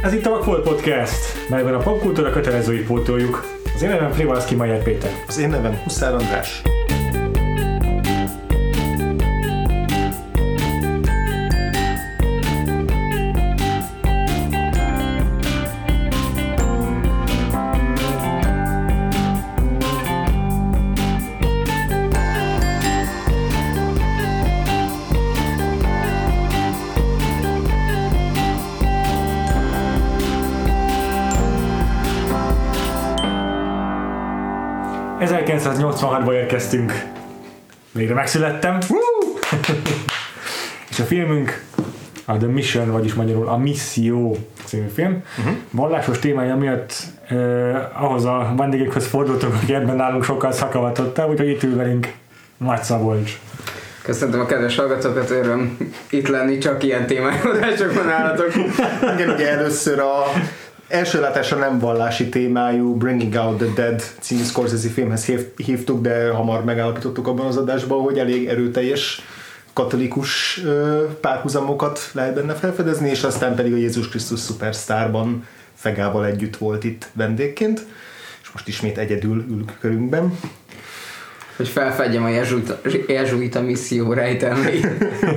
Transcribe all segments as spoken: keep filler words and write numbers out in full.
Ez itt a Vagfolt Podcast, melyben a popkultúra kötelezőit pótoljuk. Az én nevem Frivalszki Majer Péter. Az én nevem Huszár András. ezerkilencszáznyolcvanhatba érkeztünk. Végre megszülettem. És a filmünk a The Mission, vagyis magyarul a Misszió című film. Uh-huh. Vallásos témája miatt eh, ahhoz a vendégekhez fordultunk, aki ebben nálunk sokkal szakavatottabb, úgyhogy itt ül velünk Nagy Szabolcs. Köszöntöm a kedves hallgatókat, öröm itt lenni, csak ilyen témájadásokban állatok. Igen, ugye először a első látásra nem vallási témájú Bringing Out the Dead című Scorsese filmhez hívtuk, de hamar megállapítottuk abban az adásban, hogy elég erőteljes katolikus párhuzamokat lehet benne felfedezni, és aztán pedig a Jézus Krisztus Superstarban Fegával együtt volt itt vendégként, és most ismét egyedül ül körünkben. Hogy felfedjem a jezsuita misszió rejtelmeit.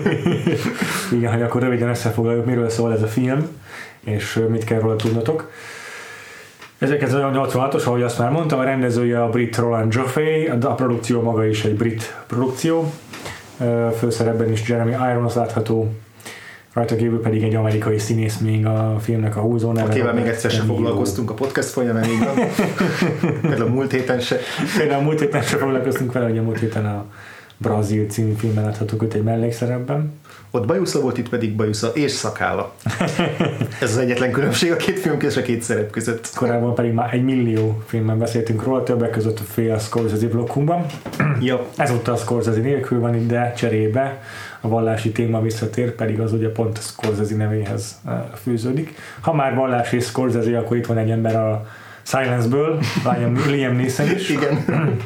Igen, hogy akkor röviden összefoglaljuk, miről szól ez a film, és mit kell róla tudnotok. ezerkilencszáznyolcvanhatos, ahogy azt már mondtam, a rendezője a brit Roland Joffe, a produkció maga is egy brit produkció. Főszerepben is Jeremy Irons látható, rajta kívül pedig egy amerikai színész még a filmnek a húzó neve. Akivel még egyszer sem foglalkoztunk a podcast folyamán, így van. Például a múlt héten se. Például a múlt héten se foglalkoztunk vele, hogy a múlt héten a Brazil című filmben láthatók őt egy mellékszerepben. Ott bajusza volt, itt pedig bajusza és szakálla. Ez az egyetlen különbség a két film és a két szerep között. Korábban pedig már egy millió filmben beszéltünk róla, többek között a fél Scorsese blokkunkban. Ja. Ezúttal a Scorsese nélkül van itt, de cserébe a vallási téma visszatér, pedig az ugye pont a Scorsese nevéhez fűződik. Ha már vallás és Scorsese, akkor itt van egy ember a Silence-ből, Liam Neeson is. Igen.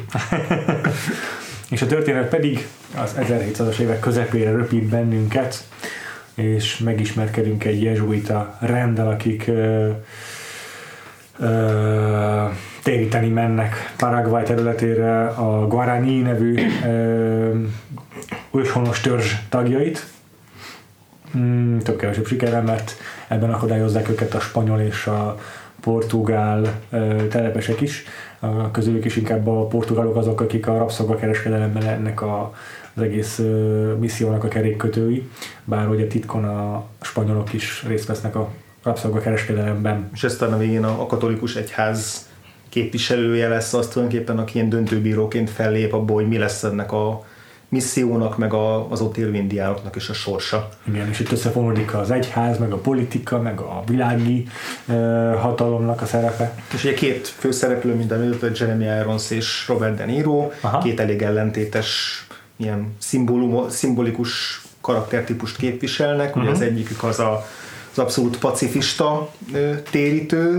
És a történet pedig az ezerhétszázas évek közepére röpít bennünket, és megismerkedünk egy jezsuita renddel, akik ö, ö, téríteni mennek Paraguay területére a Guarani nevű ö, őshonos törzs tagjait. Mm, több kevesebb sikerrel, mert ebben akadályozzák őket a spanyol és a portugál ö, telepesek is. A közülük is inkább a portugálok azok, akik a rabszolgakereskedelemben ennek a, az egész ö, missziónak a kerékkötői, bár ugye titkon a spanyolok is részt vesznek a rabszolgakereskedelemben. És aztán a végén a, a katolikus egyház képviselője lesz az tulajdonképpen, aki ilyen döntőbíróként fellép abból, hogy mi lesz ennek a missziónak, meg a, az ott élő indiánoknak is a sorsa. Igen, és itt összefonódik az egyház, meg a politika, meg a világi uh, hatalomnak a szerepe. És ugye két főszereplő, mint említett, Jeremy Irons és Robert De Niro, Aha. két elég ellentétes, ilyen szimbolikus karaktertípust képviselnek. Uh-huh. Ugye az egyikük az a, az abszolút pacifista térítő,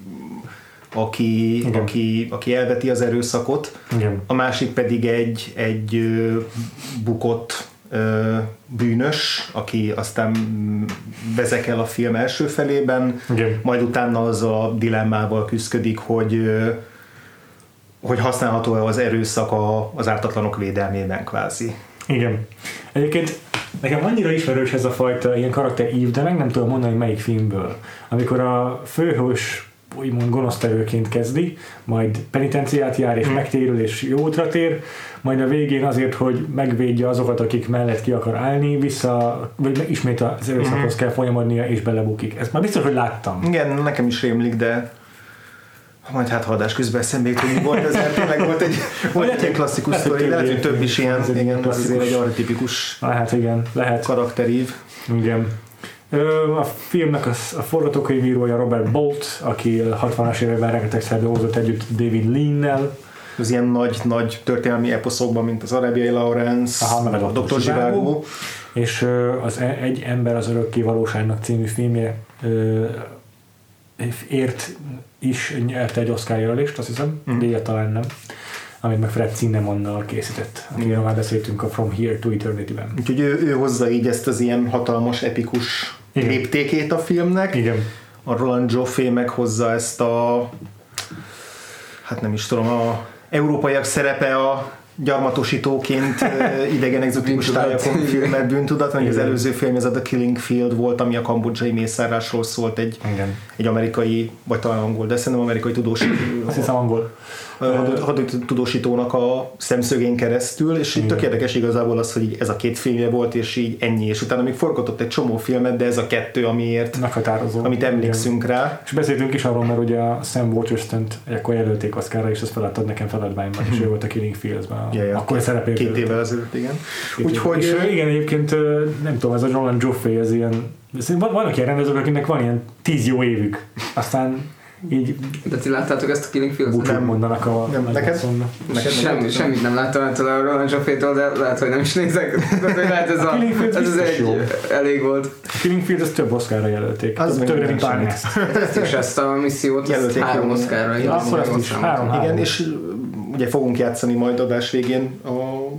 Aki, aki, aki elveti az erőszakot, Igen. a másik pedig egy, egy ö, bukott ö, bűnös, aki aztán vezekel a film első felében, Igen. majd utána az a dilemmával küszködik, hogy, ö, hogy használható-e az erőszak a, az ártatlanok védelmében kvázi. Igen. Egyébként nekem annyira ismerős ez a fajta ilyen karakterív, de meg nem tudom mondani, melyik filmből. Amikor a főhős úgymond gonosztevőként kezdi, majd penitenciát jár és hmm. megtérül és jó útra tér, majd a végén azért, hogy megvédje azokat, akik mellett ki akar állni, vissza, vagy ismét az erőszakhoz hmm. kell folyamodnia és belebukik. Ezt már biztos, hogy láttam. Igen, nekem is rémlik, de majd hát haladás közben eszembe jut, hogy mi volt, ezért tényleg volt egy, volt egy klasszikus sztori, lehet, hogy több is ilyen, igen, az azért egy archetipikus lehet, igen, lehet. karakterív. Igen. A filmnek a forgatókönyvírója Robert Bolt, aki hatvanas években rengetegszer dolgozott együtt David Lean-nel. Az ilyen nagy-nagy történelmi eposzokban, mint az Arábiai Lawrence, Aha, meg a doktor Zsivágó. És az Egy ember az örökké valóságnak című filmje ért is nyerte egy Oscar jelölést, azt hiszem, mm. díjat talán nem. amit meg Fred Zinnemannal készített, akiről már beszéltünk a From Here to Eternity-ben. Úgyhogy ő, ő hozza így ezt az ilyen hatalmas, epikus léptékét a filmnek. Igen. a Roland Joffé meghozza ezt a, hát nem is tudom, a európaiak szerepe a gyarmatosítóként idegen egzotikus tájakon filmet bűntudat, mert az előző film ez a The Killing Field volt, ami a kambodzsai mészárlásról szólt egy, egy amerikai, vagy talán angol, de szerintem amerikai tudósító. Azt hiszem angol. Haditudósítónak a szemszögén keresztül, és így tök érdekes igazából az, hogy ez a két filmje volt, és így ennyi, és utána még forgatott egy csomó filmet, de ez a kettő, amiért, meghatározó, amit emlékszünk igen. rá. És beszéltünk is arról, mert ugye a Sam Waterston-t akkor jelölték Oscarra, és ezt feladtad nekem feladványban, és ő volt a Killing Fields-ben. Ja, ja. Akkor szerepelt. Két évvel ezelőtt, igen. Úgyhogy és igen, egyébként nem tudom, ez a Roland Joffé, ez ilyen, vannak ilyen rendezők, akinek van ilyen tíz jó évük, aztán így... De ti láttátok ezt a Killing Fields-et? Búcsút mondanak a... Nem, neked? neked Semmi, semmit nem láttam ettől a Roland Joffé-tól, de lehet, hogy nem is nézek. De lehet ez a... Ez az egy elég volt. A Killing Fields ezt több Oscarra jelölték. Az többre, mint Barnes. Ezt is, ezt a missziót jelölték három Oscarra jelölték. Akkor ezt is három-három. Igen, és ugye fogunk játszani majd adás végén a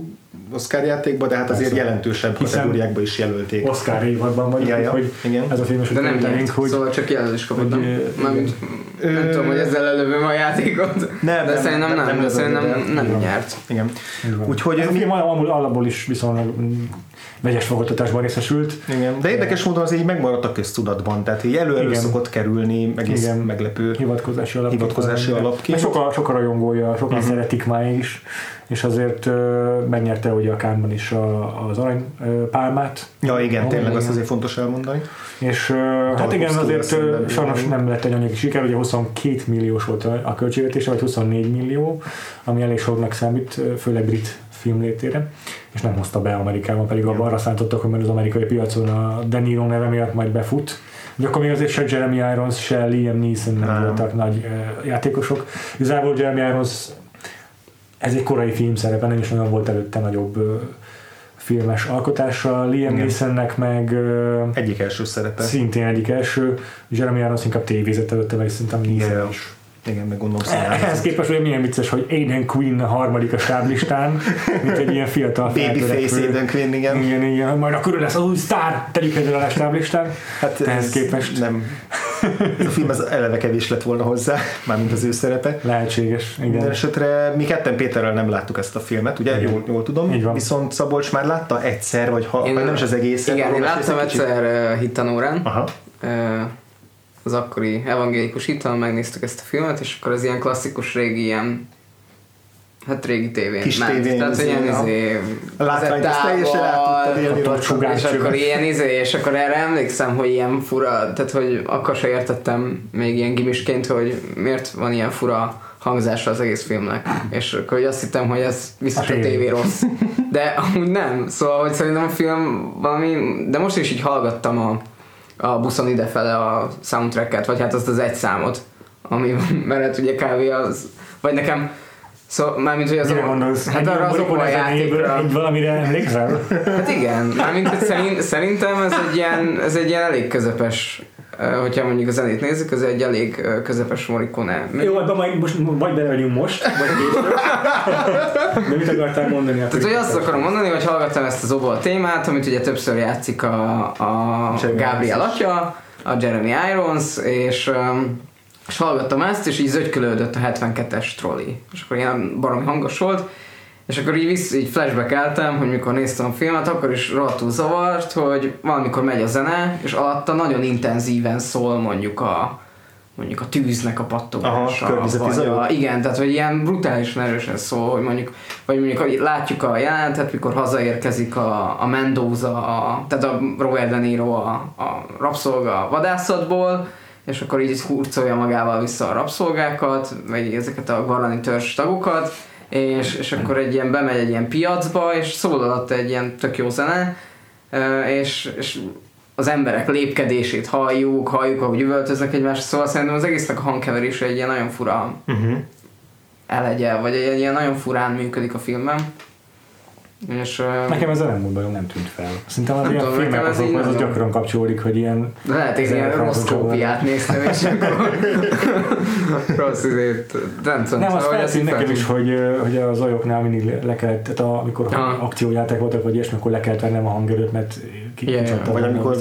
Oscar játékba, de hát azért Persze. jelentősebb kategóriákba is jelölték. Oscar évadban vagyunk, ja, ja. hogy igen. Ez a film is de nem nyert, hogy... szóval csak jelölés kapott, nem? Mármint, nem tudom, hogy ezzel előbb a játékot, nem, de nem, szerintem nem, nem, nem, szerintem nem, nem, nem nyert. Igen. Úgyhogy ez a film alapból is viszonylag vegyes fogadtatásban részesült. Igen. De érdekes módon az így megmaradt a köztudatban, tehát így elő-elő szokott kerülni, egész igen. meglepő hivatkozási, alap hivatkozási alapként. Sokan soka rajongója, sokan uh-huh. szeretik máig is, és azért uh, megnyerte ugye a Cannes-ban is a, az aranypálmát. Ja igen, tényleg igen. Azt azért fontos elmondani. És uh, hát igen, azért uh, sajnos nem lett egy anyagi siker, ugye huszonkét milliós volt a költségvetése, vagy huszonnégy millió, ami elég sornak számít, főleg brit film létére, és nem hozta be Amerikában, pedig abban arra szántottak, hogy az amerikai piacon a De Niro neve miatt majd befut. De akkor még azért se Jeremy Irons, se Liam Neeson nem voltak nagy uh, játékosok. Igazából Jeremy Irons ez egy korai film szerepe, nem is olyan volt előtte nagyobb uh, filmes alkotása. Liam Neesonnek meg uh, egyik első szerepe. Szintén egyik első. Jeremy Irons inkább tévézett előtte, vagy szerintem Neeson yeah. is. Igen, meg gondolom színálni. Ehhez képest, hogy milyen vicces, hogy Aidan Quinn a harmadik a stáblistán, mint egy ilyen fiatal babyface Aidan Quinn, igen. Igen, igen, majd akkor ő lesz új sztár, tegyük egyre a stáblistán. Hát ehhez képest nem. Ez a film az eleve kevés lett volna hozzá, mármint az ő szerepe. Lehetséges, igen. Minden esetre mi ketten Péterrel nem láttuk ezt a filmet, ugye? Jól, jól tudom. Viszont Szabolcs már látta egyszer, vagy ha én, vagy nem is az egész. Igen, én láttam egyszer uh, hittanórán. Aha. Uh, az akkori evangélikus hittan megnéztük ezt a filmet, és akkor az ilyen klasszikus régi ilyen hát régi tévén kis ment. Tévén, tehát ilyen izé a látványt ezt teljesen át tudtad élni, és akkor ilyen izé, és akkor erre emlékszem, hogy ilyen fura, tehát hogy akkor se értettem még ilyen gimisként, hogy miért van ilyen fura hangzása az egész filmnek, és akkor hogy azt hittem, hogy ez biztos a, a tévé rossz, de amúgy nem, szóval hogy szerintem a film valami, de most is így hallgattam a a buszon idefele a soundtracket, vagy hát azt az egy számot, ami mellett ugye kávé az, vagy nekem, szóval mármint, hogy az Mire gondolsz? Hát arra az okon a játékra. Egy valamire emlékszel? Hát igen, mármint, hogy szerint, szerintem ez egy ilyen, ez egy ilyen elég közepes, hogyha mondjuk a zenét nézzük, ez egy elég közepes Morricone. Jó, de majd most vagy belevegyünk most, vagy később. De mit akartál mondani? Tehát, hogy azt akarom mondani, hogy hallgattam ezt az Obol témát, amit ugye többször játszik a, a Gabriel atya, a Jeremy Irons, és, és hallgattam ezt, és így zögykölődött a hetvenkettes trolli. És akkor ilyen baromi hangos volt, és akkor így, vissz, így flashbackeltem, hogy mikor néztem a filmet, akkor is rohadtul zavart, hogy valamikor megy a zene, és alatta nagyon intenzíven szól mondjuk a, mondjuk a tűznek a pattogása. Aha, vagy a, igen, tehát hogy ilyen brutálisan erősen szól, hogy mondjuk, vagy mondjuk látjuk a jelentet, mikor hazaérkezik a, a Mendoza, a, tehát a Robert De Niro a, a rabszolga a vadászatból, és akkor így hurcolja magával vissza a rabszolgákat, vagy ezeket a guarani törzs tagokat, És, és akkor egy ilyen bemegy egy ilyen piacba, és szól alatt egy ilyen tök jó zene, és, és az emberek lépkedését halljuk, halljuk, ahogy üvöltöznek egymásra, szóval szerintem az egésznek a hangkeverése egy ilyen nagyon fura uh-huh. elegye, vagy egy ilyen nagyon furán működik a filmben. És, nekem ez a nem múltban nem tűnt fel. Szerintem az ilyen filmek azokhoz az gyakran kapcsolódik, hogy ilyen... Lehet, hogy ilyen rossz kópiát néztem, és akkor rossz izét, nem tudom. Nem, az felszín nekem is, hogy, hogy az olyoknál mindig le kellett, tehát amikor akciójáték voltak, vagy ilyesmi, akkor le kellett vennem a hangerőt, mert kicsatta. Vagy amikor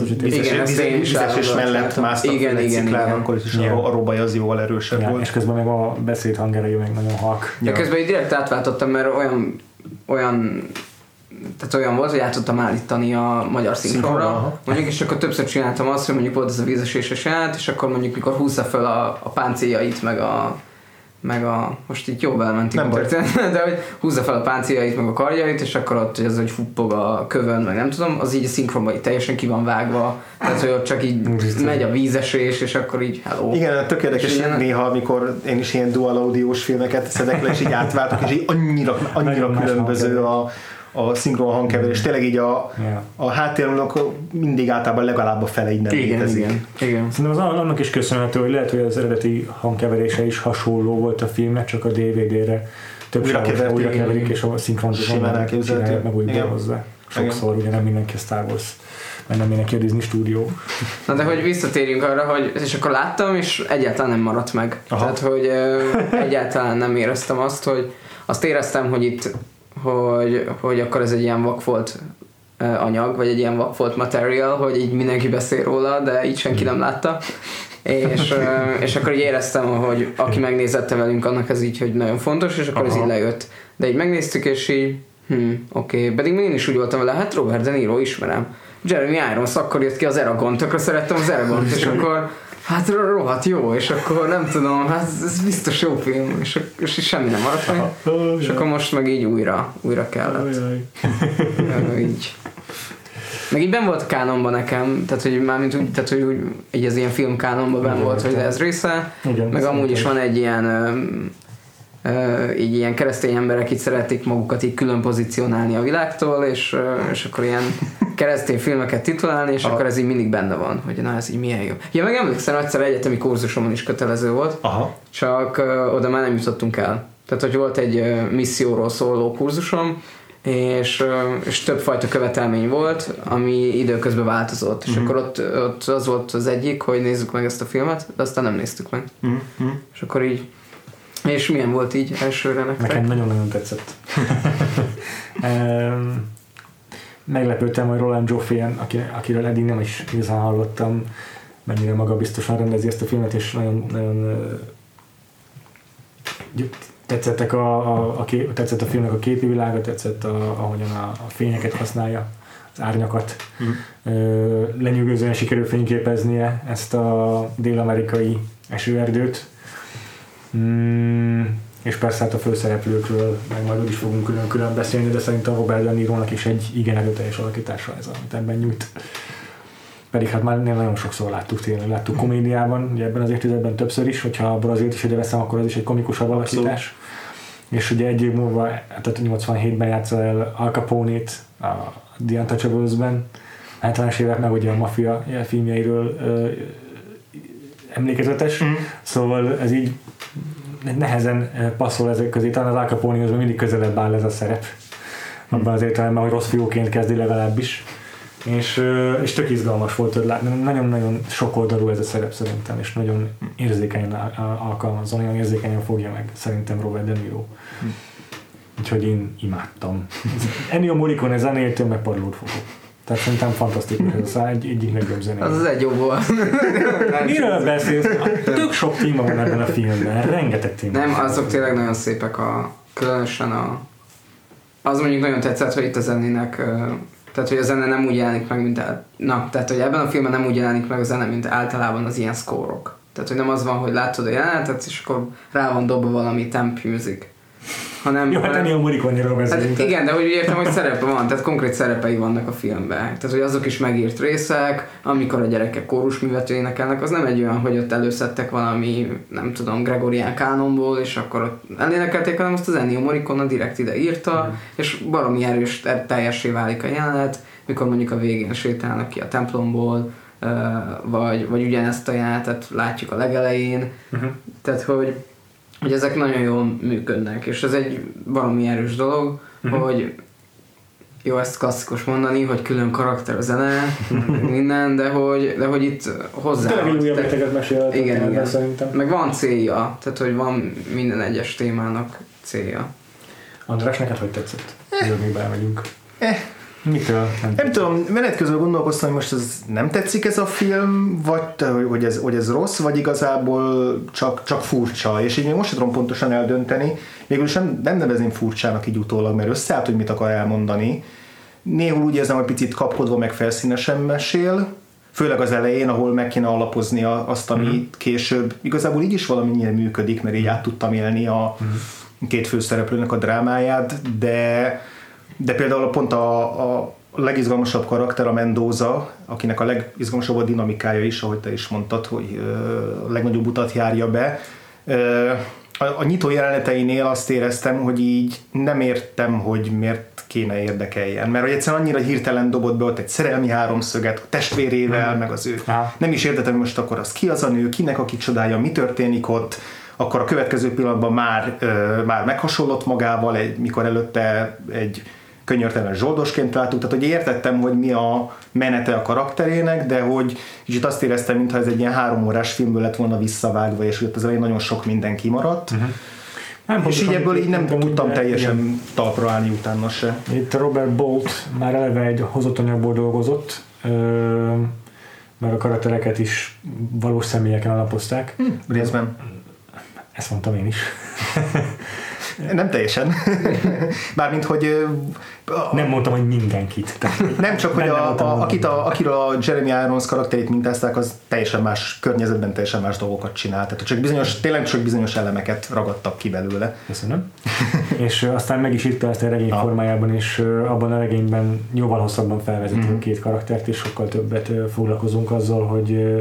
vízesés mellett másztak igen, egy igen, sziklán, igen. akkor is Igen. a, a robaj az jóval erősebb Ja, volt. és közben meg a beszéd hangerejű meg nagyon halk. De Ja. közben így direkt átváltottam, mert olyan, olyan tehát olyan volt, hogy át tudtam állítani a magyar Szinkronra, szinkronra, aha. mondjuk, és akkor többször csináltam azt, hogy mondjuk volt ez a vízeséses jelenet, és akkor mondjuk mikor húzza fel a, a páncéljait, meg a meg a, most így jó belementünk Nem a baj. történet, de hogy húzza fel a páncéljait, meg a karjait, és akkor ott hogy az, hogy fuppog a kövön, meg nem tudom, az így a szinkronban így teljesen ki van vágva, tehát hogy ott csak így megy a vízesés, és akkor így hello. Igen, tök érdekes ilyen- néha, amikor én is ilyen dual audiós filmeket szedek le, és így átváltok, és így annyira, annyira Nagyon más különböző hangkeverés. a, a szinkron hangkeverés. Tényleg így a, Ja. a háttérnek mindig általában legalább a fele így nem Igen, létezik. igen, igen. Szerintem az annak is köszönhető, hogy lehet, hogy az eredeti hangkeverése is hasonló volt a filmnek, csak a dé vé dé-re több Újra sávos keverték, újra igen, keverik, igen. és a szinkron Simán elképzelhető. csinálják meg újra Igen. hozzá. Sokszor, ugye nem mindenki a Star Wars, mert nem mindenki a Disney stúdió. Na de hogy visszatérjünk arra, hogy és akkor láttam, és egyáltalán nem maradt meg. Aha. Tehát, hogy ö, egyáltalán nem éreztem azt, hogy azt éreztem, hogy itt, hogy, hogy akkor ez egy ilyen vakfolt ö, anyag, vagy egy ilyen vakfolt material, hogy így mindenki beszél róla, de így senki nem látta. És, ö, és akkor így éreztem, hogy aki megnézette velünk, annak ez így, hogy nagyon fontos, és akkor Aha. ez így lejött. De így megnéztük, és így hm, oké, okay. Pedig még én is úgy voltam vele, hát Robert De Niro ismerem. Jeremy Irons, akkor jött ki az Eragon, tökre szerettem az Eragont, és akkor hát rohadt jó, és akkor nem tudom, hát ez biztos jó film, és, és semmi nem maradt meg, és akkor most meg így újra, újra kellett. Ö, így. Meg így benn volt a kánonban nekem, tehát hogy mármint úgy, tehát hogy úgy, így az ilyen film kánonban benn volt, hogy ez része, Igen, meg amúgy is szerintem. van egy ilyen ö, ö, így ilyen keresztény emberek így szeretik magukat így külön pozícionálni a világtól, és, ö, és akkor ilyen keresztény filmeket titulálni, és Aha. akkor ez így mindig benne van, hogy na ez így milyen jó. Ja, meg emlékszem, egyszer egyetemi kurzusomon is kötelező volt, Aha. csak ö, oda már nem jutottunk el. Tehát, hogy volt egy ö, misszióról szóló kurzusom, és, ö, és többfajta követelmény volt, ami időközben változott. És Mhm. akkor ott, ott az volt az egyik, hogy nézzük meg ezt a filmet, de aztán nem néztük meg. Mm-hmm. És akkor így... És milyen volt így elsőre nektek? Nekem nagyon-nagyon tetszett. Em, Meglepődtem, hogy Roland Joffrey, aki, akiről eddig nem is igazán hallottam, mennyire magabiztosan rendezi ezt a filmet, és nagyon, nagyon ö, tetszettek a, a, a kép, tetszett a filmnek a képi világa, tetszett a, ahogyan a, a fényeket használja, az árnyakat. Mm. Ö, lenyűgözően sikerül fényképeznie ezt a dél-amerikai esőerdőt. Mm, és persze hát a főszereplőkről meg majd úgy is fogunk külön-külön beszélni, de szerintem Robert De Nirónak is egy igen erőteljes alakítása ez, amit ebben nyújt. Pedig hát már nagyon sokszor láttuk tényleg, láttuk komédiában, ugye ebben az évtizedben többször is, hogyha a Brazilt is ide veszem, akkor az is egy komikusabb alakítás. És ugye egy év múlva, tehát nyolcvanhétben játsza el Al Capone-t a The Untouchables-ben, hetvenes évek meg ugye a maffia filmjeiről ö, emlékezetes, mm. Szóval ez így nehezen passzol ezek közé, talán az Al Capone-hoz mindig közelebb áll ez a szerep. Abban az értelemben, hogy rossz fiúként kezdi legalábbis. És, és tök izgalmas volt, hogy látni. Nagyon-nagyon sokoldalú ez a szerep szerintem, és nagyon érzékenyen alkalmazza, nagyon érzékenyen fogja meg szerintem Robert De Niro. Úgyhogy én imádtam. Ennio Morricone zenéjétől meg padlót fogok. Tehát szerintem fantasztikus ez a szá, egy, egyik legjobb zenéje. Az az egy jó volt. Miről beszélsz? Tök sok téma van ebben a filmben, rengeteg téma. Nem, azok tényleg nagyon szépek, a, különösen a... Az mondjuk nagyon tetszett, hogy itt a zenének, tehát hogy a zene nem úgy jelenik meg, mint... El, na, tehát hogy ebben a filmben nem úgy jelenik meg a zene, mint általában az ilyen szkórok. Tehát hogy nem az van, hogy látod a jelenetet, és akkor rá van dobva valami temp music. Hanem, Jó, hát Ennio Morricone-ről beszélünk. Hát igen, de hogy úgy értem, hogy szerepe van, tehát konkrét szerepei vannak a filmben. Tehát, hogy azok is megírt részek, amikor a gyerekek kórusművet énekelnek, az nem egy olyan, hogy ott előszedtek valami, nem tudom, Gregorián kánonból, és akkor ott elénekelték, hanem azt az Ennio Morricone direkt ide írta, mm. és valami erős, teljessé válik a jelenet, mikor mondjuk a végén sétálnak ki a templomból, vagy, vagy ugyanezt a jelenetet látjuk a legelején. Uh-huh. Tehát, hogy hogy ezek nagyon jól működnek, és ez egy valami erős dolog, uh-huh. hogy jó, ezt klasszikus mondani, hogy külön karakter a zene, minden, de hogy, de hogy itt hozzá... Tényleg újabb beteket meséltek. Igen, igen. Szerintem. Meg van célja, tehát hogy van minden egyes témának célja. András, neked hogy tetszett? Ezzel még belemegyünk. Eh, Mitől? Nem, nem tudom, menet közben gondolkoztam, hogy most ez nem tetszik ez a film, vagy hogy ez, hogy ez rossz, vagy igazából csak, csak furcsa, és így még most sem tudom pontosan eldönteni. Végülis nem, nem nevezném furcsának így utólag, mert összeállt, hogy mit akar elmondani. Néhol úgy érzem, hogy picit kapkodva meg felszínesen mesél, főleg az elején, ahol meg kéne alapozni azt, ami mm. később igazából így is valamennyire működik, mert így át tudtam élni a mm. két főszereplőnek a drámáját, de, de például pont a, a legizgalmasabb karakter a Mendoza, akinek a legizgalmasabb a dinamikája is, ahogy te is mondtad, hogy a legnagyobb utat járja be. A, a nyitó jeleneteinél azt éreztem, hogy így nem értem, hogy miért kéne érdekeljen, mert hogy egyszerűen annyira hirtelen dobott be ott egy szerelmi háromszöget a testvérével, mm. meg az ő. Aha. Nem is értettem, hogy most akkor az ki az a nő, kinek a kicsodája, mi történik ott, akkor a következő pillanatban már, ö, már meghasonlott magával, egy, mikor előtte egy könyörtelen zsoldosként láttuk, tehát hogy értettem, hogy mi a menete a karakterének, de hogy kicsit azt éreztem, mintha ez egy ilyen három órás filmből lett volna visszavágva, és ott az elején nagyon sok minden kimaradt. Uh-huh. Nem, és így ebből így nem tudtam de, teljesen igen. talpra állni utána se. Itt Robert Bolt már eleve egy hozott anyagból dolgozott, mert a karaktereket is valós személyeken alapozták. Hm, részben. Ezt mondtam én is. Nem teljesen. Mármint, hogy... Nem mondtam, hogy mindenkit. Nem csak, hogy a, a, akit a, akiről a Jeremy Irons karakterét mintázták, az teljesen más környezetben teljesen más dolgokat csinált. Tehát csak bizonyos, tényleg csak bizonyos elemeket ragadtak ki belőle. Köszönöm. És aztán meg is írta ezt a regény formájában, és abban a regényben jóval hosszabban felvezetünk mm-hmm. két karaktert, és sokkal többet foglalkozunk azzal, hogy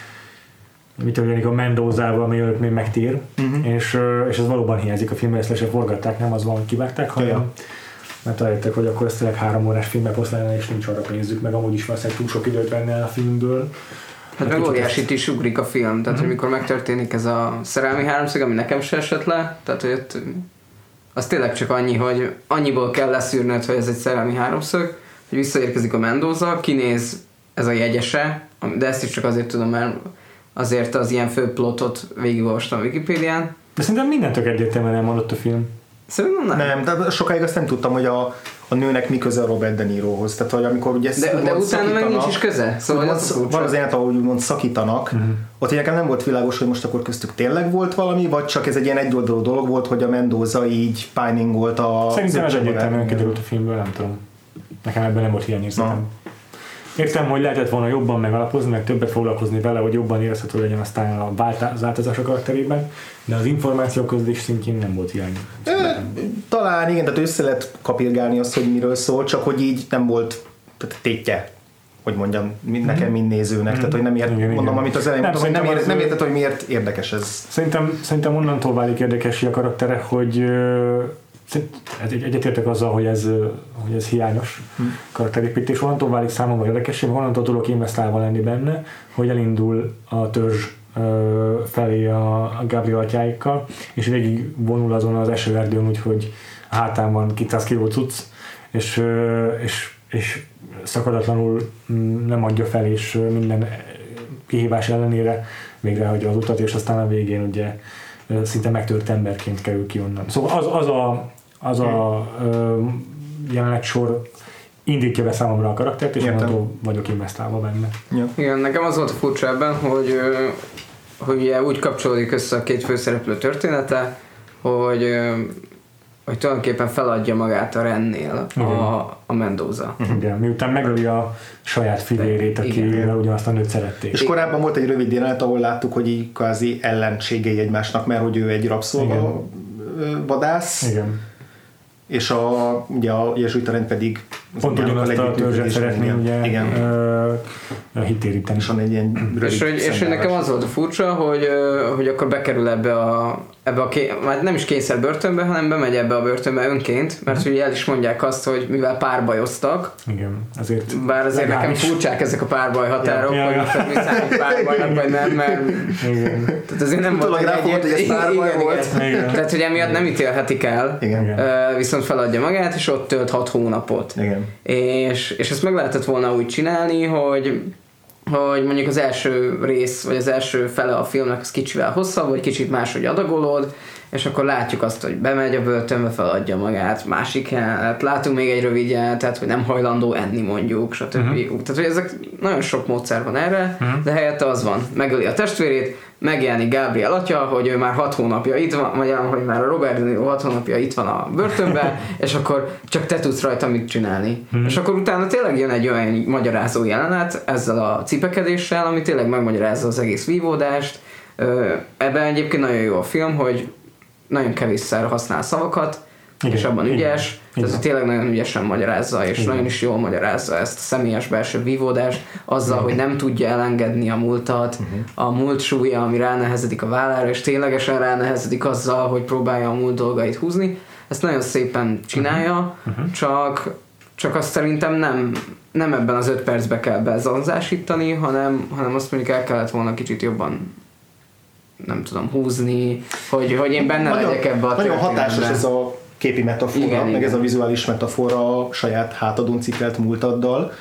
mit történik a Mendozával, ami őt még megtér, uh-huh. és, és ez valóban hiányzik a filmben, ezt le se forgatták, nem az van, kivágták, hanem ja. mert találták, hogy akkor ez tényleg három órás filmbe poszlálna, és nincs arra pénzük, meg amúgy is valószínűleg túl sok időt venne el a filmből. Hát meg óriásit is ugrik a film, tehát uh-huh. hogy mikor megtörténik ez a szerelmi háromszög, ami nekem se esett le, tehát hogy ott, az tényleg csak annyi, hogy annyiból kell leszűrnöd, hogy ez egy szerelmi háromszög, hogy visszaérkezik a Mendoza, kinéz ez a jegyese, de ezt is csak azért tudom, mert azért az ilyen fő plotot végigolvastam a Wikipédián. De szerintem mindent tök egyértelműen elmondott a film. Szerintem nem. Nem, de sokáig azt nem tudtam, hogy a, a nőnek mi köze a Robert De Nirohoz. Tehát, hogy amikor ugye de, de utána meg nincs is köze. Szóval van az, van az élet, ahol úgymond szakítanak. Uh-huh. Ott nekem nem volt világos, hogy most akkor köztük tényleg volt valami, vagy csak ez egy ilyen egyoldalú dolog volt, hogy a Mendoza így pining volt a... Szerintem ez egyértelműen kiderült a filmből, nem tudom. Nekem ebben nem volt hiányérzetem. Értem, hogy lehetett volna jobban megalapozni, meg többet foglalkozni vele, hogy jobban érezhető legyen aztán a változás a karakterében, de az információ közlés szintjén nem volt hiány. E, talán igen, tehát össze lehet kapirgálni azt, hogy miről szól, csak hogy így nem volt tehát tétje, hogy mondjam, nekem mind nézőnek, mm-hmm. tehát hogy nem ért, igen, mondom, igen. amit az elején mondtam, hogy nem, ér, nem érted, hogy miért érdekes ez. Szerintem, szerintem onnantól válik érdekes a karaktere, hogy egyetértek azzal, hogy ez, hogy ez hiányos hmm. karakterépítés, onnantól válik számomra érdekessé, onnantól tudok investálva lenni benne, hogy elindul a törzs felé a Gabriel atyáikkal, és végig vonul azon az esőerdőn, úgyhogy a hátán van kétszáz kiló cucc, és, és, és szakadatlanul nem adja fel, és minden kihívás ellenére végrehagyja az utat, és aztán a végén ugye szinte megtört emberként kerül ki onnan. Szóval az, az a, az a jelenleg sor indítja be számomra a karaktert, és onnantól vagyok investálva benne. Ja. Igen, nekem az volt a furcsa ebben, hogy, hogy ugye úgy kapcsolódik össze a két főszereplő története, hogy, hogy tulajdonképpen feladja magát a Rennél a, a Mendoza. Igen, miután megöli a saját fivérét, akivel ugyanazt a nőt szerették. És korábban volt egy rövid jelenet, ahol láttuk, hogy így kvázi ellenségei egymásnak, mert hogy ő egy rabszolga vadász. Igen. És a, ugye a jezsuita rend pedig pont ugyanazt a törzset szeretné ugye igen. Uh, hitéríteni. És, egy ilyen és, hogy, és hogy nekem az volt a furcsa, hogy, hogy akkor bekerül ebbe a, ebbe a ké, nem is kényszer börtönbe, hanem bemegy ebbe a börtönbe önként, mert uh-huh. ugye el is mondják azt, hogy mivel párbajoztak. Igen, azért. Bár azért nekem furcsák ezek a párbaj határok, ja, hogy ja, ja. mi számít párbajnak, vagy nem, mert igen. Tehát azért nem volt egy párbaj volt. Tehát, hogy emiatt nem ítélhetik el, igen. viszont feladja magát, és ott tölt hat hónapot. Igen. És, és ezt meg lehetett volna úgy csinálni, hogy hogy mondjuk az első rész, vagy az első fele a filmnek az kicsivel hosszabb, vagy kicsit máshogy adagolód, és akkor látjuk azt, hogy bemegy a börtönbe, feladja magát, másik jelenet, látunk még egy rövid jelenetet, hogy nem hajlandó enni mondjuk, stb. Uh-huh. Tehát, hogy ezek nagyon sok módszer van erre, uh-huh. de helyette az van, megöli a testvérét, megjelenik Gabriel atya, hogy ő már hat hónapja itt van, vagy hogy már a Robert De Niro hat hónapja itt van a börtönben, és akkor csak te tudsz rajta mit csinálni. Uh-huh. És akkor utána tényleg jön egy olyan magyarázó jelenet ezzel a cipekedéssel, ami tényleg megmagyarázza az egész vívódást. Ebben egyébként nagyon jó a film, hogy nagyon kevésszer használ szavakat, igen, és abban igen, ügyes, igen. Tehát tényleg nagyon ügyesen magyarázza, és igen. nagyon is jól magyarázza ezt a személyes belső vívódást, azzal, igen. hogy nem tudja elengedni a múltat, uh-huh. a múlt súlya, ami ránehezedik a vállára, és ténylegesen ránehezedik azzal, hogy próbálja a múlt dolgait húzni. Ezt nagyon szépen csinálja, uh-huh. csak, csak azt szerintem nem, nem ebben az öt percbe kell bezanzásítani, hanem, hanem azt mondjuk el kellett volna kicsit jobban nem tudom, húzni, hogy, hogy én benne nagyon, legyek ebbe a nagyon hatásos ez a képi metafora, igen, meg igen. ez a vizuális metafora a saját hátadon cipelt múltaddal.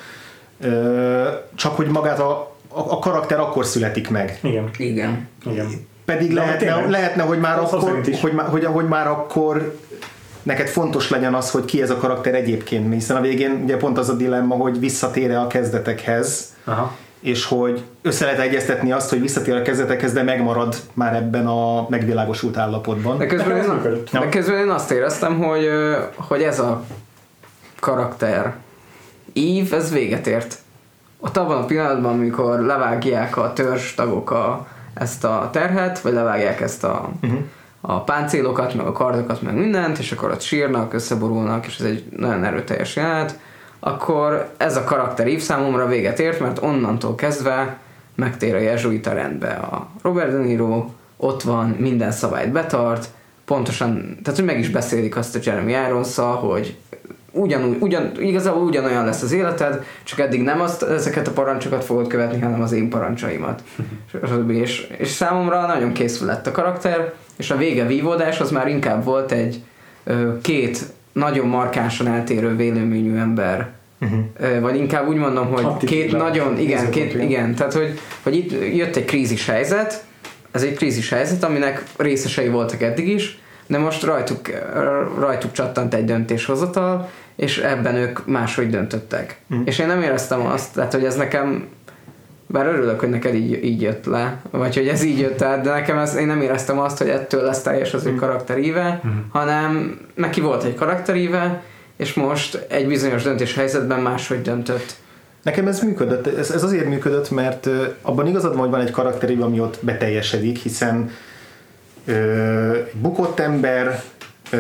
Csak hogy magát a, a karakter akkor születik meg. Igen. Igen. igen. Pedig lehetne, lehetne, hogy már akkor, hogy, hogy, hogy már akkor neked fontos legyen az, hogy ki ez a karakter egyébként, hiszen a végén ugye pont az a dilemma, hogy visszatér-e a kezdetekhez, aha. és hogy össze lehet egyeztetni azt, hogy visszatér a kezdetekhez, de megmarad már ebben a megvilágosult állapotban. De közben, én, de közben én azt éreztem, hogy, hogy ez a karakter Eve, ez véget ért. Ott abban a pillanatban, amikor levágják a törzs tagok a, ezt a terhet, vagy levágják ezt a, uh-huh. a páncélokat, meg a kardokat, meg mindent, és akkor ott sírnak, összeborulnak, és ez egy nagyon erőteljes jelenet, akkor ez a karakter Eve számomra véget ért, mert onnantól kezdve megtér a jezsuita rendbe a Robert De Niro, ott van, minden szabályt betart, pontosan, tehát hogy meg is beszélik azt a Jeremy Irons-szal, hogy ugyanúgy, ugyan, igazából ugyanolyan lesz az életed, csak eddig nem azt, ezeket a parancsokat fogod követni, hanem az én parancsaimat. és, és számomra nagyon készül lett a karakter, és a vége vívódás az már inkább volt egy ö, két nagyon markánsan eltérő véleményű ember. Uh-huh. Vagy inkább úgy mondom, hogy Hattik két nagyon, igen, két, igen, tehát hogy, hogy itt jött egy krízis helyzet, ez egy krízis helyzet, aminek részesei voltak eddig is, de most rajtuk, rajtuk csattant egy döntéshozatal, és ebben ők máshogy döntöttek. Uh-huh. És én nem éreztem azt, tehát hogy ez nekem, bár örülök, hogy neked így, így jött le, vagy hogy ez így jött át, de nekem ez, én nem éreztem azt, hogy ettől lesz teljes az ő karakteríve, uh-huh. hanem neki volt egy karakteríve, és most egy bizonyos döntéshelyzetben máshogy döntött. Nekem ez működött, ez, ez azért működött, mert abban igazad van, hogy van egy karakteríve, ami ott beteljesedik, hiszen ö, egy bukott ember ö,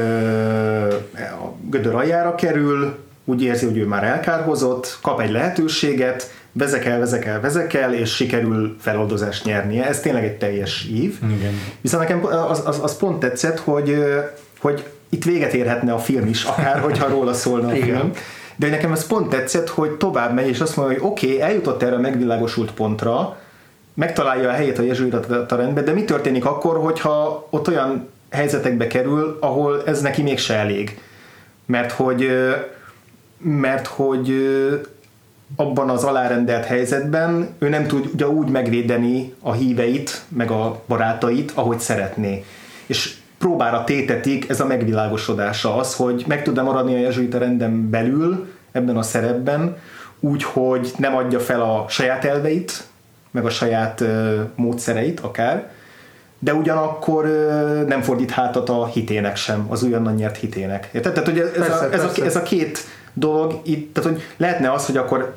a gödör aljára kerül, úgy érzi, hogy ő már elkárhozott, kap egy lehetőséget, vezekel, vezekel, vezekel, és sikerül feloldozást nyernie. Ez tényleg egy teljes ív. Igen. Viszont nekem az, az, az pont tetszett, hogy, hogy itt véget érhetne a film is, akár hogyha róla szólna a film. De nekem ez pont tetszett, hogy tovább megy, és azt mondja, hogy oké, okay, eljutott erre a megvilágosult pontra, megtalálja a helyét a jezsuita rendben, de mi történik akkor, hogyha ott olyan helyzetekbe kerül, ahol ez neki mégse elég. Mert hogy, mert hogy abban az alárendelt helyzetben ő nem tudja úgy megvédeni a híveit, meg a barátait, ahogy szeretné. És próbára tétetik ez a megvilágosodása, az, hogy meg tud-e maradni a jezsuita renden belül, ebben a szerepben, úgy, hogy nem adja fel a saját elveit, meg a saját uh, módszereit akár, de ugyanakkor uh, nem fordít hátat a hitének sem, az újonnan nyert hitének. Érted? Tehát, hogy ez, persze, a, ez, a, ez a két dolog itt, tehát, hogy lehetne az, hogy akkor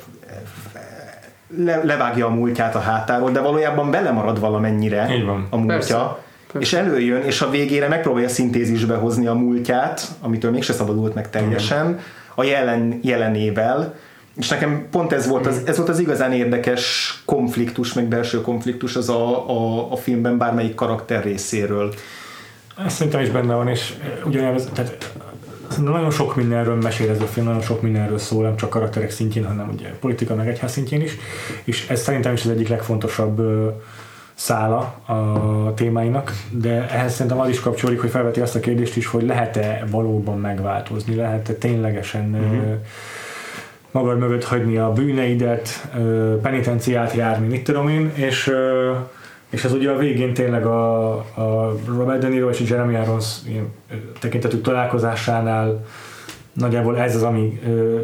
le, levágja a múltját a hátáról, de valójában belemarad valamennyire a múltja. Persze. És előjön, és a végére megpróbálja szintézisbe hozni a múltját, amitől mégse szabadult meg teljesen, a jelen, jelenével, és nekem pont ez volt az, ez volt az igazán érdekes konfliktus, meg belső konfliktus az a, a, a filmben bármelyik karakter részéről. Ezt szerintem is benne van, és ugyanez, tehát nagyon sok mindenről mesél ez a film, nagyon sok mindenről szól, nem csak karakterek szintjén, hanem ugye politika meg egyház szintjén is, és ez szerintem is az egyik legfontosabb szála a témáinak, de ehhez szerintem az is kapcsolódik, hogy felveti azt a kérdést is, hogy lehet-e valóban megváltozni, lehet-e ténylegesen mm-hmm. magad mögött hagyni a bűneidet, penitenciát járni, mit tudom én, és, és ez ugye a végén tényleg a, a Robert De Niro és a Jeremy Irons tekintetük találkozásánál nagyjából ez az, ami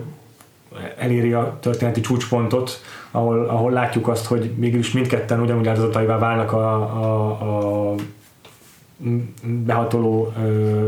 eléri a történeti csúcspontot, ahol, ahol látjuk azt, hogy mégis mindketten ugyanúgy áldozataivá válnak a, a, a behatoló ö,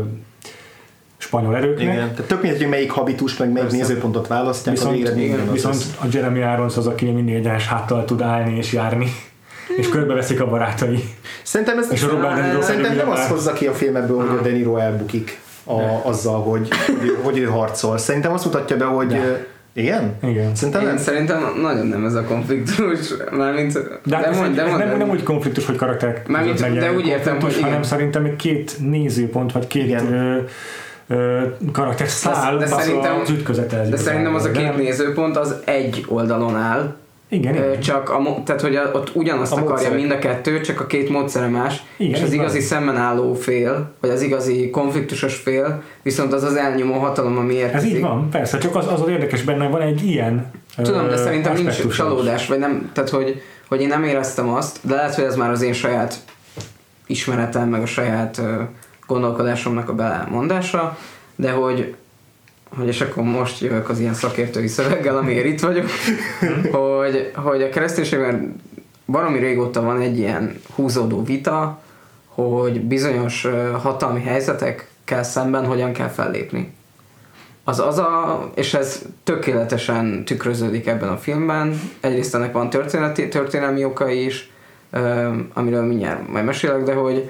spanyol erőknek. Igen. Tehát tök mindegy, hogy melyik habitust, meg melyik Persze. nézőpontot választják. Viszont, igen, igen, viszont az a Jeremy Irons az, aki mindig egyenes háttal tud állni és járni, hmm. és körbeveszik a barátai. Szerintem, ez és a Robert szerintem nem azt hozza ki a film ebből, hogy a De Niro elbukik a, azzal, hogy, hogy, hogy ő harcol. Szerintem azt mutatja be, hogy De. Igen? Igen. Szerintem, Én nem? szerintem nagyon nem ez a konfliktus. Mármint, de, de, de, mond, de mond, nem, nem úgy konfliktus, hogy karakterek mármint, de úgy értem, hogy hanem igen. szerintem két nézőpont, vagy két ö, ö, karakter száll de, de szerintem, az ütközetelzik. De szerintem az a két nézőpont az egy oldalon áll. Igen, igen. Csak a, tehát, hogy a, ott ugyanazt a akarja módszerek. Mind a kettő, csak a két módszere más, igen, és az igazi van. Szemben álló fél, vagy az igazi konfliktusos fél, viszont az az elnyomó hatalom, ami érkezik. Ez így van, persze, csak az, az az érdekes benne, hogy van egy ilyen Tudom, de szerintem nincs csalódás, vagy nem, tehát hogy, hogy én nem éreztem azt, de lehet, hogy ez már az én saját ismeretem, meg a saját gondolkodásomnak a belemondása, de hogy hogy és akkor most jövök az ilyen szakértői szöveggel, amiért itt vagyok, hogy, hogy a kereszténységben baromi régóta van egy ilyen húzódó vita, hogy bizonyos hatalmi helyzetekkel szemben hogyan kell fellépni. Az az a, és ez tökéletesen tükröződik ebben a filmben, egyrészt ennek van történeti, történelmi okai is, amiről mindjárt majd mesélek, de hogy,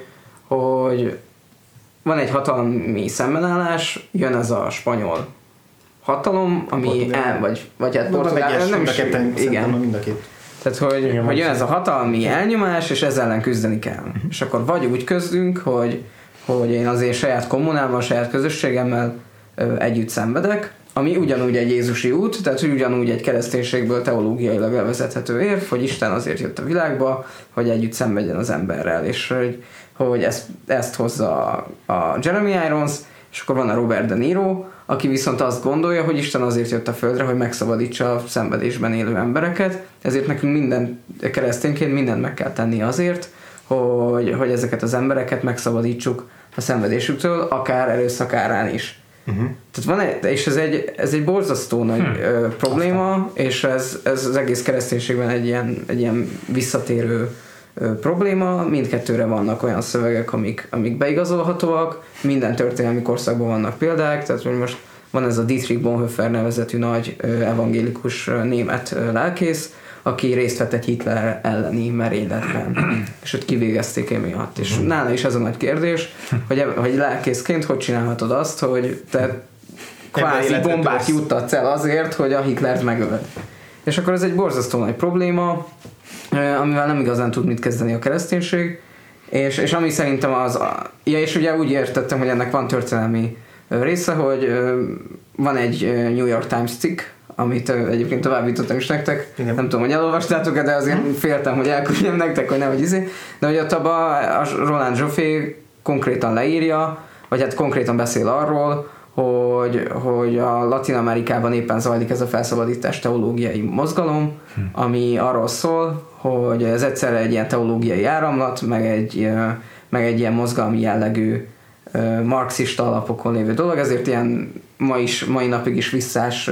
hogy van egy hatalmi szembenállás, jön ez a spanyol hatalom, ami el, vagy, vagy hát Portugál, nem is, igen. Mind a két. Tehát, hogy, igen, hogy jön ez a hatalmi elnyomás, és ezzel ellen küzdeni kell. Uh-huh. És akkor vagy úgy küzdünk, hogy, hogy én az én saját kommunálban, saját közösségemmel ö, együtt szenvedek, ami ugyanúgy egy jézusi út, tehát ugyanúgy egy kereszténységből teológiailag levezethető érv, hogy Isten azért jött a világba, hogy együtt szenvedjen az emberrel, és hogy, hogy ezt, ezt hozza a, a Jeremy Irons, és akkor van a Robert De Niro, aki viszont azt gondolja, hogy Isten azért jött a földre, hogy megszabadítsa a szenvedésben élő embereket, ezért nekünk minden keresztényként mindent meg kell tenni azért, hogy, hogy ezeket az embereket megszabadítsuk a szenvedésüktől, akár erőszak árán is. Uh-huh. Tehát van egy, és ez egy, ez egy borzasztó nagy hmm. ö, probléma, és ez, ez az egész kereszténységben egy ilyen, egy ilyen visszatérő ö, probléma. Mindkettőre vannak olyan szövegek, amik, amik beigazolhatóak, minden történelmi korszakban vannak példák, tehát hogy most van ez a Dietrich Bonhoeffer nevezetű nagy ö, evangélikus ö, német ö, lelkész, aki részt vett egy Hitler elleni merényletben, és őt kivégezték emiatt. És nála is ez a nagy kérdés, hogy, hogy lelkészként hogy csinálhatod azt, hogy te kvázi bombát juttatsz el azért, hogy a Hitlert megöled. És akkor ez egy borzasztó nagy probléma, amivel nem igazán tud mit kezdeni a kereszténység, és, és ami szerintem az... Ja, és ugye úgy értettem, hogy ennek van történelmi része, hogy van egy New York Times cikk, amit egyébként továbbítottam is nektek. Igen. Nem tudom, hogy elolvastátok, de azért hmm. féltem, hogy elküldjem nektek, hogy nehogy izé. De hogy ott abban a Roland Joffé konkrétan leírja, vagy hát konkrétan beszél arról, hogy, hogy a Latin Amerikában éppen zajlik ez a felszabadítás teológiai mozgalom, hmm. ami arról szól, hogy ez egyszerre egy ilyen teológiai áramlat, meg egy, meg egy ilyen mozgalmi jellegű marxista alapokon lévő dolog, ezért ilyen ma is, mai napig is visszás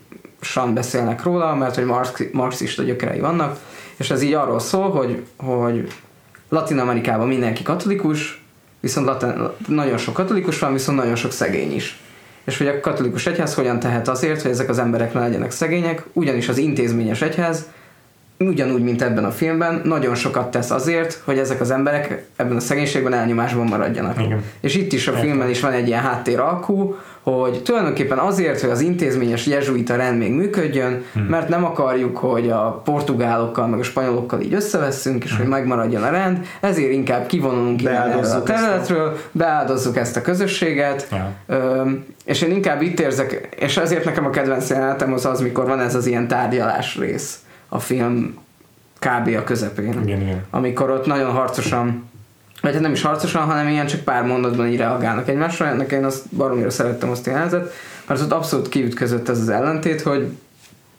san beszélnek róla, mert hogy marxista gyökerei vannak, és ez így arról szól, hogy, hogy Latin Amerikában mindenki katolikus, viszont Latin, nagyon sok katolikus van, viszont nagyon sok szegény is. És hogy a katolikus egyház hogyan tehet azért, hogy ezek az emberek ne legyenek szegények, ugyanis az intézményes egyház ugyanúgy, mint ebben a filmben, nagyon sokat tesz azért, hogy ezek az emberek ebben a szegénységben elnyomásban maradjanak. Igen. És itt is a filmben is van egy ilyen háttéralkú, hogy tulajdonképpen azért, hogy az intézményes jezsuita rend még működjön, hmm. mert nem akarjuk, hogy a portugálokkal meg a spanyolokkal így összevesszünk, és hmm. hogy megmaradjon a rend, ezért inkább kivonulunk innen erről a területről, beáldozzuk ezt a közösséget, ja. Öm, és én inkább itt érzek, és ezért nekem a kedvenc jelenetem az az, mikor van ez az ilyen tárgyalás rész a film kb. A közepén. Igen, igen. Amikor ott nagyon harcosan, vagy hát nem is harcosan, hanem ilyen csak pár mondatban így reagálnak egymásra. Ennek én azt baromira szerettem azt a jelenetet, mert ott abszolút kiütközött ez az ellentét, hogy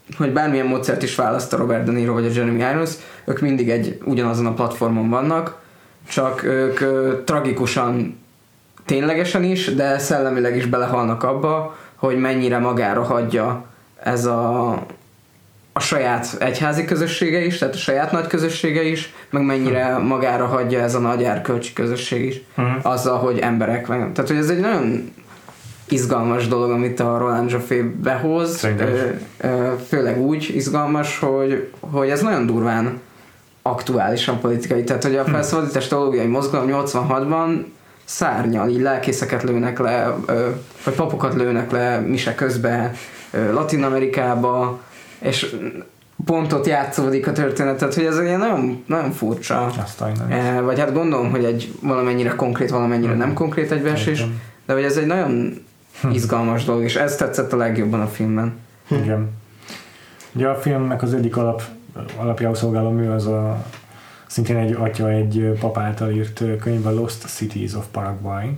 hogy bármilyen módszert is választ a Robert De Niro vagy a Jeremy Irons, ők mindig egy ugyanazon a platformon vannak, csak ők ö, tragikusan ténylegesen is, de szellemileg is belehalnak abba, hogy mennyire magára hagyja ez a, a saját egyházi közössége is, tehát a saját nagy közössége is, meg mennyire magára hagyja ez a nagy erkölcsi közösség is, uh-huh. azzal, hogy emberek meg. Tehát, hogy ez egy nagyon izgalmas dolog, amit a Roland Joffé behoz, ö, ö, főleg úgy izgalmas, hogy, hogy ez nagyon durván aktuálisan politikai. Tehát, hogy a felszabadítás teológiai mozgalom nyolcvanhatban szárnyal, így lelkészeket lőnek le, ö, vagy papokat lőnek le mise közben Latin Amerikába, és pont ott játszódik a történetet, hogy ez ilyen nagyon, nagyon furcsa. E, vagy hát gondolom, hogy egy valamennyire konkrét, valamennyire nem konkrét egybeesés, de hogy ez egy nagyon izgalmas dolog, és ez tetszett a legjobban a filmben. Igen. Ugye a filmnek az egyik alap, alapjául szolgáló mű az a szintén egy atya, egy pap által írt könyv, a Lost Cities of Paraguay.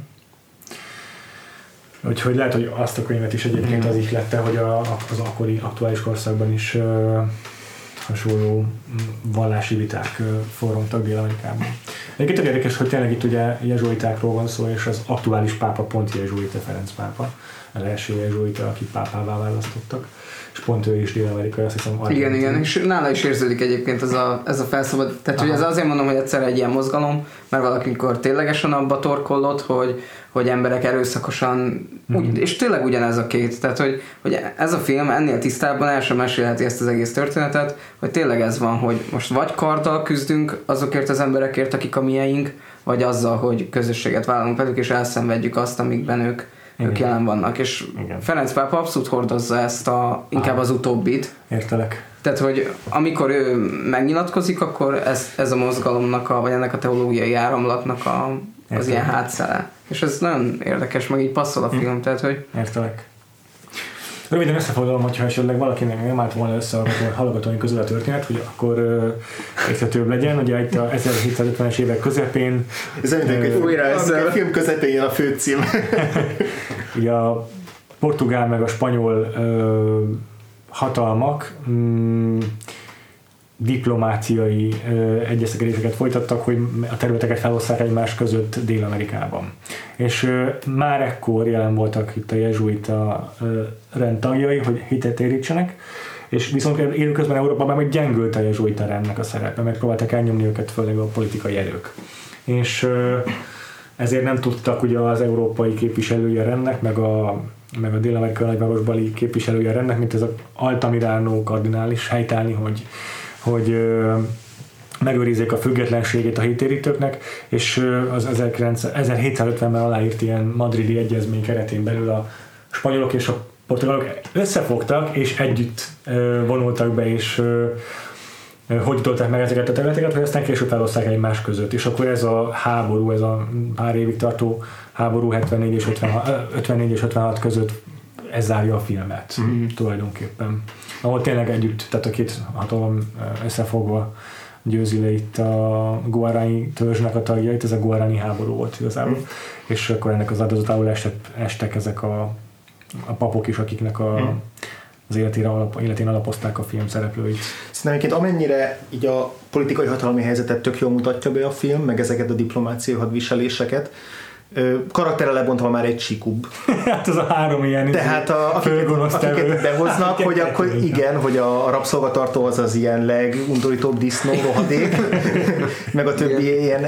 Úgyhogy lehet, hogy azt a könyvet is egyébként az ihlette, hogy a, az akkori aktuális korszakban is uh, hasonló vallási viták uh, forrongtak Dél-Amerikában. Egyébként érdekes, hogy tényleg itt ugye jezsuitákról van szó, és az aktuális pápa pont jezsuita, Ferenc pápa, az első jezsuita, akit pápává választottak, és pont ő is dél-amerikai, azt hiszem. Argentin. Igen, igen, és nála is érződik egyébként ez a, ez a felszabad. Tehát ugye ez azért mondom, hogy egyszer egy ilyen mozgalom, mert valakikor ténylegesen abba torkollott, hogy, hogy emberek erőszakosan, mm. úgy, és tényleg ugyanez a két, tehát hogy, hogy ez a film ennél tisztábban el sem mesélheti ezt az egész történetet, hogy tényleg ez van, hogy most vagy karddal küzdünk azokért az emberekért, akik a mieink, vagy azzal, hogy közösséget vállalunk velük, és elszenvedjük azt, amikben ők ők jelen vannak, és igen. Ferenc pápa abszolút hordozza ezt a, inkább az utóbbit. Értelek. Tehát, hogy amikor ő megnyilatkozik, akkor ez, ez a mozgalomnak, a, vagy ennek a teológiai áramlatnak a, az Értelek. Ilyen hátszele. És ez nagyon érdekes, meg így passzol a film, hm. tehát, hogy... Értelek. Röviden összefoglalom, hogyha esetleg valakinek nem állt volna össze a hallgatóink közül a történet, hogy akkor uh, érthetőbb legyen. Ugye itt a ezerhétszázötvenes évek közepén... Ez olyan, hogy újra ezzel a film közepén jön a főcím. Ugye a portugál meg a spanyol uh, hatalmak um, diplomáciai uh, egyeztetéseket folytattak, hogy a területeket felosszák egymás között Dél-Amerikában. És uh, már ekkor jelen voltak itt a jezsuita uh, rend tagjai, hogy hitet érítsenek, és viszont időközben Európában meg gyengült a jezsuita rendnek a szerepe, mert próbálták elnyomni őket, főleg a politikai erők. És uh, ezért nem tudtak ugye az európai képviselője rendnek, meg a, meg a dél-amerikai nagyvárosbeli képviselője rendnek, mint ez az Altamirano kardinális helytállni, hogy hogy ö, megőrizzék a függetlenségét a hittérítőknek, és ö, az ezerhétszázötvenben aláírt ilyen madridi egyezmény keretén belül a spanyolok és a portugálok összefogtak, és együtt ö, vonultak be, és ö, hogyították meg ezeket a területeket, hogy aztán később feloszták egymás között. És akkor ez a háború, ez a pár évig tartó háború hetvennégy és ötvenhat között ez zárja a filmet mm-hmm. tulajdonképpen. Ahol tényleg együtt, tehát a két hatalom összefogva győzi le itt a guarani törzsnek a tagjait, ez a guarani háború volt igazából. Mm. És akkor ennek az áldozatául estek, estek ezek a, a papok is, akiknek a, mm. az életére alap, életén alapozták a film szereplőit. Szerintem egyébként amennyire így a politikai hatalmi helyzetet tök jól mutatja be a film, meg ezeket a diplomáciai hadviseléseket, karakterre lebontva már egy csíkub. Hát ez a három ilyen tehát a, akiket, akiket behoznak, hogy akkor igen, hogy a, a rabszolgatartó az az ilyen legundorítóbb disznó rohadék, meg a többi igen. ilyen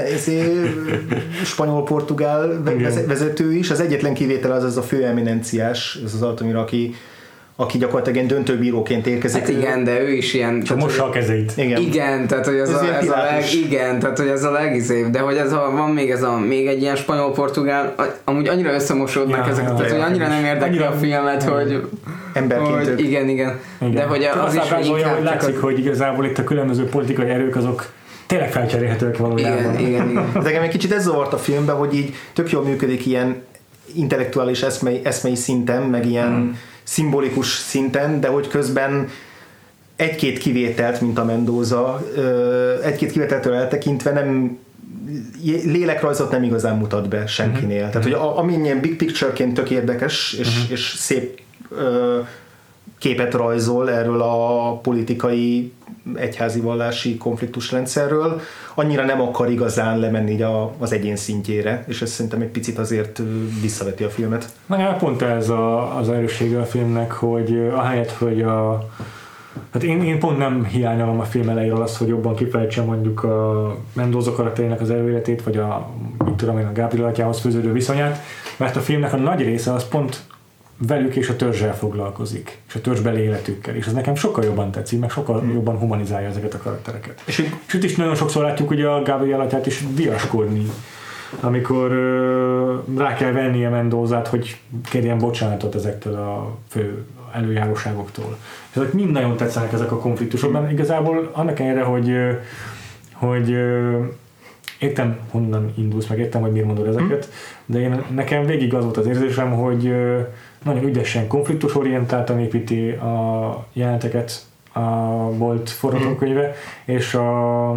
spanyol-portugál vezető is. Az egyetlen kivétel az az a fő eminenciás, ez az Altamira, aki aki gyakorlatilag ilyen döntőbíróként érkezik. Hát igen, de ő is ilyen... Csak mossa a kezeit. Igen. igen, tehát hogy ez, ez, a, ez a leg, igen, tehát hogy ez a legizébb, de hogy ez a, van még ez a, még egy ilyen spanyol-portugál, amúgy annyira összemosódnak ja, ezek, ja, tehát ja, hogy annyira nem érdekli a filmet, ja. hogy... Emberként hogy, igen, igen, igen. De hogy az, az is, hogy inkább hogy látszik, az... hogy igazából itt a különböző politikai erők azok tényleg felcserélhetőek valójában. Igen, igen, igen. De engem egy kicsit ez zavart a filmben, hogy így tök jól működik ilyen intellektuális eszmei, eszmei szinten, meg ilyen hmm. szimbolikus szinten, de hogy közben egy-két kivételt, mint a Mendoza, egy-két kivételtől eltekintve nem lélekrajzot nem igazán mutat be senkinél. Uh-huh. Tehát, hogy amilyen big picture-ként tök érdekes és, uh-huh. és szép képet rajzol erről a politikai egyházi vallási konfliktusrendszerről, annyira nem akar igazán lemenni így a, az egyén szintjére, és ez szerintem egy picit azért visszaveti a filmet. Na, pont ez a, az erőssége a filmnek, hogy ahelyett, hogy a hát én, én pont nem hiányolom a film elejéről azt, hogy jobban kifejtsen mondjuk a Mendoza karakterének az előéletét, vagy a, mit tudom én, a Gabriel atyához fűződő viszonyát, mert a filmnek a nagy része az pont velük és a törzsel foglalkozik, és a törzsbeli életükkel, és ez nekem sokkal jobban tetszik, meg sokkal hmm. jobban humanizálja ezeket a karaktereket. És, és itt is nagyon sokszor látjuk ugye a Gabriel atyát is viaskodni, amikor uh, rá kell vennie Mendozát, hogy kérjen bocsánatot ezektől a fő előjáróságoktól. És ezek mind nagyon tetszenek ezek a konfliktusok, mert igazából annak ellenére, hogy, hogy értem, honnan indulsz, meg értem, hogy miért mondod ezeket, de én, nekem végig az volt az érzésem, hogy nagyon ügyesen konfliktusorientáltan építi a jeleneteket a volt forgatókönyve, és a,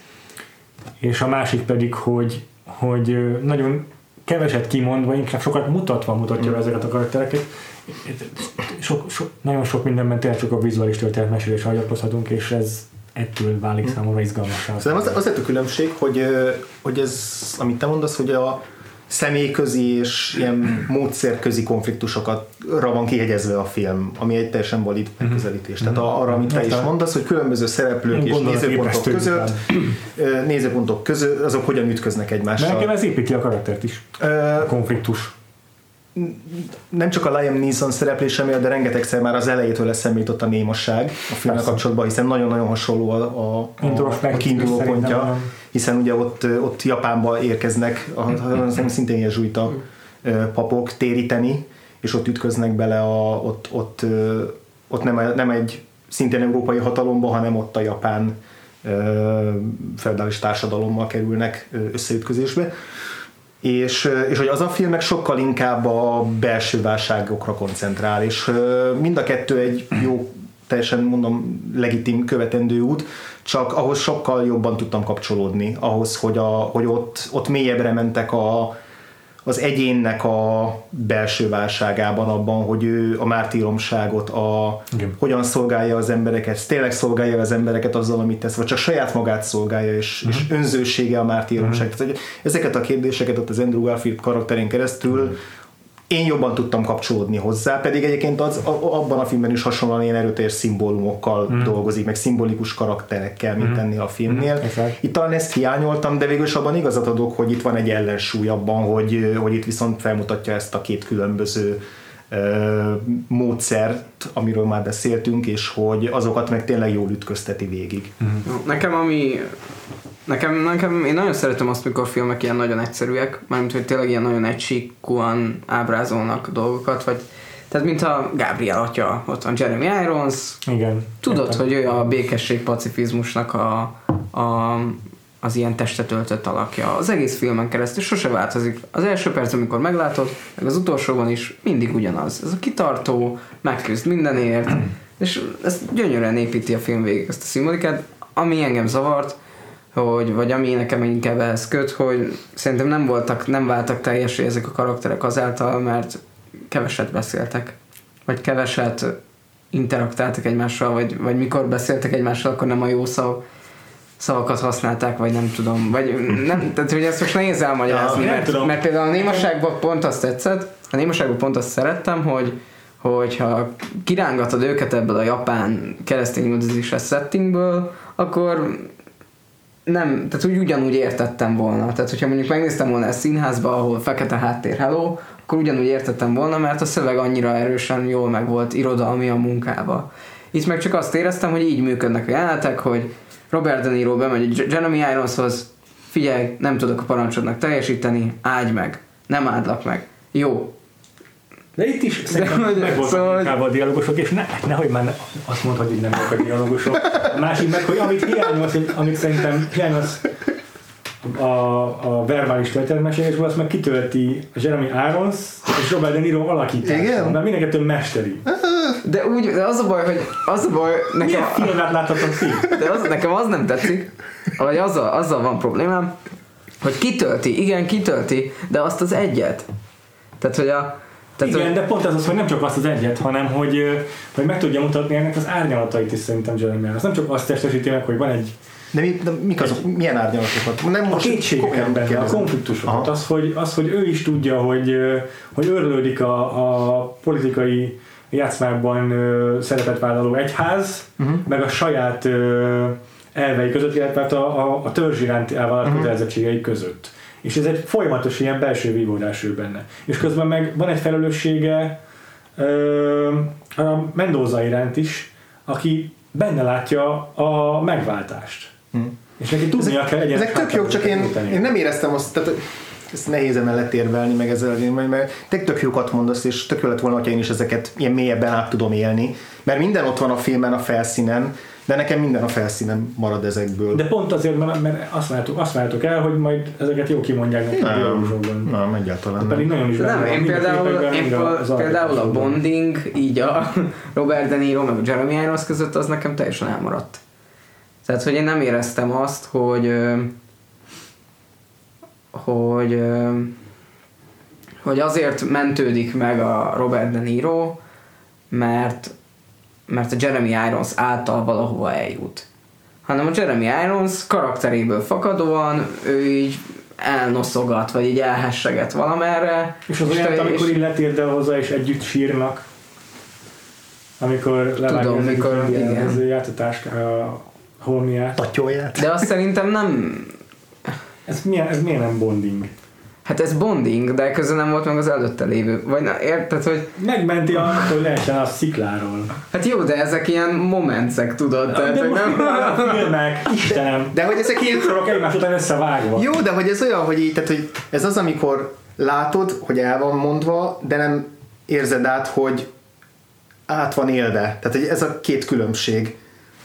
és a másik pedig, hogy, hogy nagyon keveset kimondva, inkább sokat mutatva mutatja mm. ezeket a karaktereket. Sok, sok, nagyon sok mindenben tényleg csak a vizuális történetmesélésre hagyatkozhatunk, és ez ettől válik számomra izgalmassá. Szerintem az, az lett a különbség, hogy, hogy ez, amit te mondasz, hogy a személyközi és ilyen módszerközi konfliktusokra van kihegyezve a film, ami egy teljesen valid megközelítés. Mm-hmm. Tehát arra, amit te is mondasz, hogy különböző szereplők és nézőpontok között, nézőpontok között, azok hogyan ütköznek egymással. Mert nekem ez építi a karaktert is, a konfliktus. Nem csak a Liam Neeson szereplése miatt, de rengetegszer már az elejétől eszembe jutott a némasság a filmmel kapcsolatban, hiszen nagyon-nagyon hasonló a, a, a, a kiinduló pontja, hiszen ugye ott, ott Japánba érkeznek a, a, szintén jezsuita papok téríteni, és ott ütköznek bele, a, ott, ott, ott nem, nem egy szintén európai hatalomba, hanem ott a japán feudális társadalommal kerülnek összeütközésbe. És, és hogy az a film meg sokkal inkább a belső válságokra koncentrál, és mind a kettő egy jó, teljesen mondom, legitim követendő út, csak ahhoz sokkal jobban tudtam kapcsolódni, ahhoz, hogy, a, hogy ott, ott mélyebbre mentek a, az egyénnek a belső válságában, abban, hogy ő a mártíromságot, a, hogyan szolgálja az embereket, tényleg szolgálja az embereket azzal, amit tesz, vagy csak saját magát szolgálja, és, uh-huh. és önzősége a mártíromság. Uh-huh. Tehát, ezeket a kérdéseket ott az Andrew Garfield karakterén keresztül uh-huh. én jobban tudtam kapcsolódni hozzá, pedig egyébként az, abban a filmben is hasonlóan ilyen erőteljes szimbólumokkal mm. dolgozik, meg szimbolikus karakterekkel, mint mm. ennél a filmnél. Mm. Itt talán ezt hiányoltam, de végül is abban igazat adok, hogy itt van egy ellensúly abban, hogy, hogy itt viszont felmutatja ezt a két különböző uh, módszert, amiről már beszéltünk, és hogy azokat meg tényleg jól ütközteti végig. Mm. Nekem ami Nekem, nekem, én nagyon szeretem azt, mikor filmek ilyen nagyon egyszerűek, mármint, hogy tényleg ilyen nagyon egysíkúan ábrázolnak dolgokat, vagy tehát mint a Gabriel atya, ott van Jeremy Irons, igen, tudod, értem. hogy ő a békesség pacifizmusnak a, a, az ilyen testet öltött alakja. Az egész filmen keresztül sose változik. Az első perc, amikor meglátod, meg az utolsóban is mindig ugyanaz. Ez a kitartó, megküzd mindenért, és ez gyönyörűen építi a film végig ezt a szimbolikát, ami engem zavart, hogy, vagy ami nekem inkább ehhez köt, hogy szerintem nem voltak, nem váltak teljesen ezek a karakterek azáltal, mert keveset beszéltek, vagy keveset interaktáltak egymással, vagy, vagy mikor beszéltek egymással, akkor nem a jó szav, szavakat használták, vagy nem tudom, vagy nem, tehát hogy ezt most nehéz elmagyarázni, ja, mert, mert például a némaságban pont azt tetszett, a némaságban pont azt szerettem, hogy hogyha kirángatod őket ebből a japán keresztény üldözéses settingből, akkor nem, tehát úgy ugyanúgy értettem volna. Tehát, hogyha mondjuk megnéztem volna ezt színházba, ahol fekete háttér hello, akkor ugyanúgy értettem volna, mert a szöveg annyira erősen jól meg volt irodalmi a munkába. Itt meg csak azt éreztem, hogy így működnek a jelenetek, hogy Robert De Niro bemegy Jeremy Ironshoz, figyelj, nem tudok a parancsodnak teljesíteni, áldj meg, nem áldlak meg. Jó. De itt is szerintem meg voltak szóval... inkább a dialógusok, és ne, nehogy már ne, azt mondd, hogy nem voltak a dialógusok. A másik meg, hogy amit hiányolsz, amit szerintem hiányolsz a, a verbális történetmesélésből, azt meg kitölti a Jeremy Irons és Robert De Niro alakítása. Mert mindenkettő mesteri. De úgy, de az a baj, hogy az a baj, nekem... Milyen filmet láthatom film? De az, nekem az nem tetszik, vagy azzal, azzal van problémám, hogy kitölti, igen, kitölti, de azt az egyet. Tehát, hogy a Tehát, igen, hogy... de pont az az, hogy nem csak azt az egyet, hanem hogy, hogy meg tudja mutatni ennek az árnyalatait is szerintem Jeremy Irons. Nem csak azt testesíti meg, hogy van egy... De, mi, de mik azok, egy, milyen árnyalatokat? Nem a kétségeket benne, a konfliktusokat. Az hogy, az, hogy ő is tudja, hogy, hogy örlődik a, a politikai játszmákban szerepet vállaló egyház, uh-huh. meg a saját elvei között, illetve a, a, a törzs iránti elvállalt uh-huh. kötelezettségei között. És ez egy folyamatos ilyen belső vívódás ő benne. És közben meg van egy felelőssége ö, a Mendoza iránt is, aki benne látja a megváltást. Hmm. És neki tudnia ezek, kell egyen. Ezek tök jók, csak én, én nem éreztem azt, tehát ezt nehéz emellett érvelni, meg ezzel, mert te tök jókat mondasz, és tök jó lett volna, hogy én is ezeket ilyen mélyebben át tudom élni, mert minden ott van a filmen, a felszínen, de nekem minden a felszínen marad ezekből. De pont azért, mert azt várjátok, azt várjátok el, hogy majd ezeket jó kimondják nekik a dialógusokban. Nem, egyáltalán nem. Nagyon is nem, én például, én például a bonding, így a Robert De Niro meg a Jeremy Irons között az nekem teljesen elmaradt. Tehát, hogy én nem éreztem azt, hogy hogy hogy azért mentődik meg a Robert De Niro, mert mert a Jeremy Irons által valahova eljut. Hanem a Jeremy Irons karakteréből fakadóan ő így elnoszogat, vagy így elhesseget valamerre. És az olyan, amikor így letérdel hozzá, és együtt sírnak. Amikor levágja az mikor, igen. az játszatást, a holmiát. Tatyóját. De azt szerintem nem... Ez milyen, ez milyen nem bonding? Hát ez bonding, de közben nem volt meg az előtte lévő. Vagy na, érted, hogy... Megmenti azt, hogy lehessen a szikláról. Hát jó, de ezek ilyen momencek, tudod. Ja, tehát, de hogy nem... a filmek, Istenem. De hogy ezek ilyen... sorok egymás után összevágva. Jó, de hogy ez olyan, hogy így, tehát, hogy ez az, amikor látod, hogy el van mondva, de nem érzed át, hogy át van élve. Tehát, hogy ez a két különbség.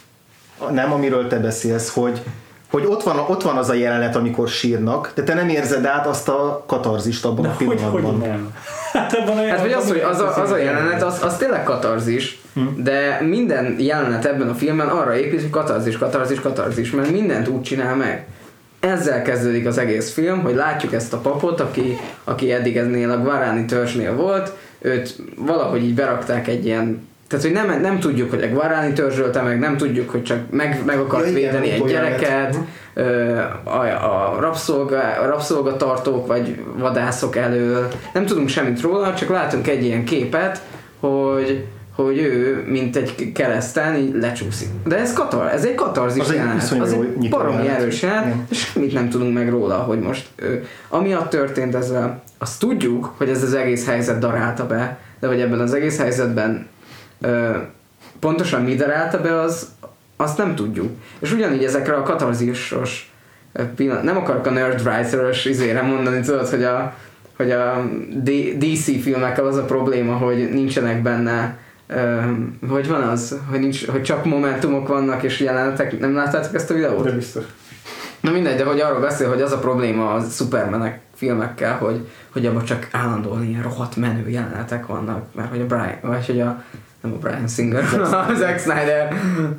Nem, amiről te beszélsz, hogy hogy ott van, ott van az a jelenet, amikor sírnak, de te nem érzed át azt a katarzist abban de a pillanatban. Hogy, hogy nem? Hát, hát vagy az, hogy az a, az a jelenet, az, az tényleg katarzis, hmm. de minden jelenet ebben a filmben arra épít, hogy katarzis, katarzis, katarzis, mert mindent úgy csinál meg. Ezzel kezdődik az egész film, hogy látjuk ezt a papot, aki, aki eddig ennél a Guarani törzsnél volt, őt valahogy így berakták egy ilyen. Tehát, hogy nem, nem tudjuk, hogy a Guarani törzsölte meg, nem tudjuk, hogy csak meg, meg akart ja, védeni igen, egy gyereket, a, a, rabszolga, a rabszolgatartók vagy vadászok elől. Nem tudunk semmit róla, csak látunk egy ilyen képet, hogy, hogy ő, mint egy kereszten, így lecsúszik. De ez, katar, ez egy katarzis jelenet. Az egy baromi erős jelenet, és semmit nem tudunk meg róla, hogy most ő, amiatt történt ezzel. Azt tudjuk, hogy ez az egész helyzet darálta be, de hogy ebben az egész helyzetben Ö, pontosan mi darálta be, az, azt nem tudjuk. És ugyanígy ezekre a katarzisos pillanat, nem akarok a Nerd Writer-ös izére mondani, tudod, hogy a, hogy a dé cé filmekkel az a probléma, hogy nincsenek benne, ö, hogy van az, hogy, nincs, hogy csak momentumok vannak és jelenetek, nem láttátok ezt a videót? De biztos. Na mindegy, de hogy arról beszél, hogy az a probléma a Supermanek filmekkel, hogy, hogy abban csak állandóan ilyen rohadt menő jelenetek vannak, mert hogy a Brian, vagy hogy a nem a Bryan Singer, a Zack Snyder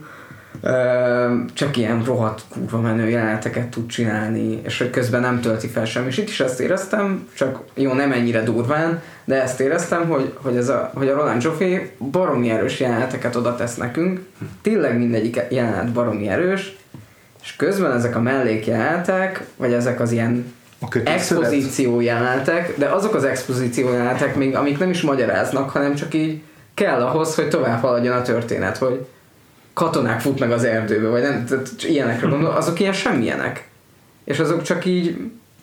csak ilyen rohadt kurva menő jeleneteket tud csinálni, és hogy közben nem tölti fel semmi. És itt is ezt éreztem, csak jó, nem ennyire durván, de ezt éreztem, hogy, hogy, ez a, hogy a Roland Joffé baromi erős jeleneteket oda tesz nekünk, tényleg mindegyik jelenet baromi erős, és közben ezek a mellékjelenetek, vagy ezek az ilyen expozíció jelenetek, de azok az expozíció jelenetek még, amik nem is magyaráznak, hanem csak így kell ahhoz, hogy tovább haladjon a történet, hogy katonák futnak az erdőbe, vagy nem, tehát ilyenekre gondol, azok ilyen semmilyenek. És azok csak így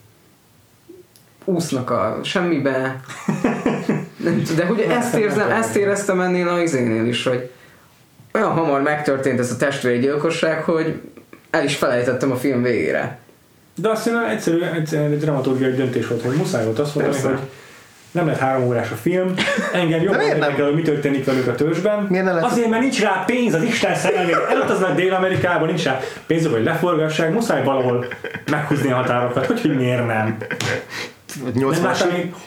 úsznak a semmibe. De hogy ezt, érzem, ezt éreztem ennél a izénél is, hogy olyan hamar megtörtént ez a testvéri gyilkosság, hogy el is felejtettem a film végére. De azt hiszem, egyszerű, egyszerű dramaturgiai döntés volt, hogy muszáj volt azt mondani, hogy nem lett három órás a film, engem jobban érdekel, hogy mi történik velük a törzsben. Azért, mert nincs rá pénz, az Isten szerelmére, elutaznak Dél-Amerikában, nincs rá pénz, hogy leforgassák, muszáj valahol meghúzni a határokat, hogy, hogy miért nem. nyolcvanas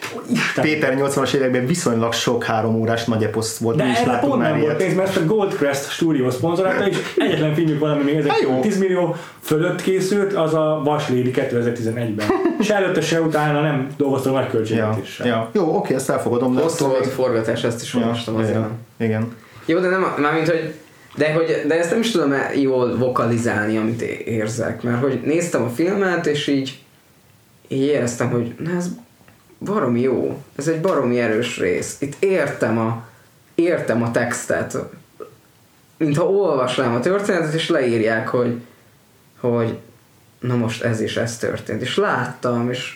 Péter nyolcvanas években viszonylag sok három órás nagy eposzt volt. De erre pont nem volt pénz, mert a Goldcrest stúdió szponzorálta, és egyetlen filmjük van, ami még ezek tíz millió fölött készült, az a Vas Lady kétezer-tizenegyben. És előtte se utána nem dolgoztam nagy költségvetéssel. Ja, ja. Jó, oké, ezt elfogadom. Hosszú volt a forgatás, ezt is olvastam ja, azért. Ja, igen. Jó, de nem, mármint, hogy de, hogy de ezt nem is tudom jól vokalizálni, amit érzek, mert hogy néztem a filmet, és így, így éreztem, hogy na ez baromi jó, ez egy baromi erős rész. Itt értem a, értem a textet, mintha olvasnám a történetet, és leírják, hogy, hogy na most ez is ez történt. És láttam, és,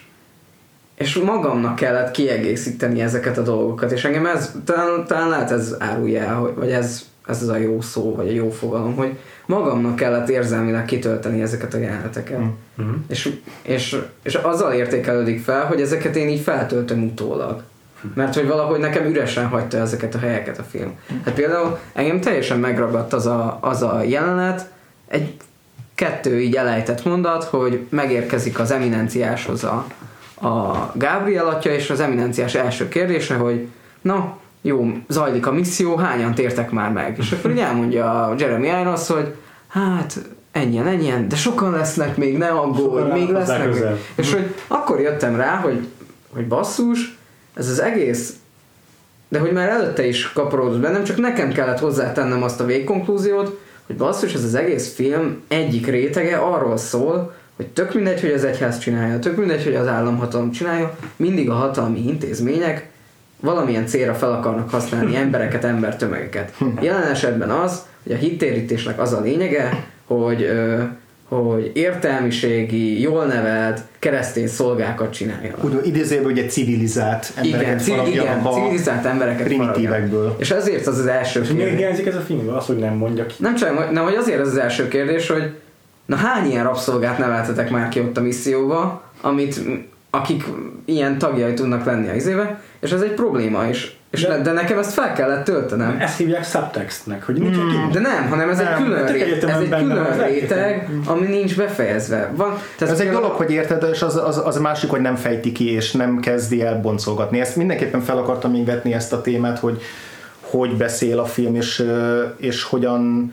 és magamnak kellett kiegészíteni ezeket a dolgokat, és engem ez, talán, talán lehet ez árulja el, vagy ez, ez az a jó szó, vagy a jó fogalom, hogy magamnak kellett érzelmileg kitölteni ezeket a jeleneteket. Mm-hmm. És, és, és azzal értékelődik fel, hogy ezeket én így feltöltöm utólag. Mert hogy valahogy nekem üresen hagyta ezeket a helyeket a film. Hát például engem teljesen megragadt az a, az a jelenet, egy kettő így elejtett mondat, hogy megérkezik az eminenciáshoz a, a Gabriel atya, és az eminenciás első kérdése, hogy na, jó, zajlik a misszió, hányan tértek már meg? És akkor így elmondja Jeremy Irons, hogy hát ennyien, ennyien, de sokan lesznek még, ne aggódj, még lesznek még. És hogy akkor jöttem rá, hogy, hogy basszus, ez az egész, de hogy már előtte is kaparodott bennem, csak nekem kellett hozzátennem azt a végkonklúziót, hogy basszus, ez az egész film egyik rétege arról szól, hogy tök mindegy, hogy az egyház csinálja, tök mindegy, hogy az államhatalom csinálja, mindig a hatalmi intézmények valamilyen célra fel akarnak használni embereket, embertömegeket. Jelen esetben az, hogy a hittérítésnek az a lényege, hogy, ö, hogy értelmiségi, jól nevelt keresztény szolgákat csináljanak. Úgy idézőjelben ugye civilizált embereket igen, igen, civilizált embereket primitívekből. És ezért az az első kérdés. Miért hiányzik ez a filmben? Az, hogy nem mondja ki. Nem csak, nem, hogy azért az az első kérdés, hogy na hány ilyen rabszolgát neveltetek már ki ott a misszióba, amit, akik ilyen tagjai tudnak lenni a izébe, és ez egy probléma is. És de, de nekem ezt fel kellett töltenem. Ezt hívják subtextnek, hogy nincs hmm, de nem, hanem ez nem, egy külön, ré, ez egy külön réteg, ami nincs befejezve. Van, ez egy dolog, hogy érted, és az, az, az a másik, hogy nem fejti ki, és nem kezdi el boncolgatni. Ezt mindenképpen fel akartam még vetni ezt a témát, hogy hogy beszél a film, és, és hogyan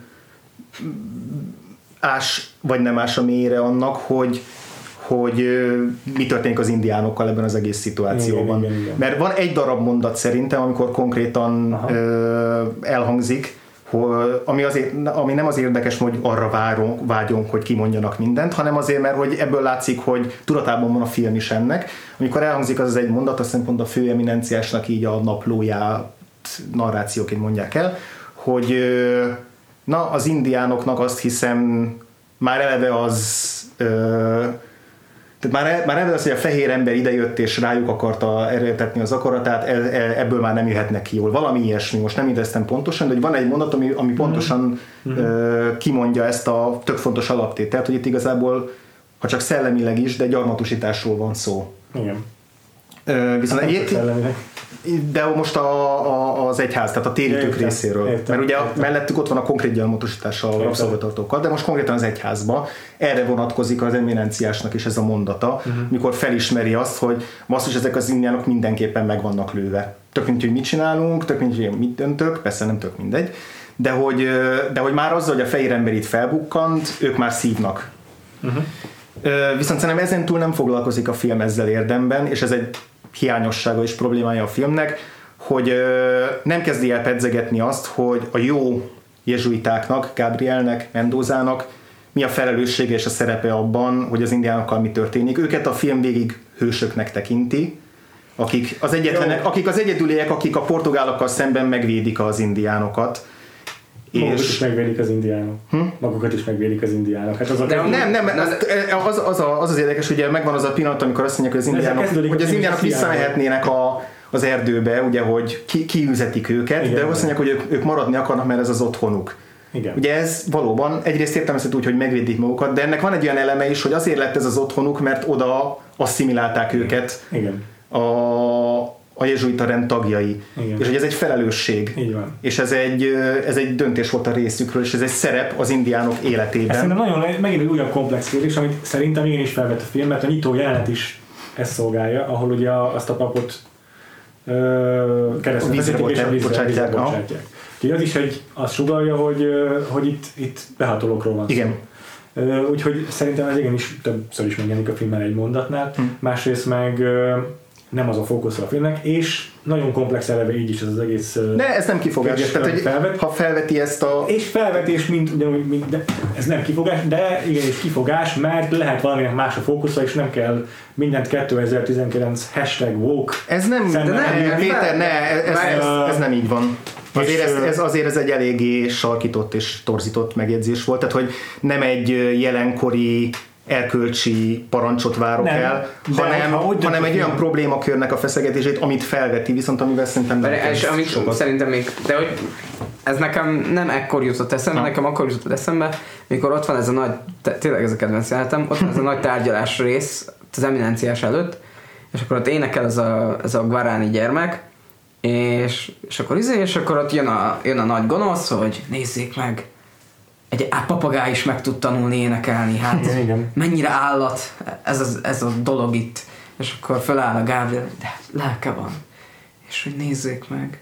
ás, vagy nem ás a mélyre annak, hogy hogy mi történik az indiánokkal ebben az egész szituációban. Igen, igen, igen. Mert van egy darab mondat szerintem, amikor konkrétan ö, elhangzik, hogy, ami, azért, ami nem az érdekes, hogy arra várunk, vágyunk, hogy kimondjanak mindent, hanem azért, mert hogy ebből látszik, hogy tudatában van a film is ennek. Amikor elhangzik az, az egy mondat, azt hiszem pont a fő eminenciásnak így a naplóját narrációként mondják el, hogy na, az indiánoknak azt hiszem már eleve az ö, Tehát már, már eleve az, hogy a fehér ember idejött és rájuk akarta erőltetni az akaratát, ebből már nem jöhetnek ki jól. Valami ilyesmi, most nem idéztem pontosan, de hogy van egy mondat, ami, ami pontosan mm-hmm. uh, kimondja ezt a tök fontos alaptételt, hogy itt igazából, ha csak szellemileg is, de gyarmatosításról van szó. Igen. Uh, viszont hát egy, de most a, a, az egyház, tehát a térítők értem, részéről. Értem, mert ugye értem. Mellettük ott van a konkrét gyarmatosítás a rabszolgatartókkal, de most konkrétan az egyházba erre vonatkozik az eminenciásnak is ez a mondata, uh-huh. mikor felismeri azt, hogy basszus, ezek az indiánok mindenképpen meg vannak lőve. Tök mindegy, hogy mit csinálunk, tök mindegy, hogy mit döntök, persze nem tök mindegy, de hogy, de hogy már azzal, hogy a fehér ember itt felbukkant, ők már szívnak. Uh-huh. Viszont szerintem ezen túl nem foglalkozik a film ezzel érdemben, és ez egy hiányossága és problémája a filmnek, hogy ö, nem kezdi el pedzegetni azt, hogy a jó jezsuitáknak, Gabrielnek, Mendozának mi a felelőssége és a szerepe abban, hogy az indiánokkal mi történik. Őket a film végig hősöknek tekinti, akik az, egyetlenek, akik az egyedüliek, akik a portugálokkal szemben megvédik az indiánokat. Magukat és... is megvédik az indiánok. Hm? Magukat is megvédik az indiánok. Hát az a nem, nem, nem, az az, az, a, az az érdekes, ugye megvan az a pillanat, amikor azt mondják, hogy az indiánok, hogy az indiánok visszamehetnének a, az erdőbe, ugye, hogy ki, kiűzetik őket, igen, de azt mondják, hogy ők, ők maradni akarnak, mert ez az otthonuk. Igen. Ugye ez valóban egyrészt értelmezhető úgy, hogy megvédik magukat, de ennek van egy olyan eleme is, hogy azért lett ez az otthonuk, mert oda asszimilálták őket. Igen. A a jezsuita rend tagjai. Igen. És hogy ez egy felelősség. Így van. És ez egy, ez egy döntés volt a részükről, és ez egy szerep az indiánok életében. Ez szerintem nagyon, megint egy újabb komplex kérdés, amit szerintem én is felvett a film, mert a nyitó jelenet is ezt szolgálja, ahol ugye azt a papot ö, keresztül vezetik és a vízre bocsátják. bocsátják. Úgyhogy az is egy, azt sugalja, hogy, hogy itt, itt behatolókról van igen. szó. Úgyhogy szerintem ez igenis többször is megjelenik a filmben egy mondatnál, hm. másrészt meg nem az a fókusz a filmnek, és nagyon komplex eleve így is ez az egész. De ez nem kifogás, tehát hogy felvet, ha felveti ezt a... És felvetés, mint ugyanúgy, mint, de ez nem kifogás, de igenis kifogás, mert lehet valamilyen más a fókusza, és nem kell mindent kétezer-tizenkilenc hashtag woke. Ez nem, de ne, Péter, ne, ez, ez, ez, ez nem így van. Azért ez, ez, azért ez egy eléggé sarkított és torzított megjegyzés volt, tehát hogy nem egy jelenkori erkölcsi parancsot várok nem, el, hanem, ha hanem egy olyan problémakörnek a feszegetését, amit felveti, viszont amivel szerintem nem de, és amit sokat. Szerintem még, de hogy ez nekem nem ekkor jutott eszembe, ha. nekem akkor jutott eszembe, mikor ott van ez a nagy, tényleg ez a kedvenc jelenetem, ott van ez a nagy tárgyalás rész az eminenciás előtt, és akkor ott énekel ez a, ez a guaráni gyermek, és, és akkor izé, és akkor ott jön a, jön a nagy gonosz, hogy nézzék meg, egy papagáj is meg tud tanulni énekelni, hát igen. mennyire állat ez a, ez a dolog itt. És akkor föláll a Gabriel, de lelke van. És hogy nézzék meg,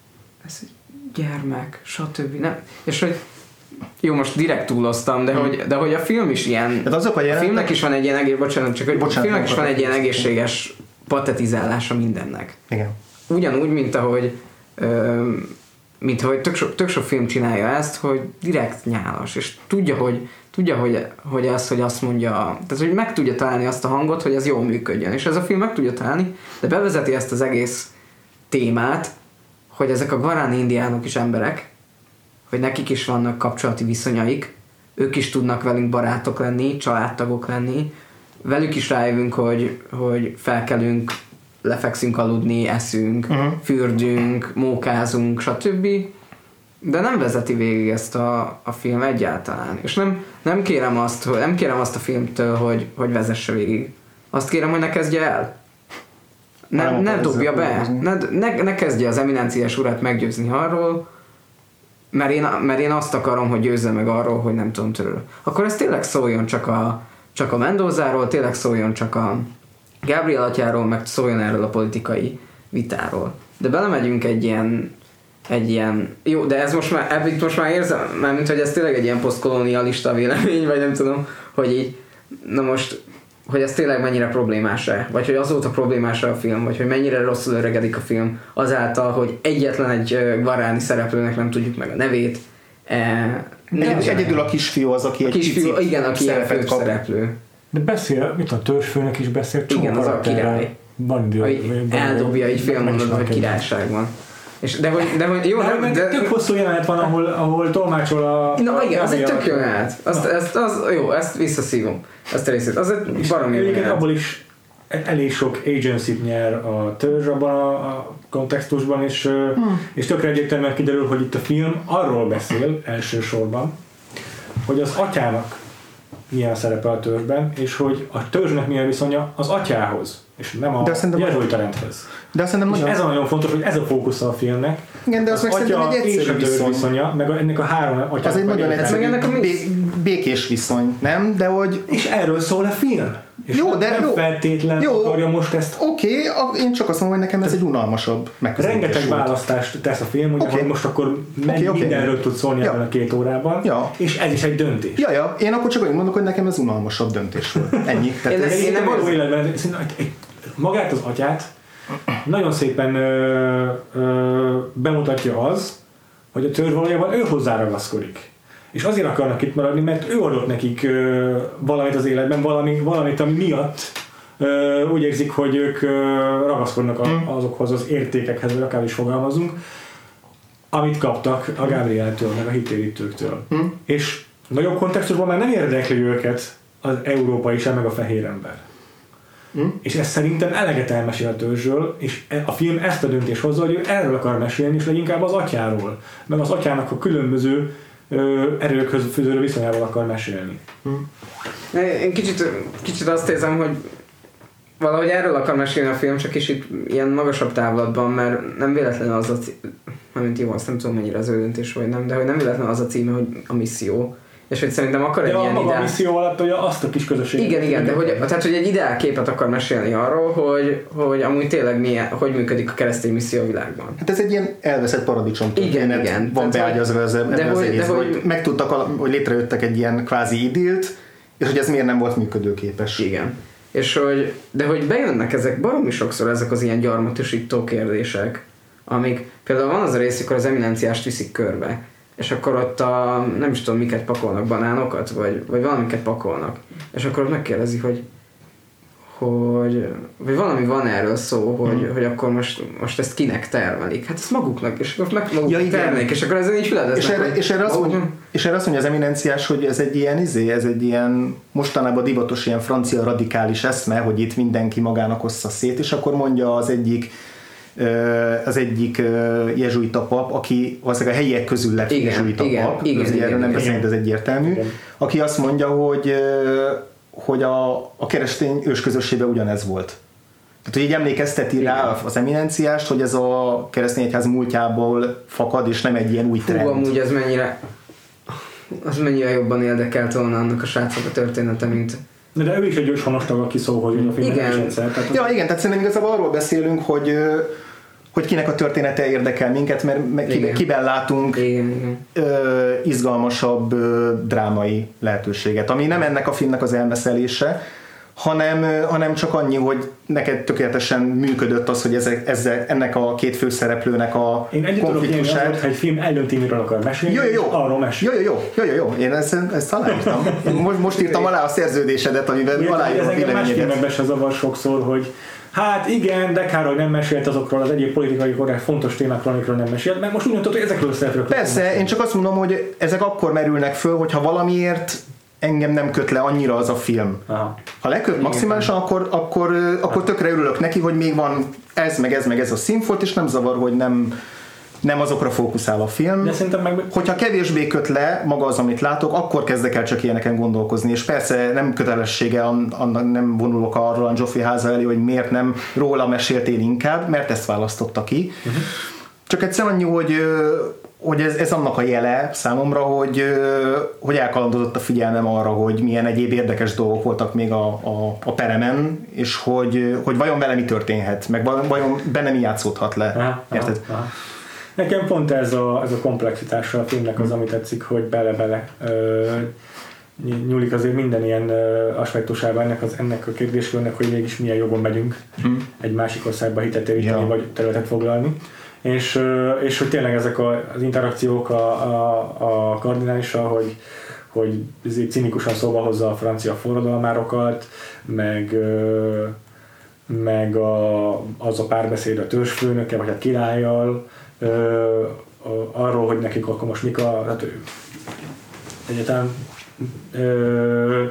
ez egy gyermek, stb. Nem? És hogy jó, most direkt túloztam, de, hmm. hogy, de hogy a film is ilyen, hát azok a, a filmnek is van egy ilyen egész, bocsánat, csak bocsánat, a filmnek is van egy ilyen egészséges patetizálása mindennek. Igen. Ugyanúgy, mint ahogy ö, mint hogy tök sok, tök sok film csinálja ezt, hogy direkt nyálas, és tudja, hogy, tudja, hogy, hogy az, hogy azt mondja, tehát hogy meg tudja találni azt a hangot, hogy ez jól működjön, és ez a film meg tudja találni, de bevezeti ezt az egész témát, hogy ezek a guaráni indiánok is emberek, hogy nekik is vannak kapcsolati viszonyaik, ők is tudnak velünk barátok lenni, családtagok lenni, velük is rájövünk, hogy, hogy felkelünk, lefekszünk aludni, eszünk, uh-huh. fürdünk, mókázunk, stb. De nem vezeti végig ezt a, a film egyáltalán. És nem, nem, kérem azt, hogy, nem kérem azt a filmtől, hogy, hogy vezesse végig. Azt kérem, hogy ne kezdje el. Ne, ne dobja be. Ne, ne, ne kezdje az eminenciás urat meggyőzni arról, mert én, mert én azt akarom, hogy győzze meg arról, hogy nem tudom törül. Akkor ez tényleg szóljon csak a, csak a Mendozáról, tényleg szóljon csak a Gabriel atyáról, meg szóljon erről a politikai vitáról. De belemegyünk egy ilyen, egy ilyen, jó, de ez most már, ebből most már érzem, már mint hogy ez tényleg egy ilyen posztkolonialista vélemény, vagy nem tudom, hogy így, na most, hogy ez tényleg mennyire problémás-e, vagy hogy azóta problémás a film, vagy hogy mennyire rosszul öregedik a film azáltal, hogy egyetlen egy guaráni szereplőnek nem tudjuk meg a nevét. E, Egyedül, egyedül a kisfiú az, aki a egy kisfiú, igen, aki ilyen főszereplő. De beszél, mit a törzsfőnök is beszél, igen, az a király. Van idő. Eldobja egy filmmondatban, hogy királyság van. És de hogy, de hogy jó, de, nem, de tök hosszú jelenet van, ahol, ahol tolmácsol a... Na a igen, az egy tök jó jelenet. Azt, ezt, az, jó, ezt visszaszívom. Ezt a részét. Az egy baromi jó jelenet. Abból is elég sok agency-t nyer a törzs abban a, a kontextusban, és, hmm. és tökre egyértelműen kiderül, hogy itt a film arról beszél elsősorban, hogy az atyának milyen szerepe a törzsben, és hogy a törzsnek milyen viszonya az atyához, és nem a jezsuita rendhez. De azt és ez a nagyon fontos, hogy ez a fókusza a filmnek. Igen, de az, az meg atya egy és a törzs viszonya, meg ennek a három atyának. Az egy nagyon egyszerű, ennek a bé- békés viszony, nem? De hogy... És erről szól a film. És jó, de nem jó. feltétlen jó. akarja most ezt... Oké, okay, én csak azt mondom, hogy nekem ez egy unalmasabb megközelítés. Rengeteg volt. Választást tesz a film, hogy okay. most akkor okay, okay. mindenről tud szólni ja. ebben a két órában, ja. és ez is egy döntés. Ja, ja, én akkor csak olyan mondok, hogy nekem ez unalmasabb döntés volt. Ennyi. Tehát én, ez én nem való életben, magát az atyát nagyon szépen ö, ö, bemutatja az, hogy a törzs valójában ő hozzáragaszkodik. És azért akarnak itt maradni, mert ő adott nekik ö, valamit az életben, valami, valamit, ami miatt ö, úgy érzik, hogy ők ö, ragaszkodnak a, azokhoz az értékekhez, vagy akár is fogalmazunk, amit kaptak a Gabrieltől, meg a hittérítőktől. Mm. És nagyobb kontextusban már nem érdekli őket az európai sem, meg a fehér ember. Mm. És ez szerintem eleget elmesél a törzsről, és a film ezt a döntést hozza, hogy ő erről akar mesélni, és leginkább az atyáról, meg az atyának a különböző erőkhöz fűződő viszonyával akar mesélni. Hmm. Én kicsit, kicsit azt érzem, hogy valahogy erről akar mesélni a film, csak is itt ilyen magasabb távlatban, mert nem véletlenül az a címe, mint jó, azt nem tudom mennyire az ő döntés, vagy nem, de hogy nem véletlenül az a címe, hogy a misszió, és hogy szerintem akar egy de ilyen maga ideál... a misszió alatt hogy azt a kis közösséget. Igen, igen, de hogy, tehát, hogy egy ideálképet akar mesélni arról, hogy, hogy amúgy tényleg milyen, hogy működik a keresztény misszió a világban. Hát ez egy ilyen elveszett paradicsom igen, igen. van beágyazva az, ebben az egész, hogy, hogy megtudtak, hogy létrejöttek egy ilyen kvázi idilt, és hogy ez miért nem volt működőképes. Igen. És hogy, de hogy bejönnek ezek baromi sokszor ezek az ilyen gyarmatosító kérdések, amik például van az a rész, amikor az eminenciást viszik körbe, és akkor ott a, nem is tudom miket pakolnak, banánokat, vagy, vagy valamiket pakolnak, és akkor ott megkérdezi, hogy hogy vagy valami van erről szó, hogy, hmm. hogy akkor most, most ezt kinek termelik. Hát ezt maguknak, és akkor meg maguk ja, termelik, és akkor ezen így hüledeznek. És erre, és, erre azt mondja, és erre azt mondja az eminenciás, hogy ez egy ilyen izé, ez egy ilyen mostanában divatos ilyen francia radikális eszme, hogy itt mindenki magának ossza szét, és akkor mondja az egyik az egyik jezsuita pap, aki valószínűleg a helyiek közül lett igen, jezsuita igen, pap, igen, ez igen, erről nem beszélünk, ez egyértelmű, igen. Aki azt mondja, hogy hogy a, a keresztény ősközösségben ugyanez volt. Tehát, hogy így emlékezteti igen. rá az eminenciást, hogy ez a keresztény egyház múltjából fakad, és nem egy ilyen új trend. Hú, amúgy ez mennyire az mennyire jobban érdekelt volna annak a srácnak a története, mint de, de ő is egy őshonos tag, aki szó, hogy a filmnek igen. is egyszer. Tehát ja, igen, tehát szerintem igazából arról beszélünk, hogy hogy kinek a története érdekel minket, mert kiben, kiben látunk igen, igen. Ö, izgalmasabb ö, drámai lehetőséget, ami nem ennek a filmnek az elmeszelése, hanem, ö, hanem csak annyi, hogy neked tökéletesen működött az, hogy ezek, ezek, ennek a két főszereplőnek a konfliktusát. Ha egy film eldönti, miről akar mesélni, jó, jó, jó. arról mesél. Jó, jó, jó, jó, jó. Én ezt, ezt aláírtam. Most, most írtam alá a szerződésedet, amiben aláírom a véleményedet. Ez engem más filmekben se zavar sokszor, hogy hát igen, de kár, hogy nem mesélt azokról az egyéb politikai korrekt fontos témákról, amikről nem mesélt, mert most úgy mondtad, hogy ezekről a szerepről. Persze, én csak azt mondom, hogy ezek akkor merülnek föl, hogyha valamiért engem nem köt le annyira az a film. Aha. Ha leköt maximálisan, akkor, akkor, akkor tökre örülök neki, hogy még van ez, meg ez, meg ez a színfolt, és nem zavar, hogy nem, nem azokra fókuszál a film. De szerintem meg... Hogyha kevésbé köt le maga az, amit látok, akkor kezdek el csak ilyeneken gondolkozni, és persze nem kötelessége, annak nem vonulok arról a Joffrey háza elé, hogy miért nem róla meséltél inkább, mert ezt választotta ki. Uh-huh. Csak egyszer annyi, hogy, hogy ez, ez annak a jele számomra, hogy, hogy elkalandozott a figyelmem arra, hogy milyen egyéb érdekes dolgok voltak még a, a, a peremen, és hogy, hogy vajon vele mi történhet, meg vajon benne mi játszódhat le. Aha, érted? Aha, aha. Nekem pont ez a, ez a komplexitása a filmnek az, ami tetszik, hogy bele-bele ö, nyúlik azért minden ilyen ö, aspektusában ennek, az, ennek a kérdéskörnek, hogy mégis milyen jogon megyünk hmm. egy másik országba hitet éríteni, ja. vagy területet foglalni. És, ö, és hogy tényleg ezek a, az interakciók a, a, a kardinálissal, hogy, hogy cinikusan szóba hozza a francia forradalmárokat, meg ö, meg a, az a párbeszéd a törzsfőnöke, vagy a királlyal, ö, arról, hogy nekik akkor most mik a... Hát, egyáltalán ö,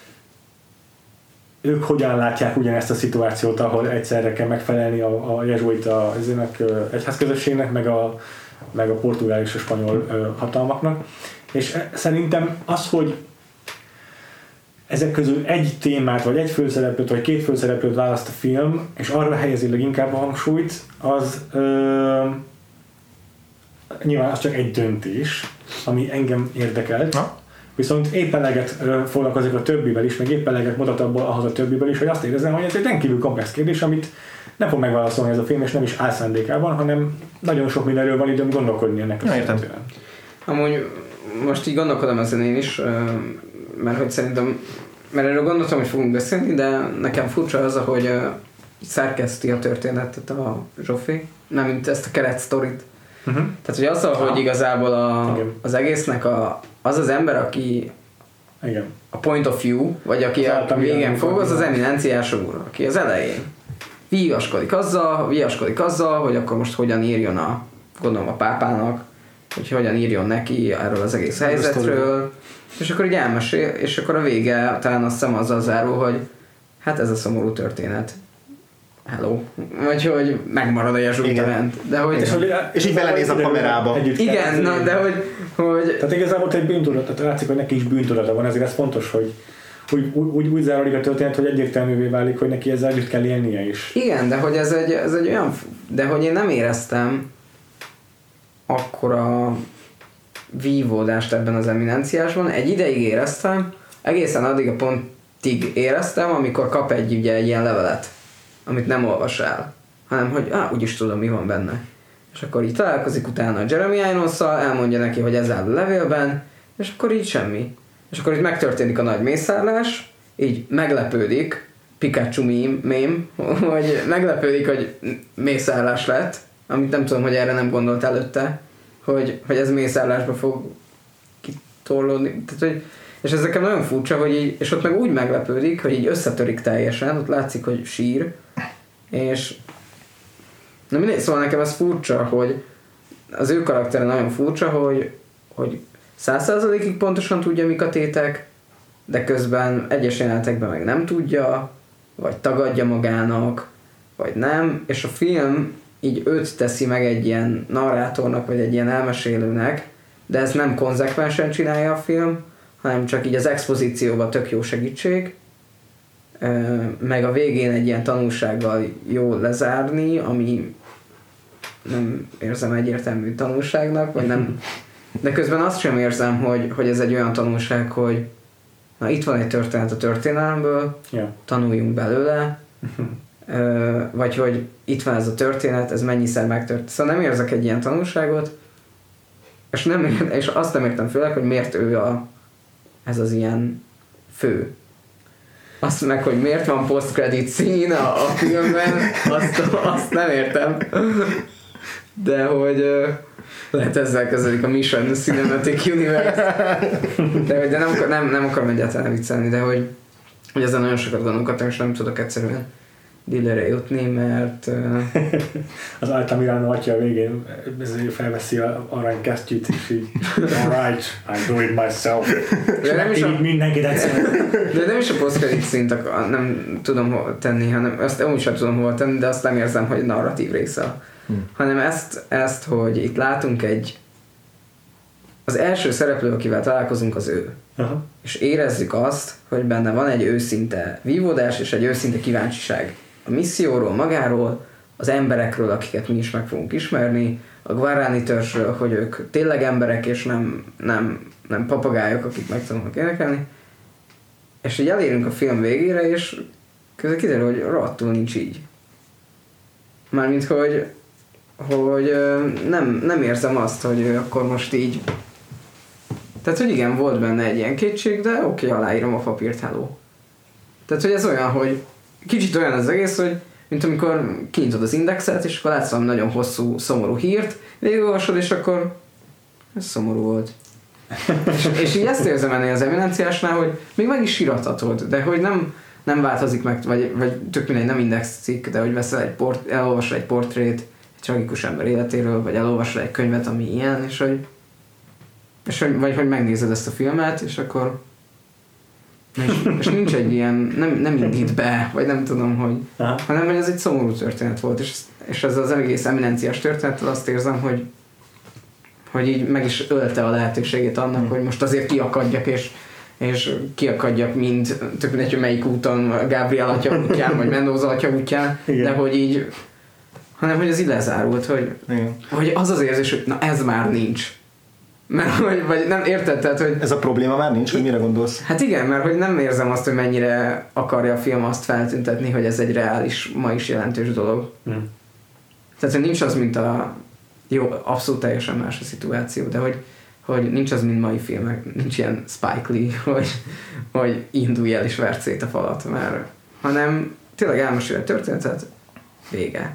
ők hogyan látják ugyanezt a szituációt, ahol egyszerre kell megfelelni a, a jezsuita egyházközösségnek, meg a, meg a portugál és a spanyol ö, hatalmaknak. És szerintem az, hogy ezek közül egy témát, vagy egy főszereplőt, vagy két főszereplőt választ a film, és arra helyezi leginkább a hangsúlyt, az ö, nyilván az csak egy döntés, ami engem érdekelt. Ha? Viszont épp eleget ö, foglalkozik a többivel is, meg épp eleget mutat abból ahhoz a többiből is, hogy azt érzem, hogy ez egy rendkívül komplex kérdés, amit nem fog megválaszolni ez a film, és nem is áll szándékában, hanem nagyon sok mindenről van időm gondolkodni ennek. Ja, értem. Amúgy most így gondolkodom ezen én is, mert hogy szerintem, mert erről gondoltam, hogy fogunk beszélni, de nekem furcsa az, hogy uh, szerkeszti a történetet a Zsoffi, nem mint ezt a keret sztorit. Uh-huh. Tehát, hogy azzal, ha. hogy igazából a, az egésznek a, az az ember, aki igen. a point of view, vagy aki az a végén fog, az az eminenciás úr, aki az elején viaskodik azzal, viaskodik azzal, hogy akkor most hogyan írjon a, gondolom a pápának, hogy hogyan írjon neki erről az egész helyzetről, és akkor így elmesél, és akkor a vége talán azt hiszem azzal zárul, hogy hát ez a szomorú történet. Hello. Vagy hogy megmarad a jezsuita rend. De hogy... És, hogy, és így belenéz a kamerába. Igen, na, de hogy, hogy... Tehát igazából egy bűntudat, tehát látszik, hogy neki is bűntudata van, ezért ez fontos, hogy úgy, úgy, úgy záródik a történet, hogy egyértelművé válik, hogy neki ezzel együtt kell élnie is. Igen, de hogy ez egy, ez egy olyan... De hogy én nem éreztem akkora vívódást ebben az eminenciásban. Egy ideig éreztem, egészen addig a pontig éreztem, amikor kap egy, ugye, egy ilyen levelet, amit nem olvas el, hanem hogy á, úgyis tudom, mi van benne. És akkor így találkozik utána a Jeremy Irons-szal, elmondja neki, hogy ez áll a levélben, és akkor így semmi. És akkor itt megtörténik a nagy mészárlás, így meglepődik, Pikachu meme, hogy meglepődik, hogy mészárlás lett, amit nem tudom, hogy erre nem gondolt előtte, hogy, hogy ez mészárlásba fog kitorlódni. Tehát, hogy, és ez nekem nagyon furcsa, hogy így, és ott meg úgy meglepődik, hogy így összetörik teljesen, ott látszik, hogy sír, és na mindegy, szóval nekem ez furcsa, hogy az ő karaktere nagyon furcsa, hogy, hogy száz százalékig pontosan tudja, mik a tétek, de közben egyes jelenetekben meg nem tudja, vagy tagadja magának, vagy nem, és a film így őt teszi meg egy ilyen narrátornak, vagy egy ilyen elmesélőnek, de ez nem konzekvensen csinálja a film, hanem csak így az expozícióban tök jó segítség, meg a végén egy ilyen tanulsággal jó lezárni, ami nem érzem egyértelmű tanulságnak, vagy nem, de közben azt sem érzem, hogy, hogy ez egy olyan tanulság, hogy na itt van egy történet a történelemből, yeah. tanuljunk belőle, vagy hogy itt van ez a történet, ez mennyiszer megtört. Szóval nem érzek egy ilyen tanulságot, és, nem, és azt nem értem főleg, hogy miért ő a, ez az ilyen fő. Azt meg, hogy miért van post-credit scene a, a filmben, azt, azt nem értem. De hogy lehet ezzel kezdődik a Mission Cinematic Universe. De, de nem, nem, nem akarom egyáltalán viccelni, de hogy, hogy ezzel nagyon sokat gondolkodtam, és nem tudok egyszerűen dillere jutni, mert... Uh... az Altamirano atya a végén felveszi a aranykesztyűt, és így alright, I do it myself. De nem is a... mindenkit egyszerűen. De nem is a post-credit szint nem tudom hova tenni, hanem azt úgy sem tudom hova tenni, de azt nem érzem, hogy narratív része. Hmm. Hanem ezt, ezt, hogy itt látunk egy... Az első szereplő, akivel találkozunk, az ő. Aha. És érezzük azt, hogy benne van egy őszinte vívódás és egy őszinte kíváncsiság. A misszióról, magáról, az emberekről, akiket mi is meg fogunk ismerni, a Guarani törzsről, hogy ők tényleg emberek, és nem, nem, nem papagájok, akik meg tudnak énekelni. És így elérünk a film végére, és közben kiderül, hogy rohadtul nincs így. Mármint, hogy, hogy nem, nem érzem azt, hogy akkor most így... Tehát, hogy igen, volt benne egy ilyen kétség, de oké, okay, aláírom a papírt, hello. Tehát, hogy ez olyan, hogy kicsit olyan az egész, hogy mint amikor kinyitod az indexet, és akkor látsz valami nagyon hosszú, szomorú hírt, végigolvasod, és akkor ez szomorú volt. és, és így ezt érzem ennél az eminenciásnál, hogy még meg is sírathatod, de hogy nem, nem változik meg, vagy, vagy tök mindegy, nem index cikk, de hogy veszel egy port, elolvasol egy portrét egy tragikus ember életéről, vagy elolvasol egy könyvet, ami ilyen, és hogy és hogy, vagy hogy megnézed ezt a filmet, és akkor és, és nincs egy ilyen, nem, nem indít be, vagy nem tudom, hogy aha. hanem hogy ez egy szomorú történet volt, és, és ez az egész eminenciás történettel azt érzem, hogy hogy így meg is ölte a lehetőségét annak, hmm. hogy most azért kiakadjak, és, és kiakadjak mind, tök mindegy, hogy melyik úton, Gabriel atya útján, vagy Mendoza atya útján, igen. de hogy így, hanem hogy ez így lezárult, hogy, hogy az az érzés, hogy na ez már nincs. Mert hogy, vagy nem érted, tehát, hogy... Ez a probléma már nincs, hogy mire gondolsz? Hát igen, mert hogy nem érzem azt, hogy mennyire akarja a film azt feltüntetni, hogy ez egy reális, ma is jelentős dolog. Mm. Tehát, hogy nincs az, mint a... Jó, abszolút teljesen más a szituáció, de hogy, hogy nincs az, mint mai filmek, nincs ilyen Spike Lee, hogy, hogy indulj el és vert szét a falat, mert, hanem tényleg elmesél a történetet, vége.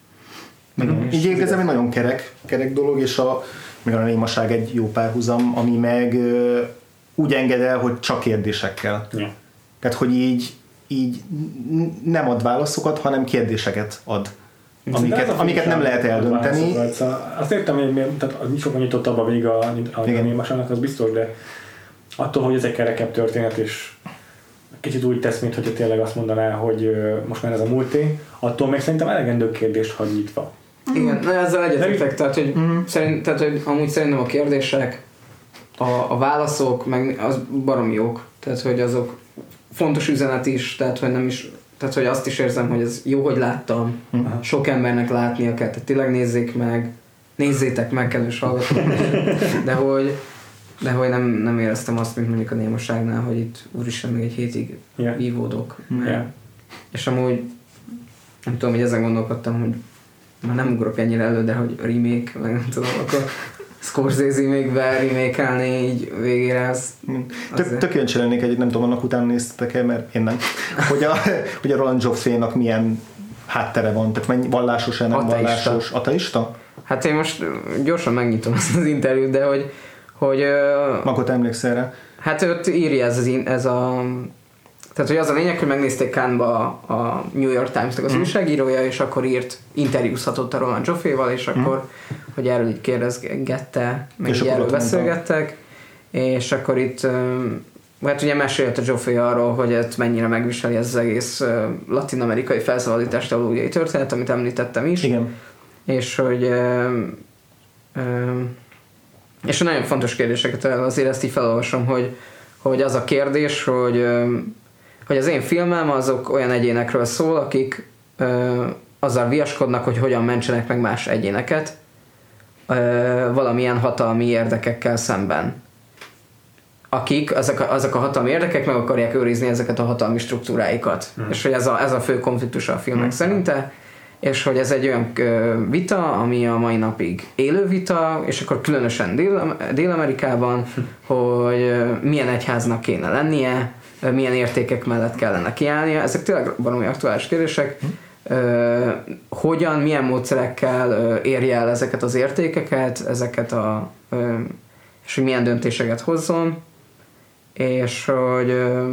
Mm. Így érkezem egy nagyon kerek, kerek dolog, és a meg a némaság egy jó párhuzam, ami meg ö, úgy enged el, hogy csak kérdésekkel. Yeah. Tehát, hogy így, így nem ad válaszokat, hanem kérdéseket ad. Amiket, amiket nem lehet eldönteni. Azt értem, hogy miért, tehát sokan nyitottabb a vége a, a némaságnak, az biztos, de attól, hogy ez egy kerekebb történet, és kicsit úgy tesz, mintha tényleg azt mondaná, hogy most már ez a múlté, attól még szerintem elegendő kérdést hagy nyitva. Igen, na ezzel egyetértek, tehát, hogy, mm. szerint, tehát, hogy amúgy szerintem a kérdések, a, a válaszok, meg az baromi jók, tehát, hogy azok fontos üzenet is, tehát, hogy nem is, tehát, hogy azt is érzem, hogy ez jó, hogy láttam, mm. sok embernek látnia kell, tehát tényleg nézzék meg, nézzétek meg, kedves hallgatók, de hogy, de hogy nem, nem éreztem azt, mint mondjuk a némaságnál, hogy itt úristen még egy hétig yeah. vívódok. Yeah. És amúgy nem tudom, hogy ezen gondolkodtam, hogy már nem ugrok ennyire elő, de hogy remake, meg nem tudom, akkor Scorsese még be remake-elni így végére, az... Tök, tök jön csinálnék egyet, nem tudom, annak után néztetek-e, mert én nem. Hogy a, hogy a Roland Joffé-nak milyen háttere van, tehát mennyi vallásos-e, nem ateista. vallásos. Ateista? Hát én most gyorsan megnyitom ezt az interjút, de hogy... hogy Akkor te emlékszel rá? Hát ott írja ez, az, ez a... Tehát, hogy az a lényeg, hogy megnézték Cannes-ba a New York Times-nak az mm. újságírója, és akkor írt, interjúzhatott a Roland Joffé-val, és akkor, mm. hogy erről így kérdezgette, meg így erről beszélgettek, és akkor itt, hát ugye mesélt a Joffé arról, hogy ezt mennyire megviseli ez az egész latin-amerikai felszabadítás teológiai történet, amit említettem is. Igen. És hogy és nagyon fontos kérdéseket azért ezt így felolvasom, hogy, hogy az a kérdés, hogy hogy az én filmem azok olyan egyénekről szól, akik ö, azzal viaskodnak, hogy hogyan mentsenek meg más egyéneket ö, valamilyen hatalmi érdekekkel szemben. Akik, azok a, azok a hatalmi érdekek meg akarják őrizni ezeket a hatalmi struktúráikat. Mm. És hogy ez a, ez a fő konfliktus a filmek mm. szerinte, és hogy ez egy olyan ö, vita, ami a mai napig élő vita, és akkor különösen Dél- Dél-Amerikában, mm. hogy ö, milyen egyháznak kéne lennie, milyen értékek mellett kellene kiállnia. Ezek tényleg valami aktuális kérdések. Hm. Uh, hogyan, milyen módszerekkel uh, érje el ezeket az értékeket, ezeket a, uh, és hogy milyen döntéseket hozzon, és hogy uh,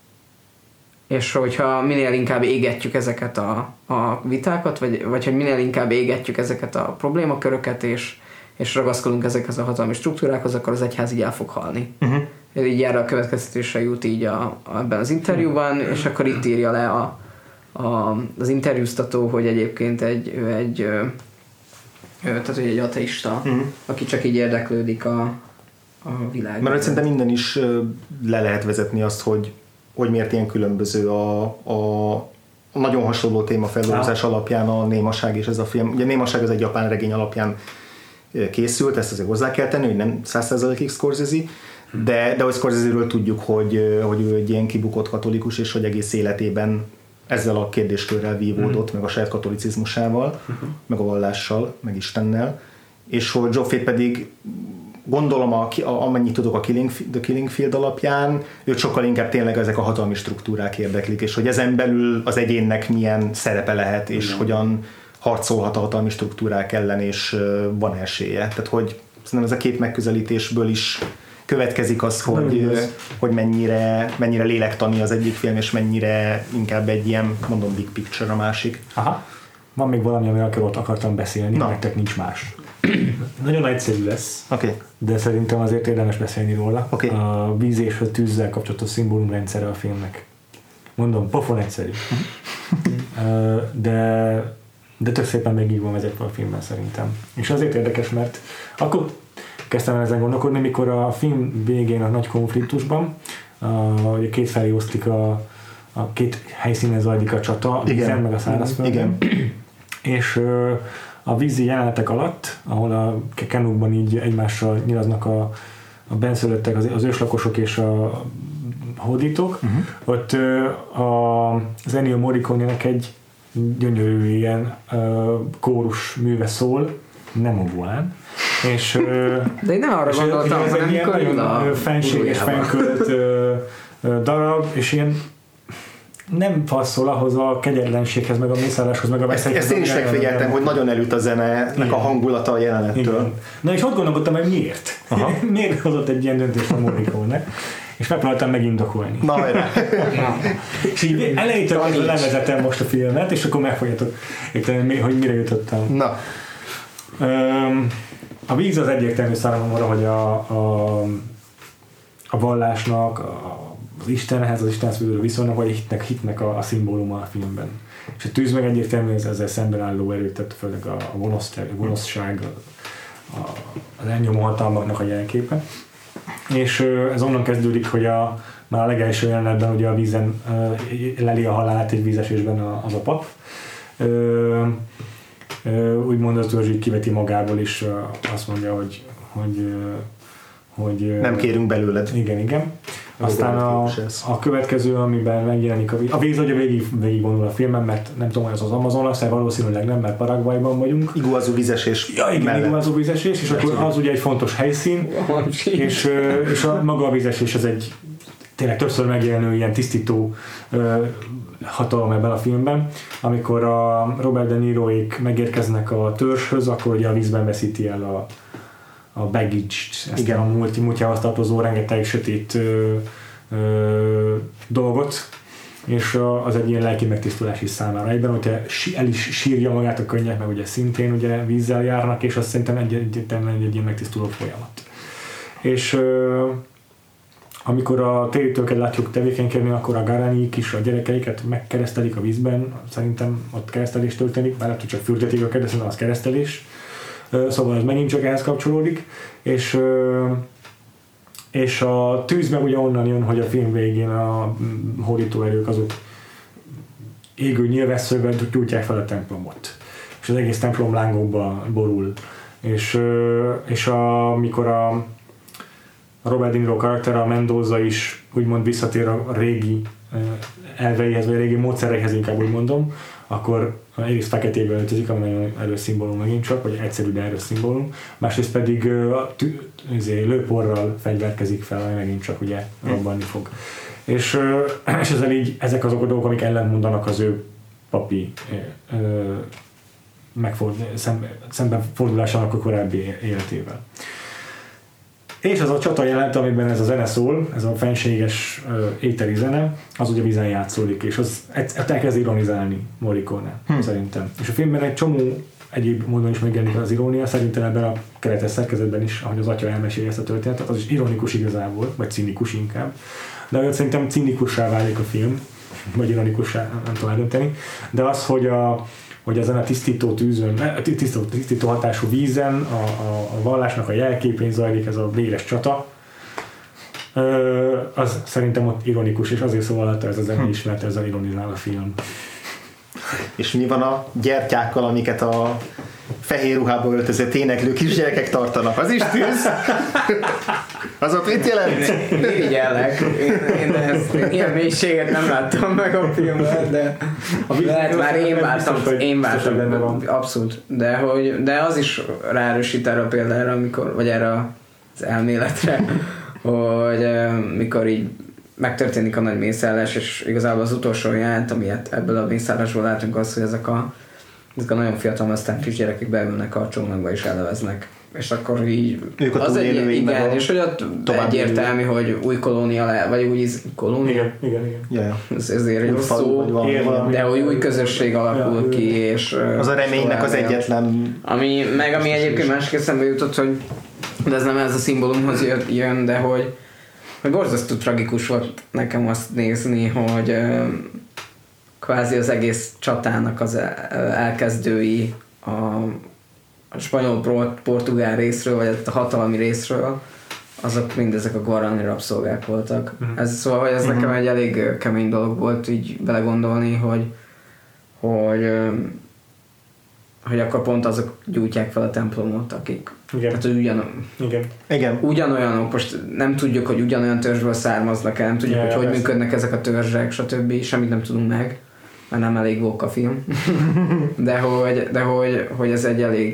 és hogyha minél inkább égetjük ezeket a, a vitákat, vagy, vagy hogy minél inkább égetjük ezeket a problémaköröket, és, és ragaszkodunk ezekhez a hatalmi struktúrákhoz, akkor az egyház így el fog halni. Uh-huh. Így erre a következtetésre jut így a, a, ebben az interjúban, és akkor itt írja le a, a, az interjúztató, hogy egyébként egy, egy, ö, ö, tehát, hogy egy ateista, uh-huh. aki csak így érdeklődik a, a világban. Mert szerintem minden is le lehet vezetni azt, hogy, hogy miért ilyen különböző a, a, a nagyon hasonló témafeldolgozás alapján a némaság és ez a film. Ugye a némaság az egy japán regény alapján készült, ezt azért hozzá kell tenni, hogy nem száz százalékig Scorsese, de, de hogy Scorsese-ről tudjuk, hogy, hogy ő egy ilyen kibukott katolikus, és hogy egész életében ezzel a kérdéskörrel vívódott, mm. meg a saját katolicizmusával, uh-huh. meg a vallással, meg Istennel, és hogy Joffé pedig gondolom, a, a, amennyit tudok a Killing, The Killing Field alapján, őt sokkal inkább tényleg ezek a hatalmi struktúrák érdeklik, és hogy ezen belül az egyénnek milyen szerepe lehet, és mm. hogyan harcolhat a hatalmi struktúrák ellen, és van esélye. Tehát, hogy szerintem ez a két megközelítésből is következik az, hogy, hogy mennyire, mennyire lélektani az egyik film, és mennyire inkább egy ilyen, mondom, big picture a másik. Aha. Van még valami, amiről ott akartam beszélni, nektek nincs más. Nagyon egyszerű lesz, okay. de szerintem azért érdemes beszélni róla. Okay. A víz és a tűzzel kapcsolatos szimbólumrendszere a filmnek. Mondom, pofon egyszerű. de, de tök szépen még így van vezetve a filmben szerintem. És azért érdekes, mert akkor kezdtem el ezen gondolkodni, mikor a film végén a nagy konfliktusban a két felé osztik a, a két helyszínen zajlik a csata, a vízen meg a szárazföldön. És a vízi jelenetek alatt, ahol a kenukban így egymással nyilaznak a, a benszülöttek, az, az őslakosok és a hódítók, uh-huh. ott a, az Ennio Morricone-nek egy gyönyörű ilyen kórus műve szól, nem oboán. És, de én nem arra gondoltam, hogy ez ilyen nagyon fenséges, fenkölt darab, és ilyen nem passzol ahhoz a kegyetlenséghez, meg a mészálláshoz, meg a veszélyhez. Ezt én is megfigyeltem, hogy nagyon elüt a zenének a hangulata a jelenettől. Igen. Na és ott gondolkodtam, hogy miért? Aha. Miért hozott egy ilyen döntést a Morricone-nek? És megpróbáltam megindokolni. Na, és így elejétől levezetem most a filmet, és akkor meg fogjátok érteni, hogy mire jutottam. Na. A víz az egyértelmű számomra, hogy a, a, a vallásnak, a, az Istenhez, az Istenhez fűződő viszonynak, vagy hitnek, hitnek a, a szimbóluma a filmben. És a tűz meg egyértelmű, ez ezzel szemben álló erő, tehát főleg a, a gonoszság, a, gonoszság, a, az elnyomó hatalmaknak a jelképe. És ez onnan kezdődik, hogy a, már a legelső jelenetben ugye a vízen leli a halált egy vízesésben az a pap. úgymond az törzs így kiveti magából, és azt mondja, hogy, hogy, hogy nem kérünk belőled. Igen, igen. Aztán a, a következő, amiben megjelenik a, a víz, hogy végig, végig vonul a filmen, mert nem tudom, hogy az az Amazon lesz, de valószínűleg nem, mert Paraguayban vagyunk. Iguazú vízesés. Ja, igen, Iguazú vízesés, és akkor az ugye egy fontos helyszín, és, és a, maga a vízesés az egy tényleg többször megjelenő ilyen tisztító uh, hatalom ebben a filmben. Amikor a Robert De Niroék megérkeznek a törzshöz, akkor ugye a vízben veszíti el a, a baggage-t, ezt a multi múltjához tartozó rengeteg sötét ö, ö, dolgot, és a, az egy ilyen lelki megtisztulás is számára. Egyben ugye el is sírja magát a könnyek, meg ugye szintén ugye vízzel járnak, és azt szerintem egy, egy, egy, egy ilyen megtisztuló folyamat. És ö, amikor a térítőket látjuk tevékenykedni, akkor a Guaraník is a gyerekeiket megkeresztelik a vízben, szerintem ott keresztelést töltenik, bár lehet, hogy csak fürdetik őket, de szerintem az keresztelés. Szóval ez megint csak ehhez kapcsolódik, és, és a tűz meg ugye onnan jön, hogy a film végén a hódító erők azok égő nyilvesszővel gyújtják fel a templomot, és az egész templom lángokba borul, és, és a, amikor a a Robert De Niro karakter, a Mendoza is úgymond visszatér a régi elveihez, vagy a régi módszereihez, inkább úgy mondom, akkor egyrészt feketébe öltözik, ami nagyon erős szimbólum megint csak, vagy egyszerű, de erős szimbólum, másrészt pedig lőporral fegyverkezik fel, ami megint csak ugye robbanni fog. És, és ezzel így, ezek azok a dolgok, amik ellentmondanak az ő papi megfordul, szembe, szemben fordulásának a korábbi életével. És az a csata jelent, amiben ez a zene szól, ez a fenséges uh, éteri zene, az ugye vízen játszódik, és az elkezd ironizálni Morricone, hmm. szerintem. És a filmben egy csomó egyéb módon is megjelenik az irónia, szerintem ebben a keretes szerkezetben is, ahogy az atya elmeséli ezt a történetet, az is ironikus igazából, vagy cinikus inkább. De olyan szerintem cinikussá válik a film, vagy ironikussá, nem tudom eldönteni, de az, hogy a hogy ezen a tisztító tűzön, tisztító, tisztító hatású vízen a, a, a vallásnak a jelképén zajlik ez a véres csata, az szerintem ott ironikus, és azért szóval ez a zene is, mert ezzel ironizál a film. És mi van a gyertyákkal, amiket a fehér ruhába öltözött éneklő kisgyerekek tartanak? Az is tűz? Az ott mit jelent? Irigyellek. Én, én ezt én ilyen mélységet nem láttam meg a filmben, de lehet már én vártam, én vártam, abszolút. De, hogy, de az is ráerősít erre a példára, amikor, vagy erre az elméletre, hogy mikor így megtörténik a nagy mészállás, és igazából az utolsó jelent, amiért ebből a mészállásból látunk az, hogy ezek a, ezek a nagyon fiatal, aztán kisgyerekek beülnek a csónakba és eleveznek. És akkor így ők a az egy, igen, és hogy ott egyértelmű, élő. hogy új kolónia le, vagy új kolónia. Igen, igen, igen. Yeah. Ez ezért egy szó, de hogy új közösség alakul ja, ki, és az a reménynek az egyetlen. Ami, meg ami egyébként másik eszembe jutott, hogy de ez nem ez a szimbólumhoz jön, de hogy, hogy borzasztó tragikus volt nekem azt nézni, hogy kvázi az egész csatának az elkezdői a a spanyol-portugál részről, vagy a hatalmi részről, azok mind ezek a guarani rabszolgák voltak. Mm. Ez, szóval hogy ez mm-hmm. nekem egy elég kemény dolog volt így belegondolni, hogy, hogy, hogy akkor pont azok gyújtják fel a templomot, akik igen. Hát, hogy ugyan, igen. Igen. ugyanolyanok, most nem tudjuk, hogy ugyanolyan törzsből származnak el, nem tudjuk, yeah, hogy hogy működnek ezek a törzsek, stb. Semmit nem tudunk meg, mert nem elég vók a film, de, hogy, de hogy, hogy ez egy elég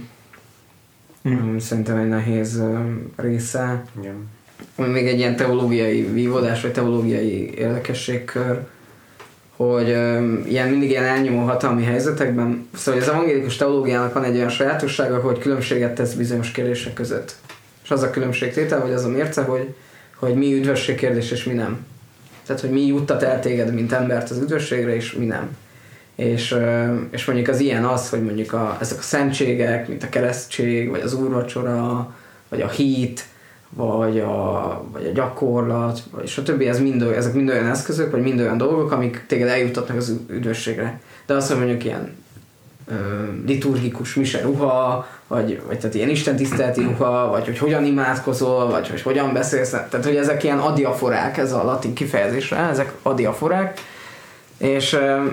mm. szerintem egy nehéz része. Yeah. Még egy ilyen teológiai vívódás, vagy teológiai érdekességkör, hogy ilyen, mindig ilyen elnyomó hatalmi helyzetekben, szóval az evangélikus teológiának van egy olyan sajátossága, hogy különbséget tesz bizonyos kérdések között. És az a különbségtétel, vagy az a mérce, hogy, hogy mi üdvösség kérdés, és mi nem. Tehát, hogy mi juttat el téged, mint embert az üdvösségre, és mi nem. És, és mondjuk az ilyen az, hogy mondjuk a, ezek a szentségek, mint a keresztség, vagy az úrvacsora, vagy a hit, vagy a, vagy a gyakorlat, vagy stb. Ez mind, ezek mind olyan eszközök, vagy mind olyan dolgok, amik téged eljuttatnak az üdvösségre. De az, hogy mondjuk ilyen ö, liturgikus mise ruha, vagy, vagy tehát ilyen istentiszteleti ruha, vagy hogy hogyan imádkozol, vagy hogy hogyan beszélsz, tehát hogy ezek ilyen adiaforák, ez a latin kifejezésre, ezek adiaforák, és,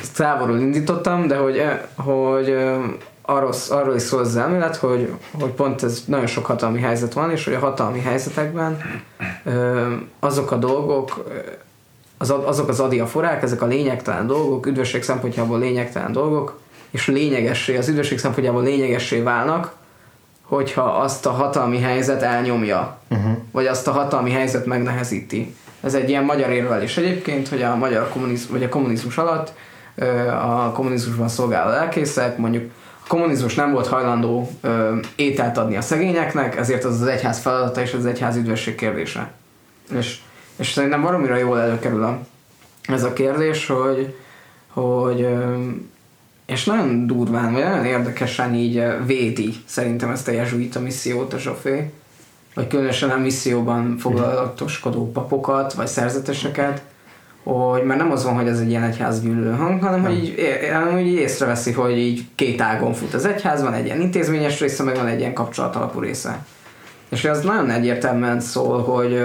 távolról indítottam, de hogy, hogy arról, arról is szól az elmélet, hogy, hogy pont ez nagyon sok hatalmi helyzet van, és hogy a hatalmi helyzetekben azok a dolgok, az, azok az adiaforák, ezek a lényegtelen dolgok, üdvösség szempontjából lényegtelen dolgok, és lényegessé, az üdvösség szempontjából lényegessé válnak, hogyha azt a hatalmi helyzet elnyomja, uh-huh. vagy azt a hatalmi helyzet megnehezíti. Ez egy ilyen magyar érvelés egyébként, hogy a magyar kommunizmus, vagy a kommunizmus alatt a kommunizmusban szolgáló lelkészek, mondjuk a kommunizmus nem volt hajlandó ö, ételt adni a szegényeknek, ezért az az egyház feladata és az egyház üdvösség kérdése. És, és szerintem valamire jól előkerül a, ez a kérdés, hogy, hogy ö, és nagyon durván, vagy nagyon érdekesen így védi szerintem ezt a jezsuita missziót a Zsófé, vagy különösen a misszióban foglalatoskodó papokat, vagy szerzeteseket, hogy mert nem az van, hogy ez egy ilyen egyházgyűlölő hang, hanem hogy így, hanem, hogy így észreveszi, hogy így két ágon fut az egyház, van egy ilyen intézményes része, meg van egy ilyen kapcsolatalapú része. És az nagyon egyértelműen szól, hogy,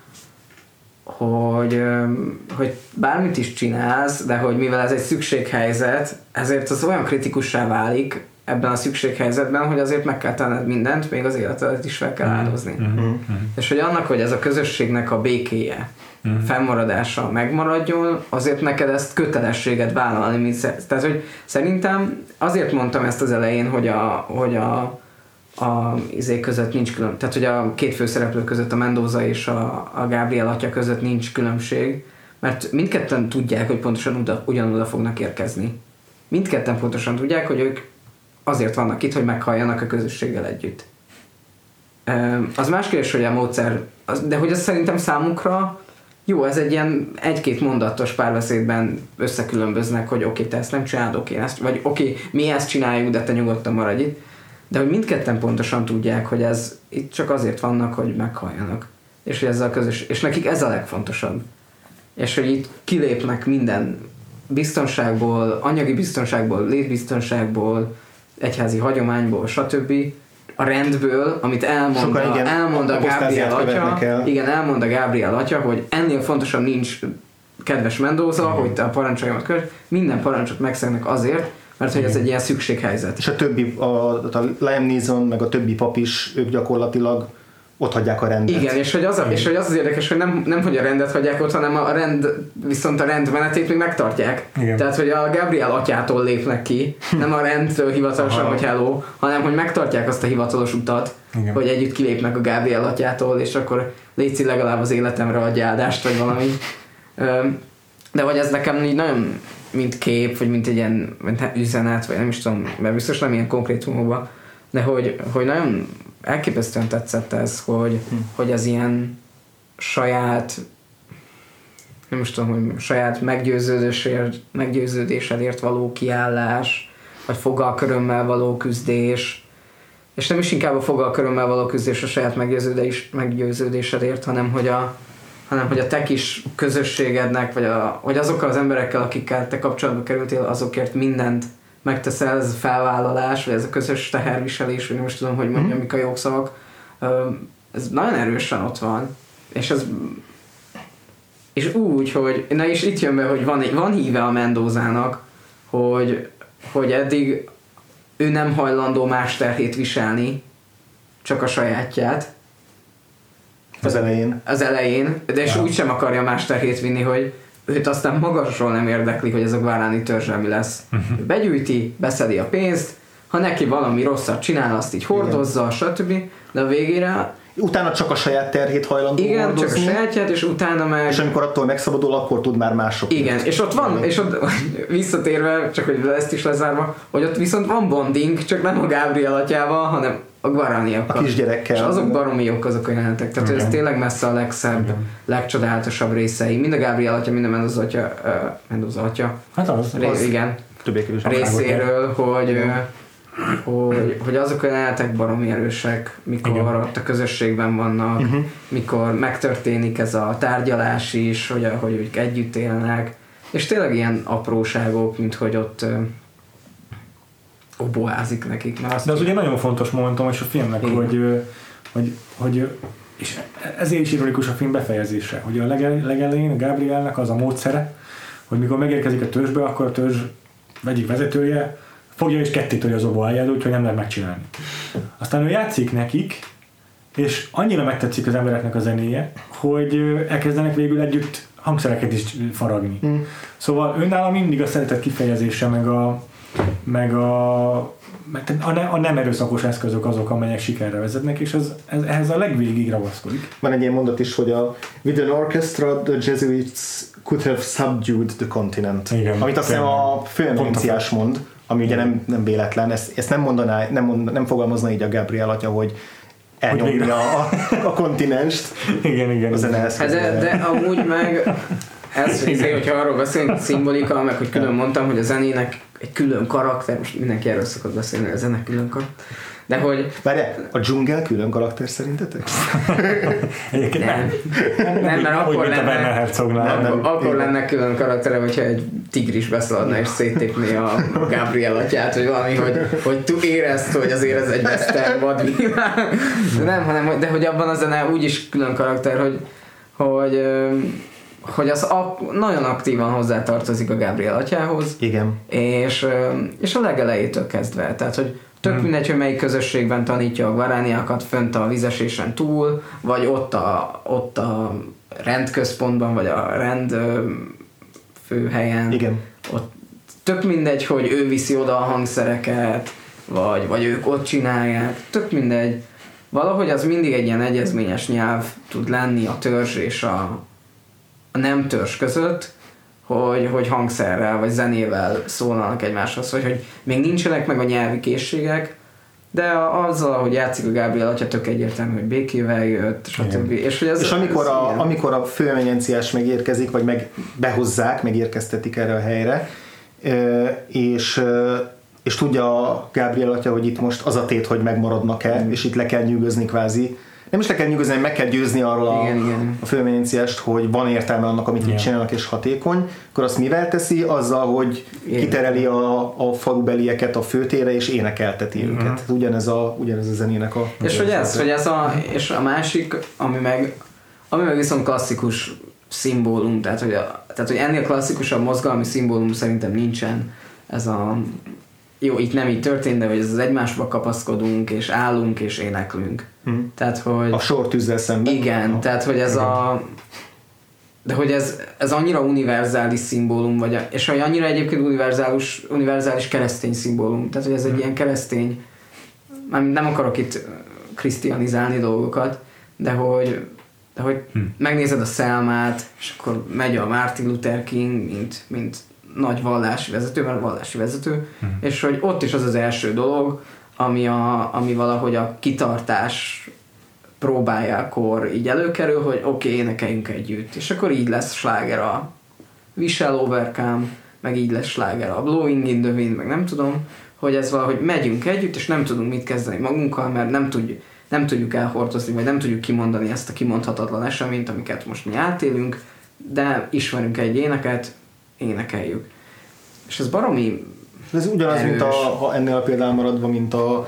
hogy, hogy bármit is csinálsz, de hogy mivel ez egy szükséghelyzet, ezért az olyan kritikussá válik ebben a szükséghelyzetben, hogy azért meg kell tenned mindent, még az életedet is fel kell áldozni. Mm-hmm. És hogy annak, hogy ez a közösségnek a békéje, mm-hmm. fennmaradása megmaradjon, azért neked ezt kötelességet vállalni. Mint tehát, hogy szerintem azért mondtam ezt az elején, hogy a, hogy a, a izé között nincs különbség, tehát hogy a két főszereplő között, a Mendoza és a, a Gabriel atya között nincs különbség, mert mindketten tudják, hogy pontosan oda, ugyanoda fognak érkezni. Mindketten pontosan tudják, hogy ők azért vannak itt, hogy meghalljanak a közösséggel együtt. Az más kérdés, hogy a módszer, de hogy ez szerintem számukra jó, ez egy ilyen egy-két mondatos párbeszédben összekülönböznek, hogy oké, okay, te ezt nem csinálod, oké, okay, ezt, vagy oké, okay, mi ezt csináljuk, de te nyugodtan maradj itt. De hogy mindketten pontosan tudják, hogy ez itt csak azért vannak, hogy meghalljanak. És hogy ez a közös, és nekik ez a legfontosabb. És hogy itt kilépnek minden biztonságból, anyagi biztonságból, létbiztonságból, egyházi hagyományból, stb. A rendből, amit elmond, a, igen, elmond a, a Gabriel atya, igen, elmond a Gabriel atya, hogy ennél fontosabb nincs, kedves Mendoza, mm. hogy te a parancsoljamat kövess, minden parancsot megszegnek azért, mert hogy ez egy ilyen szükséghelyzet. És a többi, a, a Liam Neeson, meg a többi pap is, ők gyakorlatilag ott hagyják a rendet. Igen, és hogy az, a, és hogy az, az érdekes, hogy nem, nem hogy a rendet hagyják ott, hanem a rend, viszont a rend menetét még megtartják. Igen. Tehát, hogy a Gabriel atyától lépnek ki, nem a rendtől hivatalosan, hogy hello, hanem hogy megtartják azt a hivatalos utat, igen. hogy együtt kilépnek a Gabriel atyától, és akkor létszik legalább az életemre adj áldást, vagy valami. De hogy ez nekem így nagyon mint kép, vagy mint egy ilyen mint üzenet, vagy nem is tudom, mert biztos nem ilyen konkrétumokban, de hogy, hogy nagyon elképesztően tetszett ez, hogy, hm. hogy az ilyen saját nem is tudom, hogy saját meggyőződésért, meggyőződésedért való kiállás, vagy fogalkörömmel való küzdés, és nem is inkább a fogalkörömmel való küzdés a saját meggyőződés, meggyőződésedért, hanem hogy a hanem hogy a te kis közösségednek, vagy a, hogy azokkal az emberekkel, akikkel te kapcsolatba kerültél, azokért mindent megteszel, ez a felvállalás, vagy ez a közös teherviselés, vagy nem is tudom, hogy mondjam, mik a jogszavak. Ez nagyon erősen ott van. És ez és úgy, hogy na és itt jön be, hogy van, van híve a Mendozának, hogy, hogy eddig ő nem hajlandó más terhét viselni, csak a sajátját. Az elején. Az elején, de és ja. úgy sem akarja más terhét vinni, hogy őt aztán magasról nem érdekli, hogy ez a guaráni törzsel mi lesz. Uh-huh. Begyűjti, beszedi a pénzt, ha neki valami rosszat csinál, azt így hordozza, igen. stb. De a végére... Utána csak a saját terhét hajlandó igen, hordozni. csak a sajátját, és utána meg... És amikor attól megszabadul, akkor tud már mások. Igen, és ott van, igen. és ott visszatérve, csak hogy ezt is lezárva, hogy ott viszont van bonding, csak nem a Gabriel atyával, hanem a guarániakkal. A kisgyerekkel. És azok baromi jók azok a jelentek. Tehát okay. ez tényleg messze a legszebb, okay. legcsodálatosabb részei. Mind a Gabriel atya, mind a Mendoza atya, uh, Mendoza atya. Hát az, Ré, az igen. Részéről, hogy, hogy, hogy azok a jelenetek baromi erősek, mikor igen. ott a közösségben vannak, uh-huh. mikor megtörténik ez a tárgyalás is, hogy, hogy ők együtt élnek. És tényleg ilyen apróságok, mint hogy ott oboázik nekik. Mert azt de az ugye nagyon fontos momentum is a filmnek, hogy, hogy, hogy és ezért is ironikus a film befejezése, hogy a legelején a Gabrielnek az a módszere, hogy mikor megérkezik a törzsbe, akkor a törzs egyik vezetője fogja és kettétörje az oboáját, úgyhogy nem lehet megcsinálni. Aztán ő játszik nekik, és annyira megtetszik az embereknek a zenéje, hogy elkezdenek végül együtt hangszereket is faragni. Mm. Szóval önnála mindig a szeretet kifejezése, meg a, meg a, a nem erőszakos eszközök azok, amelyek sikerre vezetnek, és ez, ez, ehhez a legvégig ragaszkodik. Van egy ilyen mondat is, hogy a with an orchestra the Jesuits could have subdued the continent. Igen, amit azt hiszem a főeminenciás mond, ami ugye nem, nem véletlen, ezt, ezt nem mondaná, nem, mond, nem fogalmazna így a Gabriel atya, hogy elnyomja a, a kontinenst. Igen, igen. Az hát de, de amúgy meg ez, azért, hogyha arról beszélünk, szimbolika, meg hogy külön mondtam, hogy a zenének egy külön karakter, most mindenki erről szokott beszélni, hogy a zene külön karakter, de hogy... Várjál, a dzsungel külön karakter szerintetek? Egyébként nem. Nem, nem, nem, mert akkor lenne, nem, nem, akkor lenne külön karaktere, hogyha egy tigris beszaladna és széttépné a Gabriel atyát, vagy valami, hogy, hogy tu érezd, hogy azért ez egy western vadvilág. De nem, hanem, de hogy abban a zene úgyis külön karakter, hogy, hogy, hogy az a, nagyon aktívan hozzátartozik a Gabriel atyához. Igen. És, és a legelejétől kezdve, tehát, hogy tök hmm. mindegy, hogy melyik közösségben tanítja a guarániakat fönt a vizesésen túl, vagy ott a, ott a rendközpontban, vagy a rend főhelyen. Igen. Ott tök mindegy, hogy ő viszi oda a hangszereket, vagy, vagy ők ott csinálják, tök mindegy. Valahogy az mindig egy ilyen egyezményes nyelv tud lenni a törzs és a, a nem törzs között, Hogy, hogy hangszerrel vagy zenével szólnak egymáshoz, vagy hogy még nincsenek meg a nyelvi készségek, de azzal, hogy játszik a Gabriel atya, tök egyértelmű, hogy békével jött, stb. És, hogy ez, és amikor, ez a, amikor a főeminenciás megérkezik, vagy meg behozzák, megérkeztetik erre a helyre, és, és tudja a Gabriel atya, hogy itt most az a tét, hogy megmaradnak-e, és itt le kell nyűgözni kvázi. Nem is le kell nyugodni, meg kell győzni arról a, igen, igen. a főeminenciást, hogy van értelme annak, amit itt csinálnak, és hatékony, akkor azt mivel teszi? Azzal, hogy igen. kitereli a, a falubelieket a főtérre, és énekelteti uh-huh. őket. Ugyanez a, ugyanez a zenének a... És hogy ez, hogy ez a, és a másik, ami meg, ami meg viszont klasszikus szimbólum, tehát hogy, a, tehát hogy ennél klasszikusabb mozgalmi szimbólum szerintem nincsen. Ez a... Jó, itt nem így történt, de hogy ez az egymásba kapaszkodunk, és állunk, és éneklünk. Hmm. Tehát, hogy... A sortűzzel szemben. Igen, a... tehát, hogy ez igen. a... De hogy ez, ez annyira univerzális szimbólum, vagy a, és hogy annyira egyébként univerzális, univerzális keresztény szimbólum. Tehát, hogy ez egy hmm. ilyen keresztény... Mármint nem akarok itt krisztianizálni dolgokat, de hogy, de hogy hmm. megnézed a Szelmát, és akkor megy a Martin Luther King, mint, mint nagy vallási vezető, mert vallási vezető, hmm. és hogy ott is az az első dolog, ami, a, ami valahogy a kitartás próbáljakor így előkerül, hogy oké, okay, énekeljünk együtt. És akkor így lesz sláger a We Shall Overcome, meg így lesz sláger a Blowing in the Wind, meg nem tudom, hogy ez valahogy megyünk együtt, és nem tudunk mit kezdeni magunkkal, mert nem tudjuk, nem tudjuk elhordozni, vagy nem tudjuk kimondani ezt a kimondhatatlan eseményt, amiket most mi átélünk, de ismerünk egy éneket, énekeljük. És ez baromi ez ugyanaz, erős. Mint a, ha ennél a példán maradva, mint a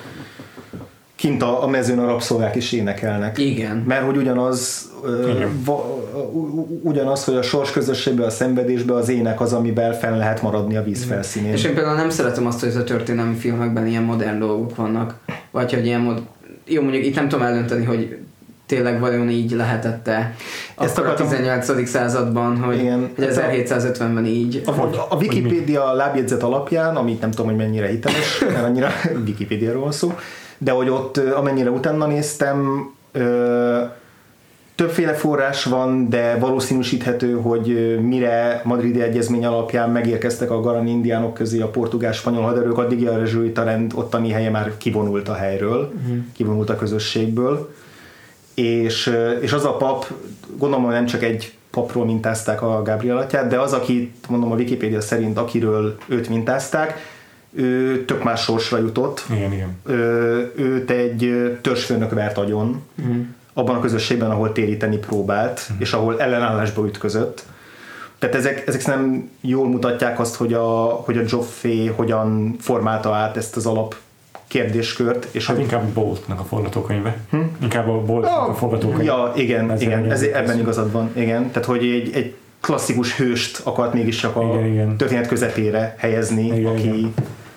kint a, a mezőn a rabszolgák is énekelnek. Igen. Mert hogy ugyanaz, va, ugyanaz, hogy a sors közösségben, a szenvedésben az ének az, amiben fel lehet maradni a víz felszínén. És én például nem szeretem azt, hogy ez a történelmi filmekben ilyen modern dolgok vannak. Vagy hogy ilyen mod... Jó, mondjuk itt nem tudom eldönteni, hogy tényleg vajon így lehetette akkor a tizennyolcadik században, hogy, igen, hogy ezerhétszázötvenben így. A, a, a Wikipédia lábjegyzet alapján, amit nem tudom, hogy mennyire hiteles, mert annyira Wikipédiáról van szó, de hogy ott amennyire utána néztem, ö, többféle forrás van, de valószínűsíthető, hogy mire madridi egyezmény alapján megérkeztek a guarani indiánok közé a portugál-spanyol haderők, addig a rezsújta rend ottani helye már kivonult a helyről, uh-huh. kivonult a közösségből. És, és az a pap, gondolom, hogy nem csak egy papról mintázták a Gabriel atyát, de az, aki, mondom a Wikipédia szerint, akiről őt mintázták, ő tök más sorsra jutott. Igen, igen. Ő, őt egy törzsfőnök vert agyon, uh-huh. abban a közösségben, ahol téríteni próbált, uh-huh. és ahol ellenállásba ütközött. Tehát ezek, ezek nem jól mutatják azt, hogy a, hogy a Joffé hogyan formálta át ezt az alap kérdéskört. És hát hogy... inkább Boltnak a forgatókönyve. Hm? Inkább a Boltnak a forgatókönyve. Ja, igen, ez igen ez ebben igazad van. Igen. Tehát, hogy egy, egy klasszikus hőst akart mégiscsak a igen, igen. történet közepére helyezni, igen, aki, igen.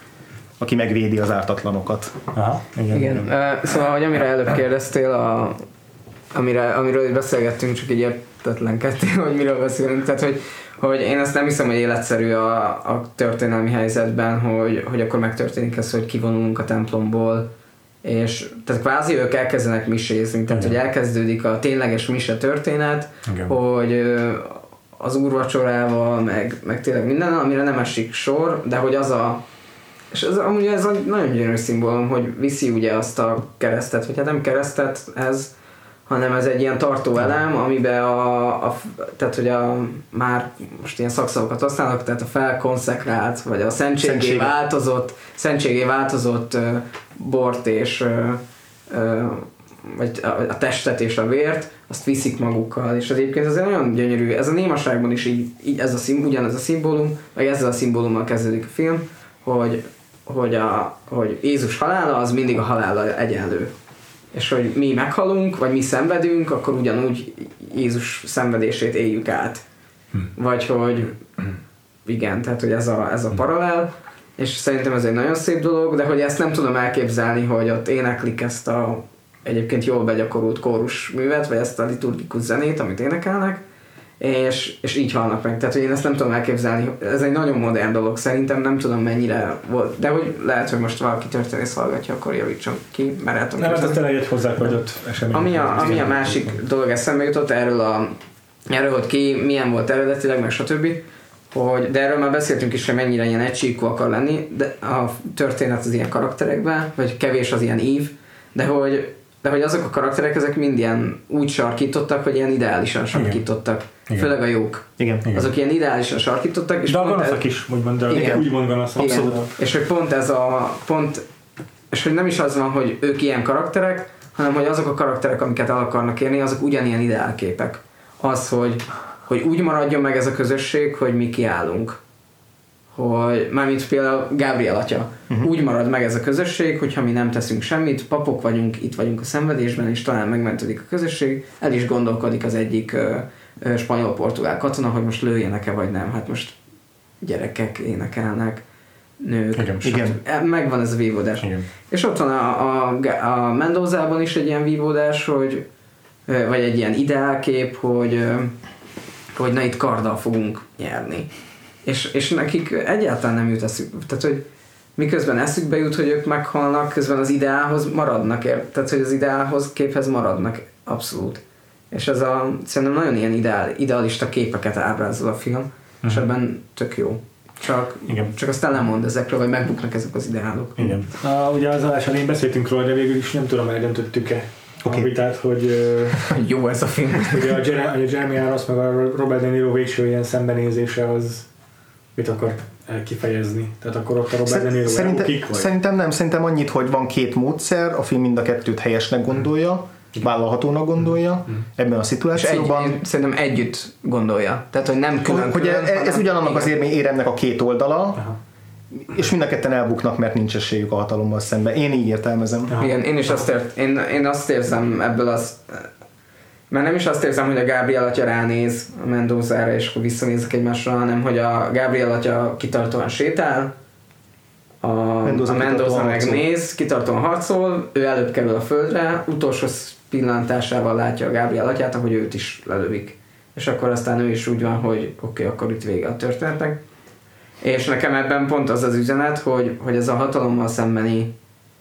aki megvédi az ártatlanokat. Aha, igen, igen. igen. Uh, szóval, hogy amire előbb kérdeztél, a, amire, amiről beszélgettünk, csak így értetlenkedtél, hogy miről beszélünk. Tehát, hogy, hogy én ezt nem hiszem, hogy életszerű a, a történelmi helyzetben, hogy, hogy akkor megtörténik ez, hogy kivonulunk a templomból, és tehát kvázi ők elkezdenek misézni, tehát igen. hogy elkezdődik a tényleges mise történet, igen. hogy az úrvacsorával, meg, meg tényleg minden, amire nem esik sor, de hogy az a és ez, amúgy ez a nagyon gyönyörű szimbólum, hogy viszi ugye azt a keresztet, vagy hát nem keresztet ez, hanem ez egy ilyen tartó elem, amiben a, a tehát hogy a már most ilyen szakszavakat használnak, tehát a felkonszekrált, vagy a szentségé Szentség. változott, szentségé változott uh, bort és uh, uh, vagy a, a testet és a vért, azt viszik magukkal, és az egyébként ez nagyon gyönyörű, ez a némaságban is így, így ez a szim, ugyanez a szimbólum, vagy ezzel a szimbólummal kezdődik a film, hogy, hogy, a, hogy Jézus halála az mindig a halállal egyenlő. És hogy mi meghalunk, vagy mi szenvedünk, akkor ugyanúgy Jézus szenvedését éljük át. Hm. Vagy hogy igen, tehát hogy ez a, ez a paralel, és szerintem ez egy nagyon szép dolog, de hogy ezt nem tudom elképzelni, hogy ott éneklik ezt a egyébként jól begyakorult kórus művet, vagy ezt a liturgikus zenét, amit énekelnek, és, és így halnak meg. Tehát, hogy én ezt nem tudom elképzelni. Ez egy nagyon modern dolog, szerintem nem tudom mennyire volt, de hogy lehet, hogy most valaki történész hallgatja, akkor javítson ki, mert el tudom nem, ez tényleg egy hozzákötött esemény. Ami a, ami a másik dolog eszembe jutott, erről, a, erről hogy ki, milyen volt eredetileg, meg stb., hogy, de erről már beszéltünk is, hogy mennyire ilyen egysíkú akar lenni, de a történet az ilyen karakterekben, vagy kevés az ilyen ív, de hogy de hogy azok a karakterek, ezek mind ilyen úgy sarkítottak, hogy ilyen ideálisan sarkítottak. Igen. Főleg a jók. Igen. Azok ilyen ideálisan sarkítottak. És de a ganaszak ez... is, úgymond, de igen. úgymond ganaszak. Abszolút. És hogy pont ez a pont, és hogy nem is az van, hogy ők ilyen karakterek, hanem hogy azok a karakterek, amiket el akarnak érni, azok ugyanilyen ideálképek. Az, hogy, hogy úgy maradjon meg ez a közösség, hogy mi kiállunk. Hogy mármint például Gabriel atya. Uh-huh. Úgy marad meg ez a közösség, hogyha mi nem teszünk semmit, papok vagyunk, itt vagyunk a szenvedésben, és talán megmentődik a közösség, el is gondolkodik az egyik ö, ö, spanyol-portugál katona, hogy most lőjenek-e vagy nem. Hát most gyerekek énekelnek, nők. Igen. Igen. Megvan ez a vívódás. Igen. És ott van a, a, a Mendozában is egy ilyen vívódás, hogy, ö, vagy egy ilyen ideálkép, hogy, ö, hogy na itt karddal fogunk nyerni. És, és nekik egyáltalán nem jut eszük. Tehát, hogy miközben eszükbe jut, hogy ők meghalnak, közben az ideálhoz maradnak. Tehát, hogy az ideálhoz képhez maradnak. Abszolút. És ez a, szerintem nagyon ilyen ideál, idealista képeket ábrázol a film, uh-huh. és ebben tök jó. Csak, csak aztán lemond ezekről, vagy megbuknak ezek az ideálok. Igen. A, ugye az adás elején beszéltünk róla, de végül is nem tudom, eldöntöttük-e okay. a vitát, hogy jó ez a film. Ugye a Jeremy Irons meg a Robert De Niro végső ilyen szembenézése az mit akar kifejezni? Tehát akkor ott a Robert De Niro Szerintem, kik vagy? Szerintem nem, szerintem annyit, hogy van két módszer, a film mind a kettőt helyesnek gondolja, vállalhatónak gondolja mm. ebben a szituációban. És egy, szerintem együtt gondolja. Tehát, hogy nem külön Hogy külön, ez, ez ugyanannak az éremnek a két oldala, aha. és mind a ketten elbuknak, mert nincs esélyük a hatalommal szemben. Én így értelmezem. Aha. Igen, én is azt, ért, én, én azt érzem ebből az... Mert nem is azt érzem, hogy a Gabriel atya ránéz a Mendozára, és akkor visszanézek egymásra, hanem hogy a Gabriel atya kitartóan sétál, a Mendoza, a Mendoza megnéz, kitartóan harcol, ő előbb kerül a földre, utolsó pillantásával látja a Gabriel atyát, ahogy őt is lelövik. És akkor aztán ő is úgy van, hogy oké, okay, akkor itt vége a történetnek. És nekem ebben pont az az üzenet, hogy, hogy ez a hatalommal szembeni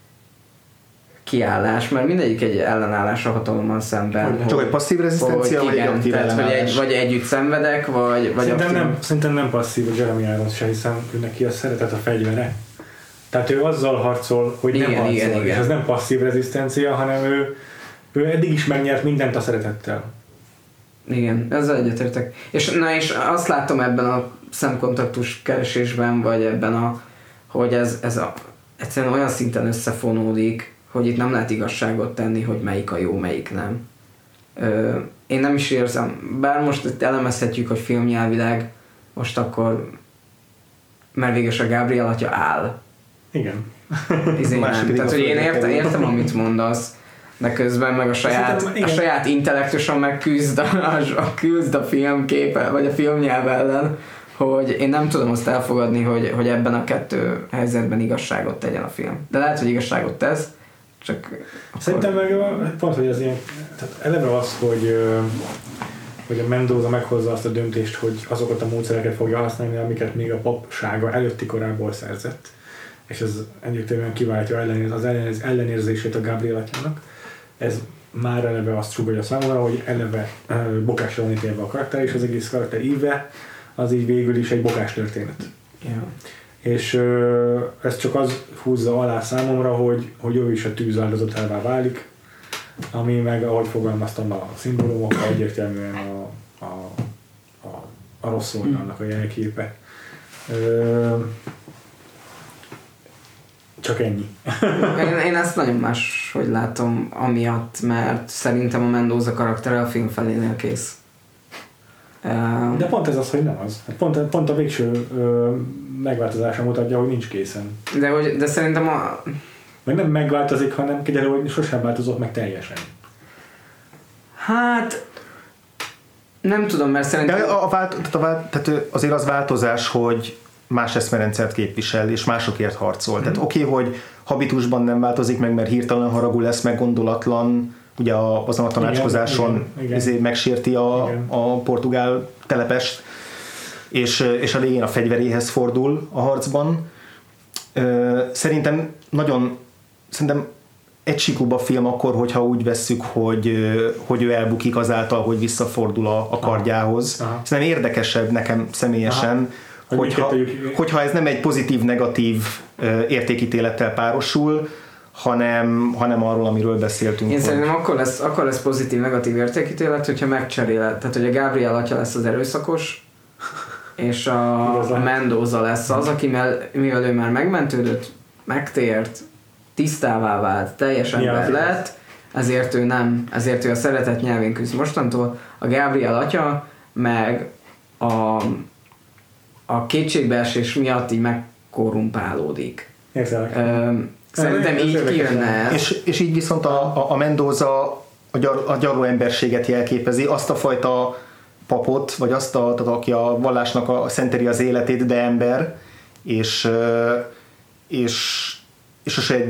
kiállás, mert mindegyik egy ellenállás a hatalommal szemben. Csak egy passzív rezisztencia, vagy igen, egy aktív tehát, vagy, egy, vagy együtt szenvedek, vagy, vagy szerintem, aktív... nem, szerintem nem passzív a Jeremy Irons se, hiszen ő neki a szeretet a fegyvere. Tehát ő azzal harcol, hogy igen, nem harcol. Igen, és igen. ez nem passzív rezisztencia, hanem ő, ő eddig is megnyert mindent a szeretettel. Igen, ezzel egyetértek. És, na és azt látom ebben a szemkontaktus keresésben, vagy ebben a, hogy ez, ez a, egyszerűen olyan szinten összefonódik, hogy itt nem lehet igazságot tenni, hogy melyik a jó, melyik nem. Ö, én nem is érzem, bár most itt elemezhetjük, hogy filmnyelvileg most akkor, mert végül a Gabriel atya áll. Igen. Izé nem. Tehát, hogy én értem, értem, amit mondasz, de közben meg a saját, a saját intellektuson meg küzd a, a, küzd a filmképe, vagy a filmnyelv ellen, hogy én nem tudom azt elfogadni, hogy, hogy ebben a kettő helyzetben igazságot tegyen a film. De lehet, hogy igazságot tesz, csak... Akkor... Szerintem meg pont, hogy az ilyen, tehát eleve az, hogy, hogy a Mendoza meghozza azt a döntést, hogy azokat a módszereket fogja használni, amiket még a papsága előtti korából szerzett, és ez egyébként kiváltja az ellenérzését a Gabriel atyának. Ez már eleve azt sugalja számomra, hogy eleve bokásra van ítélve a karakter, és az egész karakter íve az így végül is egy bokás történet. Yeah. És ö, ez csak az húzza alá számomra, hogy, hogy ő is a tűz áldozatává válik, ami meg, ahogy fogalmaztam, a szimbólumokkal egyértelműen a, a, a, a rossz oldalnak a jelképe. Ö, csak ennyi. én, én ezt nagyon máshogy látom amiatt, mert szerintem a Mendoza karaktere a film felénél kész. De pont ez az, hogy nem az. Pont, pont a végső ö, megváltozása mutatja, hogy nincs készen. De, hogy, de szerintem a... Meg nem megváltozik, hanem kiderül, hogy sosem változott meg teljesen. Hát... Nem tudom, mert szerintem... De a, a vált, tehát, a vált, tehát azért az változás, hogy más eszmerendszert képvisel, és másokért harcol. Mm. Tehát oké, okay, hogy habitusban nem változik meg, mert hirtelen haragú lesz, meg gondolatlan, ugye a, azon a tanácskozáson igen, igen, igen. megsérti a, a portugál telepest, és, és a végén a fegyveréhez fordul a harcban. Szerintem nagyon, szerintem egysikúbb a film akkor, hogyha úgy vesszük, hogy, hogy ő elbukik azáltal, hogy visszafordul a, a kardjához. Aha. Szerintem érdekesebb nekem személyesen, aha. Hogyha, hogyha ez nem egy pozitív-negatív értékítélettel párosul, hanem, hanem arról, amiről beszéltünk. Én hogy... szerintem akkor lesz, akkor lesz pozitív-negatív értékítélet, hogyha megcseréled. Tehát, hogy a Gabriel atya lesz az erőszakos, és a, a Mendoza lesz az, aki mivel ő már megmentődött, megtért, tisztává vált, teljes ember lett, ezért ő nem, ezért ő a szeretet nyelvén küzd mostantól. A Gabriel atya meg a, a kétségbeesés miatt így megkorrumpálódik. Értelek. Szerintem így kijönne. És, és így viszont a, a, a Mendoza a, gyar, a gyarló emberséget jelképezi, azt a fajta papot, vagy azt a, tehát aki a vallásnak a, szenteli az életét, de ember, és, és, és a saját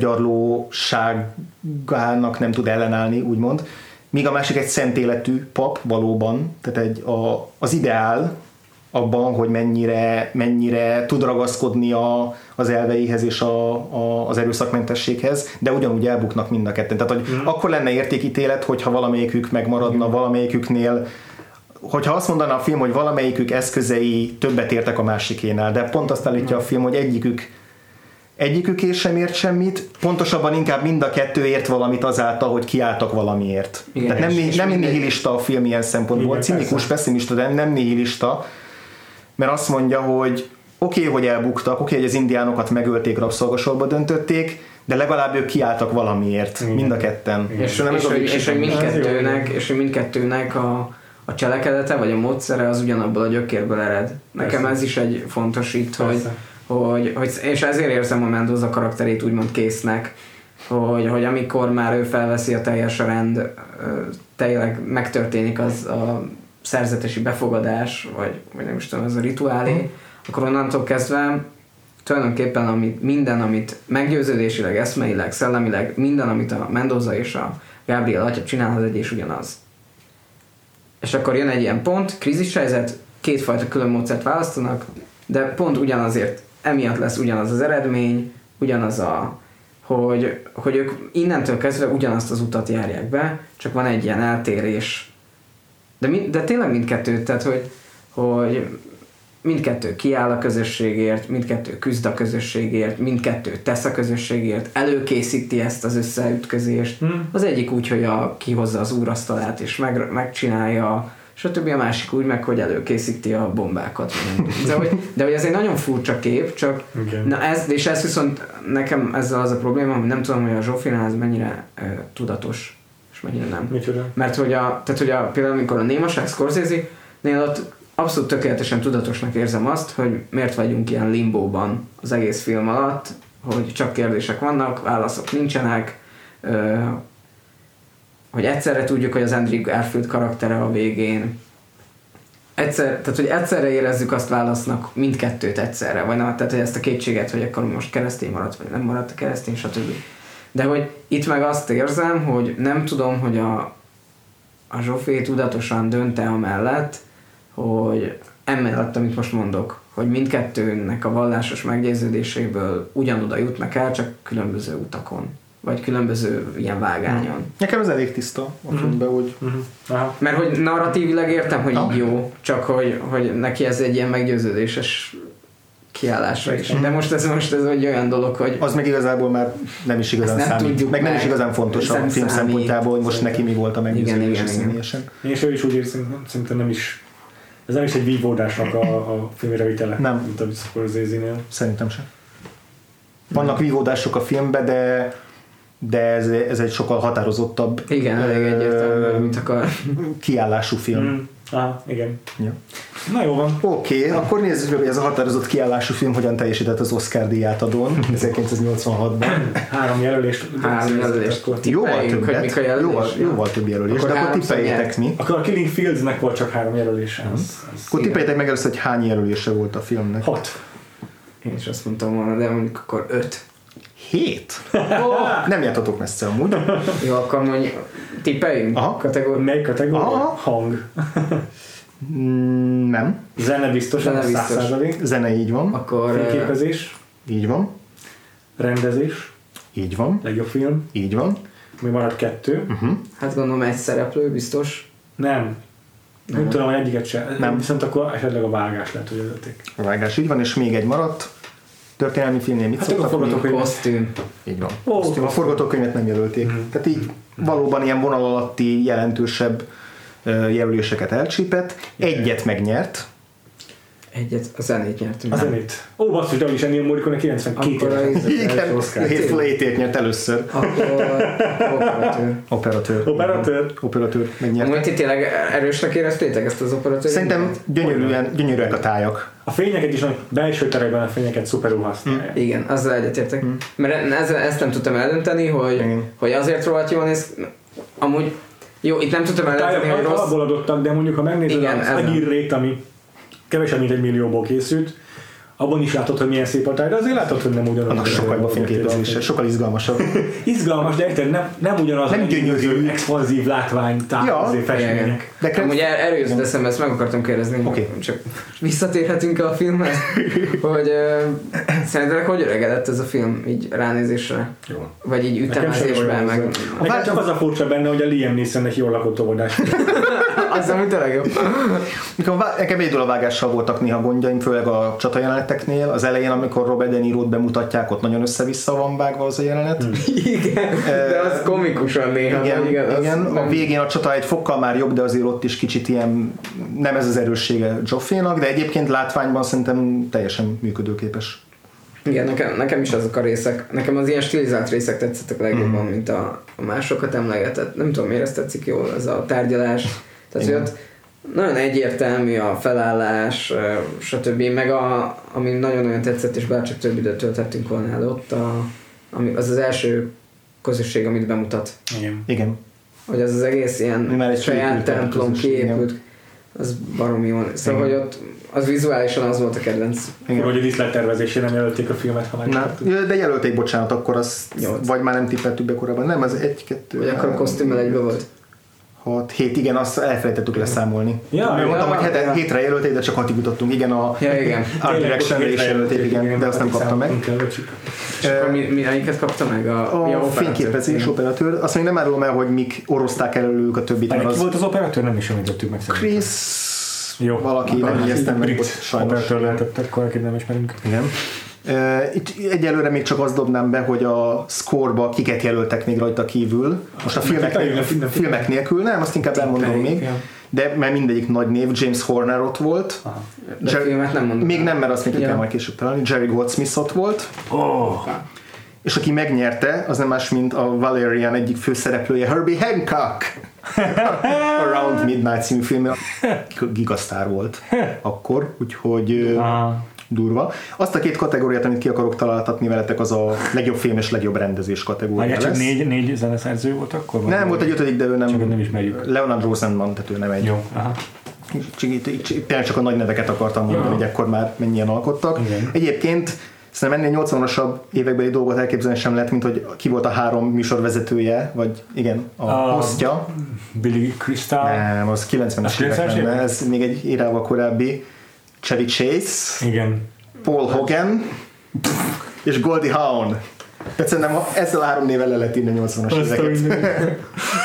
gyarlóságának nem tud ellenállni, úgymond. Míg a másik egy szent életű pap valóban, tehát egy, a, az ideál abban, hogy mennyire, mennyire tud ragaszkodni a, az elveihez és a, a, az erőszakmentességhez, de ugyanúgy elbuknak mind a ketten. Tehát, hogy mm. akkor lenne értékítélet, hogyha valamelyikük megmaradna, mm. valamelyiküknél, hogyha azt mondaná a film, hogy valamelyikük eszközei többet értek a másikénál, de pont azt állítja mm. a film, hogy egyikük egyikük sem ért semmit, pontosabban inkább mind a kettő ért valamit azáltal, hogy kiálltak valamiért. Igen, tehát nem, és nem és nihilista a film ilyen szempontból, cinikus, pessimista, de nem nihilista, mert azt mondja, hogy oké, okay, hogy elbuktak, oké, okay, hogy az indiánokat megölték, rabszolgasorba döntötték, de legalább ők kiálltak valamiért, igen. mind a ketten. Igen. És, és, és, és, hogy mindkettőnek, és hogy mindkettőnek a, a cselekedete, vagy a módszere az ugyanabból a gyökérből ered. Nekem persze. Ez is egy fontos itt, hogy, hogy, hogy, és ezért érzem a Mendoza karakterét úgymond késznek, hogy, hogy amikor már ő felveszi a teljes rend, tényleg megtörténik az a szerzetesi befogadás, vagy, vagy nem is tudom, ez a rituálé, mm. akkor onnantól kezdve tulajdonképpen amit, minden, amit meggyőződésileg, eszmeileg, szellemileg, minden, amit a Mendoza és a Gabriel atya csinál, az egy és ugyanaz. És akkor jön egy ilyen pont, krízishelyzet, kétfajta külön módszert választanak, de pont ugyanazért, emiatt lesz ugyanaz az eredmény, ugyanaz a, hogy, hogy ők innentől kezdve ugyanazt az utat járják be, csak van egy ilyen eltérés. De, mind, de tényleg mindkettő, tehát hogy, hogy mindkettő kiáll a közösségért, mindkettő küzd a közösségért, mindkettő tesz a közösségért, előkészíti ezt az összeütközést. Hmm. Az egyik úgy, hogy a, kihozza az úrasztalát és meg, megcsinálja, stb. A másik úgy meg, hogy előkészíti a bombákat. De hogy, de hogy ez egy nagyon furcsa kép, csak okay. Na ez, és ez viszont nekem ezzel az a probléma, hogy nem tudom, hogy a Zsófinál ez mennyire uh, tudatos, és mennyire nem. Micsoda? Mert hogy, a, tehát, hogy a, például amikor a Némaság Scorsese-nél ott abszolút tökéletesen tudatosnak érzem azt, hogy miért vagyunk ilyen limbóban az egész film alatt, hogy csak kérdések vannak, válaszok nincsenek, uh, hogy egyszerre tudjuk, hogy az Andrew Garfield karaktere a végén egyszer, tehát hogy egyszerre érezzük azt válasznak mindkettőt egyszerre, vagy nem, tehát hogy ezt a kétséget, hogy akkor most keresztény maradt, vagy nem maradt a keresztény, stb. De hogy itt meg azt érzem, hogy nem tudom, hogy a, a Zsófé tudatosan dönt-e amellett, hogy emellett, amit most mondok, hogy mindkettőnek a vallásos meggyőződéséből ugyanoda jutnak el, csak különböző utakon, vagy különböző ilyen vágányon. Nekem ez elég tiszta a filmben, hogy... Aha. Mert hogy narratívileg értem, hogy Ah. így jó, csak hogy, hogy neki ez egy ilyen meggyőződéses kiállásra is. De most ez most ez egy olyan dolog, hogy Az meg igazából már nem is igazán Ezt nem számít. tudjuk Meg nem meg. is igazán fontos a Nem film számít. szempontjából, hogy most neki mi volt a Igen, meggyőződése igen, igen. személyesen. És ő is úgy érzem, szerintem nem is, ez nem is egy vívódásnak a, a filmre vitele, Nem. mint a Scorsese-nél. Szerintem sem. Vannak vívódások a filmben, de de ez, ez egy sokkal határozottabb igen, elég egyértelmű, ö, mint akar. kiállású film. Mm. Aha, igen. Ja. Na jó van. Oké, okay, akkor nézzük meg, hogy ez a határozott kiállású film hogyan teljesített az Oscar díját adón ezerkilencszáznyolcvanhatban. Három jelölést. Három jelölést. Akkor, Jóval Tippeljünk, hogy mik a többet, jelölés? jóval, jóval több jelölés, Akkor de akkor háromszor tippeljétek nyert. mi. akkor a Killing Fieldsnek volt csak három jelölése. Az, az Akkor tippeljétek meg először, hogy hány jelölése volt a filmnek. hat. Én is azt mondtam volna, de mondjuk akkor öt. Hét? Oh, nem jártatok messze amúgy. Jó, akkor mondjuk tippeljünk? Aha. Kategóri... Melyik kategória? Aha. Hang. Mm, nem. Zene biztosan, Zene biztos. száz százalék. Zene így van. Akkor... ö, Fényképezés. Így van. Rendezés. Így van. Legjobb film. Így van. Mi maradt kettő. Uh-huh. Hát gondolom egy szereplő, biztos. Nem. Nem, nem tudom, hogy egyiket sem. Nem. Viszont akkor esetleg a vágás lehet, hogy előtték. A vágás így van, és még egy maradt. Történelmi filmnél mit Hát szoktak? a forgatókönyv. Kosztüm. Így van. Ó, Azt a forgatókönyvet nem jelölték. Mhm. Tehát így valóban ilyen vonal alatti jelentősebb ö, jelöléseket elcsípett. Egyet megnyert. Egyet, a zenét nyertünk. A zenét. Ó, basszus, de is Ennio Morricone kilencvenkét Akkor éves. a- Igen, Oscar. Hateful Eight-ért nyert először. Akkor operatőr. Operatőr. Operatőr. Operatőr megnyert. Amúgy ti tényleg erősnek éreztétek ezt az operatőrt? Szerintem gyönyörűen, gyönyörűek a tájak. A fényeket is, a belső terekben a fényeket szuperul használják. Igen, azzal egyetértek. Mert ez, ezt nem tudtam eldönteni, hogy, Igen. hogy azért rohadt jól néz. Amúgy, jó, itt nem tudtam A eldönteni, hogy tájak rossz. alapból adottak, de mondjuk ha megnézed Igen, az ezen. Agirrét, ami kevesebb, mint egy millióból készült, abban is látod, hogy milyen szép a táj, de azért látod, hogy nem ugyanaz. Annak sokkal jobb a fényképezése, sokkal izgalmasabb. Izgalmas, de érted, nem, nem ugyanaz Nem a gyönyörű. expanzív látvány, táj, Ja. azért Igen. festmények. De De Amúgy er- erős teszem, ezt meg akartam kérdezni, Oké. csak visszatérhetünk a filmhez, hogy uh, szerintetek hogy öregedett ez a film így ránézésre? Jó. Vagy így Nekem sem ütemezésben, olyan meg... hozzá. Nekem csak az a furcsa benne, hogy a Liam Neesonnek jól lakott óvodás. Az, ami tényleg jobb. Nekem, nekem egy a vágással voltak néha gondjaim, főleg a csatajeleneteknél. Az elején, amikor Robert De Niro-t bemutatják, ott nagyon össze-vissza van vágva az a jelenet. Hmm. Igen, de az komikusan néha. Igen, vagy igen, az igen. nem- A végén a csata egy fokkal már jobb, de azért ott is kicsit ilyen, nem ez az erőssége Joffénak, de egyébként látványban szerintem teljesen működőképes. Igen, nekem, nekem is azok a részek, nekem az ilyen stilizált részek tetszettek legjobban, Mhm. mint a, a másokat emlegetett. Nem tudom, miért ezt tetszik jól, ez a tárgyalás. Tehát, hogy Igen. ott nagyon egyértelmű a felállás, ö, stb. Meg a, ami nagyon-nagyon tetszett, és bárcsak több időt töltettünk volna el ott, a, ami, az az első közösség, amit bemutat. Igen. Igen. Hogy az az egész ilyen Már egy saját kiépült templom közösség, kiépült, az baromi jó. Szóval, Igen. hogy ott az vizuálisan az volt a kedvenc. Igen. Hogy a díszlettervezésére nem jelölték a filmet, ha Na, megnéztük. de jelölték, bocsánat, akkor az Nyolc. vagy már nem tippeltük be korábban. Nem, az egy, kettő, Vagy akkor a három, kosztümmel egybe volt. hat, hét, igen, azt elfelejtettük leszámolni. Ja, Mert ja, mondtam, hogy hete, ja. hétre jelölték, de csak hatig jutottunk. Igen, a Ja, igen. Art Direction-re is jelölték, igen, de azt nem kapta meg. És akkor mi, mi, melyiket kapta meg? A, A ja, fényképezés, operatőr. operatőr. Azt még nem árulom el, hogy mik oroszták el előlük a többit, mert Ki az volt az operatőr? Nem is említettük meg szerintem. Chris Jó. valaki, nem jegyeztem meg, Brit hogy sajnos. operatőr lehetett, akkor akit nem ismerünk. Igen. Uh, itt egyelőre még csak azt dobnám be, hogy a score-ba kiket jelöltek még rajta kívül. Most a filmek, tippelj, ne- ne- filmek nélkül, nem, azt inkább elmondom Tippeljük, még. ja. De mert mindegyik nagy név, James Horner ott volt. Aha. De Jer- filmet nem mondom. Még nem, mert azt még ki Ja. kell majd később találni. Jerry Goldsmith ott volt. Oh. És aki megnyerte, az nem más, mint a Valerian egyik főszereplője, Herbie Hancock. Around Midnight című film, gigasztár volt akkor, úgyhogy ö, Ah. durva. Azt a két kategóriát, amit ki akarok találtatni veletek, az a legjobb film és legjobb rendezés kategória csak lesz. négy, négy zeneszerző volt akkor? Nem, nem volt egy ötödik, de ő nem, csak nem ismerjük. Leonard Rosenman, tehát ő nem egy. Jó, aha. Tényleg csak a nagy neveket akartam mondani, hogy ekkor már mennyien alkottak. Igen. Egyébként szerintem ennél nyolcvanasasabb évekbeli dolgot elképzelni sem lehet, mint hogy ki volt a három műsorvezetője, vagy igen, a, a hostja. Billy Crystal. Nem, az kilencvenes években, ez még egy érával korábbi. Chevy Chase. Igen. Paul Hogan. És Goldie Hawn. Tehát szerintem ezzel a három névvel le lehet írni a nyolcvanas éveket.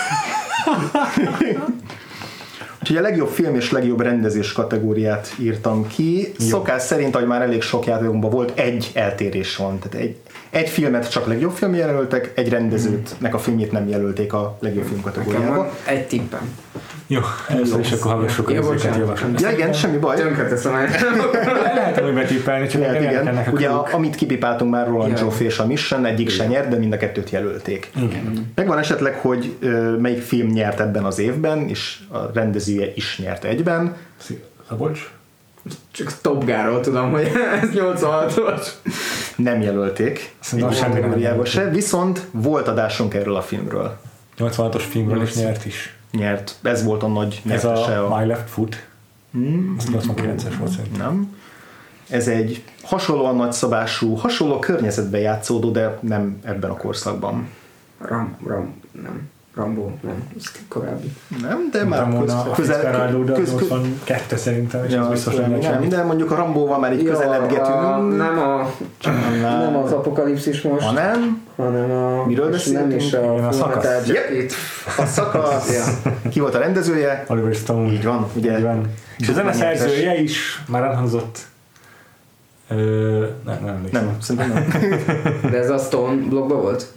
Úgyhogy a legjobb film és legjobb rendezés kategóriát írtam ki. Jó. Szokás szerint, ahogy már elég sok játékunkban volt, egy eltérés van. Tehát egy, egy filmet csak legjobb film jelöltek, egy rendezőtnek a filmjét nem jelölték a legjobb film kategóriába. Egy tippem. Jó, először is akkor hallgassuk a ezeket javaslatot. Ja igen, semmi baj. Tönkreteszem el. Lehet, hogy betippelni, csak lehet, igen. ennek a ugye a, amit kipipáltunk már, Roland Joffé és a Mission, egyik se nyert, de mind a kettőt jelölték. Igen. Megvan esetleg, hogy uh, melyik film nyert ebben az évben, és a rendezője is nyert egyben. Szabolcs? Csak Top Gun-ról tudom, hogy ez nyolcvanhatos. Nem jelölték. Szerintem semmi nem se, viszont volt adásunk erről a filmről. nyolcvanhatos filmről is nyert is. Nyert. Ez volt a nagy Ez a, a My Left Foot. Hmm. Az nyolcvankilences volt szerintem. Nem. Ez egy hasonlóan nagyszabású, hasonló környezetben játszódó, de nem ebben a korszakban. Ram, Ram, nem. Rambo, nem. Ez korábbi. Nem, de már Ramona, közel... közel köz, nyolcvankettő szerintem, és ja, ez biztos nem, nem, de mondjuk a Rambóval már így ja, közeledgetünk. A, nem a... Nem, nem az apokalipszis most. Ha nem? Hanem a... Miről beszéltünk? Nem is a, a szakasz. Yep. A szakasz. Ja. Ki volt a rendezője? Oliver Stone. Így van, ugye? Így van. És a zeneszerzője is már elhangzott. Ö, nem, nem emlékszem. Nem, szerintem nem. De ez a Stone blogban volt?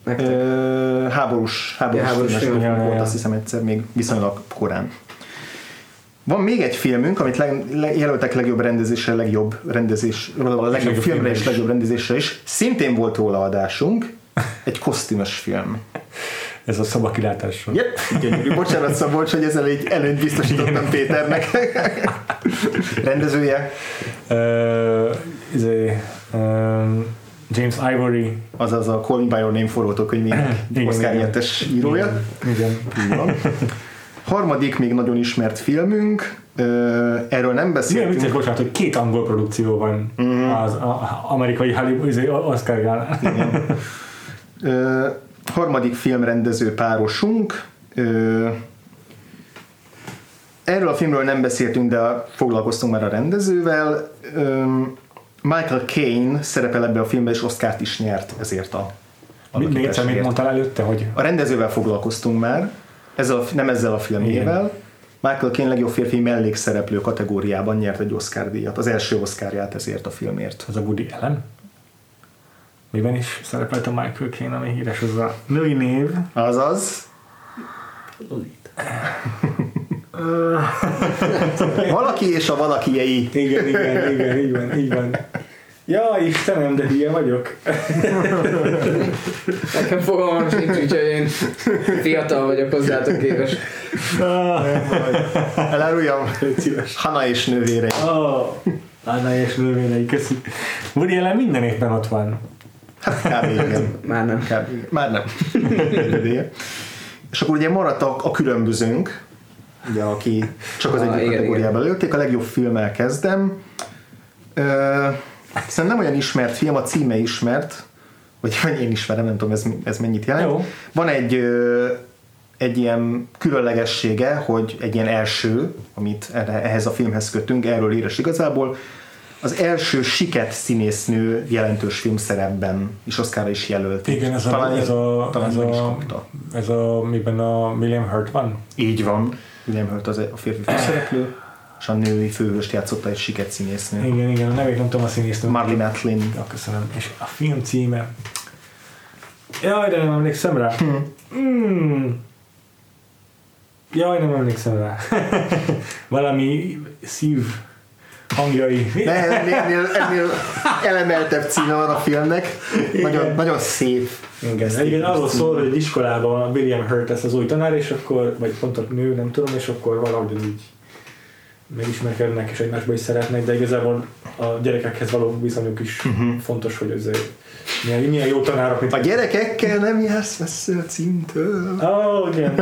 Ö, háborús, háborús, ja, háborús film, film volt, ja. azt hiszem egyszer még viszonylag korán. Van még egy filmünk, amit leg, le, jelöltek legjobb rendezésre, legjobb rendezés, a legjobb filmre és legjobb rendezésre is. Szintén volt róla adásunk, egy kosztümös film. Ez a szobakilátásról. Yep. Bocsánat Szabolcs, hogy ezzel egy előnyt biztosítottam Péternek. Rendezője? Uh, izé, um, James Ivory. Azaz a Call Me By Your Name forgatókönyvének Oscar nyertes írója. Igen. Igen. Harmadik még nagyon ismert filmünk, erről nem beszéltünk. Igen, vicces, bocsánat, hogy két angol produkció van mm. az a, amerikai Hollywood Oscar gálán. Igen. Harmadik filmrendező párosunk. Erről a filmről nem beszéltünk, de foglalkoztunk már a rendezővel. Michael Caine szerepel ebbe a filmben, és Oscart is nyert ezért a Még egyszer mit mondtál előtte, hogy... A rendezővel foglalkoztunk már, ezzel a, nem ezzel a filmjével. Michael Caine legjobb férfi mellékszereplő kategóriában nyert egy Oscar díjat, az első Oscarját ezért a filmért. Az a Woody Allen? Miben is szerepelt a Michael Caine, ami híres, az a női név. Azaz. Valaki és a valakiei. Igen, igen, igen, így van, így van. Ja, Istenem, de hülye vagyok. Nekem fogalmam sincs, úgyhogy én fiatal vagyok hozzátok képest. Eláruljam. Hana és nővérei. Oh, Hana és nővérei, köszi. Woody Allen minden évben ott van. Hát kb. Igen. Már nem. Kb. Már nem. És akkor ugye maradt a, a különbözőnk, ugye, aki csak az ah, egyik kategóriában lőtték. A legjobb filmmel kezdem. Ö, Szerintem nem olyan ismert film, a címe ismert, vagy én ismerem, nem tudom ez, ez mennyit jelent. Jó. Van egy, ö, egy ilyen különlegessége, hogy egy ilyen első, amit ehhez a filmhez kötünk, erről íres igazából, az első siket színésznő jelentős filmszerepben is Oscarra is jelölt. Igen, ez a, ez a, ez a, ez a, miben a William Hurt van? Így van. William Hurt az a férfi főszereplő, és a női főhőst játszotta egy siket színésznő. Igen, igen, a nevét nem tudom a színésznő. Marley Matlin. Ja, köszönöm. És a film címe... Jaj, de nem emlékszem rá. Hmm. Hmm. Jaj, nem emlékszem rá. Valami szív hangjai. Ne, ennél, ennél, ennél elemeltebb címe van a filmnek. Nagyon, nagyon szép. Igen, igen, arról szól, hogy egy iskolában a William Hurt lesz az új tanár, és akkor, vagy pont a nő, nem tudom, és akkor valahogy így megismerkednek, és egymásba is szeretnek, de igazából a gyerekekhez való viszonyuk is uh-huh. fontos, hogy ez milyen, milyen jó tanárok. Mint a gyerekekkel nem jársz messze a címtől. Ó, oh, igen.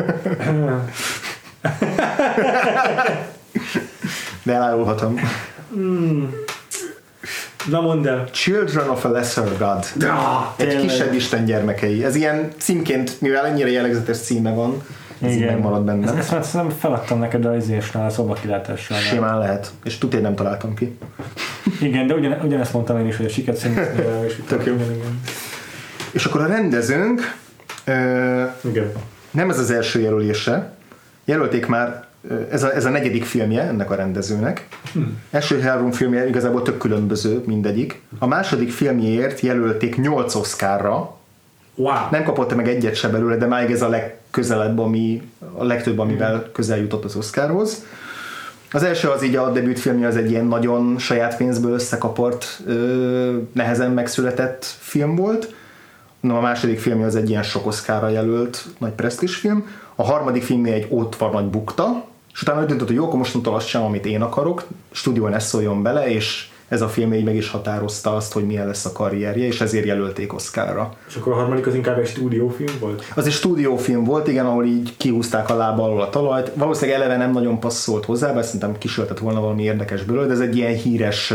De elárulhatom. Mm. Na mondd el. Children of a Lesser God. Ah, Egy tényleg. kisebb isten gyermekei. Ez ilyen címként, mivel ennyire jellegzetes címe van, ez így megmarad benne. Ezt, ezt nem feladtam neked a izésnál, a szobakilátással. Simán lehet. És tudja, nem találtam ki. Igen, de ugyan, ugyanezt mondtam én is, hogy a siket színűsznél is. Tök jó. Igen, igen. És akkor a rendezőnk ö, igen. nem ez az első jelölése. Jelölték már, ez a, ez a negyedik filmje ennek a rendezőnek. Hmm. Első három filmje igazából tök különböző mindegyik. A második filmjéért jelölték nyolc Oscarra. Wow. Nem kapott meg egyet se belőle, de máig ez a legközelebb, ami, a legtöbb, amivel közel jutott az Oscarhoz. Az első az így a debütfilmje, az egy ilyen nagyon saját pénzből összekapott, nehezen megszületett film volt. No, a második filmje az egy ilyen sok Oscarra jelölt nagy presztízs film. A harmadik filmje egy ott van nagy bukta, és utána úgy döntött, hogy jó, akkor mostantól azt sem, amit én akarok, stúdió ne szóljon bele, és ez a film így meg is határozta azt, hogy milyen lesz a karrierje, és ezért jelölték Oscarra. És akkor a harmadik az inkább egy stúdiófilm volt? Az egy stúdiófilm volt, igen, ahol így kihúzták a lába alól a talajt. Valószínűleg eleve nem nagyon passzolt hozzá, bár szerintem kisöltett volna valami érdekes belőle, de ez egy ilyen híres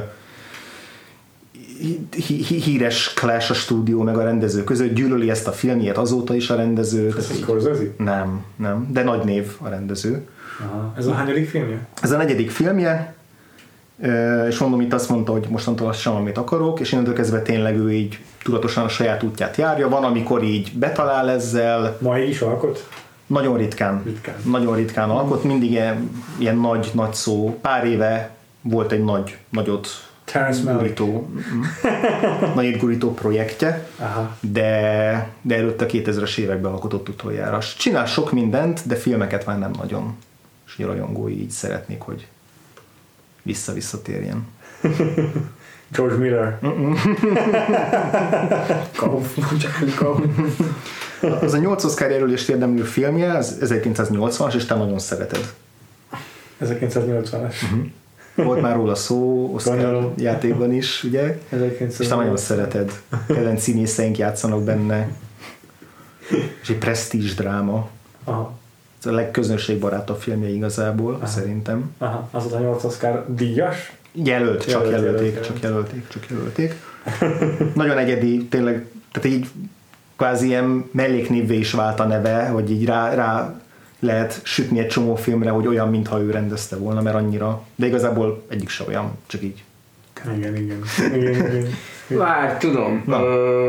híres clash a stúdió meg a rendező között. Gyűlöli ezt a filmjét azóta is a rendező. Ez a Scorsese? Nem, nem, de nagy név a rendező. Aha. Ez a hányadik filmje? Ez a negyedik filmje, és mondom, itt azt mondta, hogy mostantól azt sem, amit akarok, és innentől kezdve tényleg ő így tudatosan a saját útját járja. Van, amikor így betalál ezzel. Ma is alkot? Nagyon ritkán. ritkán. Nagyon ritkán alkot, mindig ilyen, ilyen nagy, nagy szó. Pár éve volt egy nagy, nagyot gurító, nagyot gurító projektje, aha. de, de előtte a kétezres években alkotott utoljára. Csinál sok mindent, de filmeket már nem nagyon. És a rajongói így szeretnék, hogy vissza-visszatérjen. George Miller. Kauf, Kauf. Az a nyolc Oscar jelölést érdemlő filmje, az ezerkilencszáznyolcvanas, és te nagyon szereted. ezerkilencszáznyolcvanas. Uh-huh. Volt már róla szó, Oscar Gondolom. Játékban is, ugye? És te nagyon szereted. Kedvenc színészeink játszanak benne. És egy presztízs dráma. Aha. Ez a legközönségbarátabb filmje igazából, aha. Szerintem. Aha. Az a nyolc Oscar díjas? Jelölt, csak jelölt, jelölték, jelölt, csak jelölték, csak jelölték. Nagyon egyedi, tényleg, tehát így kvázi ilyen melléknévvé is vált a neve, hogy így rá, rá lehet sütni egy csomó filmre, hogy olyan, mintha ő rendezte volna, mert annyira, de igazából egyik se olyan, csak így. Igen, igen. igen, igen. Várj, tudom. Ö...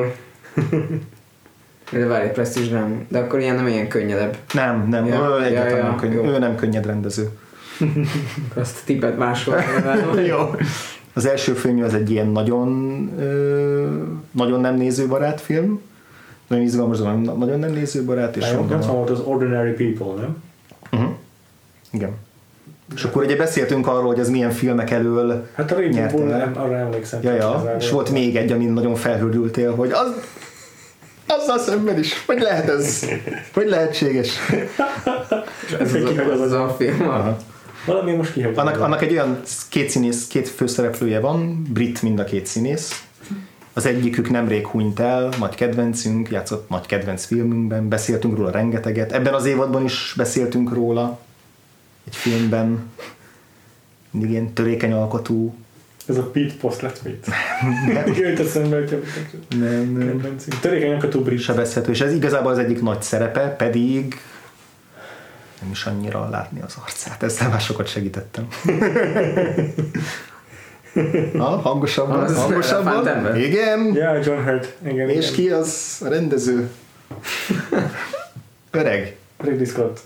De várj, egy presztízs nem. De akkor ilyen nem ilyen könnyedebb. Nem, nem, ja, ő egyáltalán ja, ja, nem könnyed, ő nem könnyed rendező. Azt a tippet máshol. Jó. Az első film az egy ilyen nagyon, ö, nagyon nem nézőbarát film. Nagyon izgalmas, nagyon nem nézőbarát. És nem volt az Ordinary People, nem? Uh-huh. Igen. És akkor ugye beszéltünk arról, hogy ez milyen filmek elől hát a nyerte el. Arra emlékszem. Ja, ja. És volt még egy, amin nagyon felhődültél, hogy az, azzal szemben is. Hogy lehet ez? Hogy lehetséges? ez az, az, az a film. Aha. Valami most kihagyom. Annak, annak egy olyan két színész, két főszereplője van, brit mind a két színész. Az egyikük nemrég hunyt el, nagy kedvencünk, játszott nagy kedvenc filmünkben, beszéltünk róla rengeteget. Ebben az évadban is beszéltünk róla, egy filmben. Mindig ilyen törékeny alkotú. Ez a Pete Postlethwaite. Nem. Jöjjt eszembe, hogy nem, nem. Törékeny alkotú brit. Sebezhető, és ez igazából az egyik nagy szerepe, pedig nem is annyira látni az arcát. Ezzel már sokat segítettem. Ah, hangosabban, az hangosabban. Igen. Yeah, John Hurt. Igen, és igen. ki az a rendező? Öreg. Ridley Scott.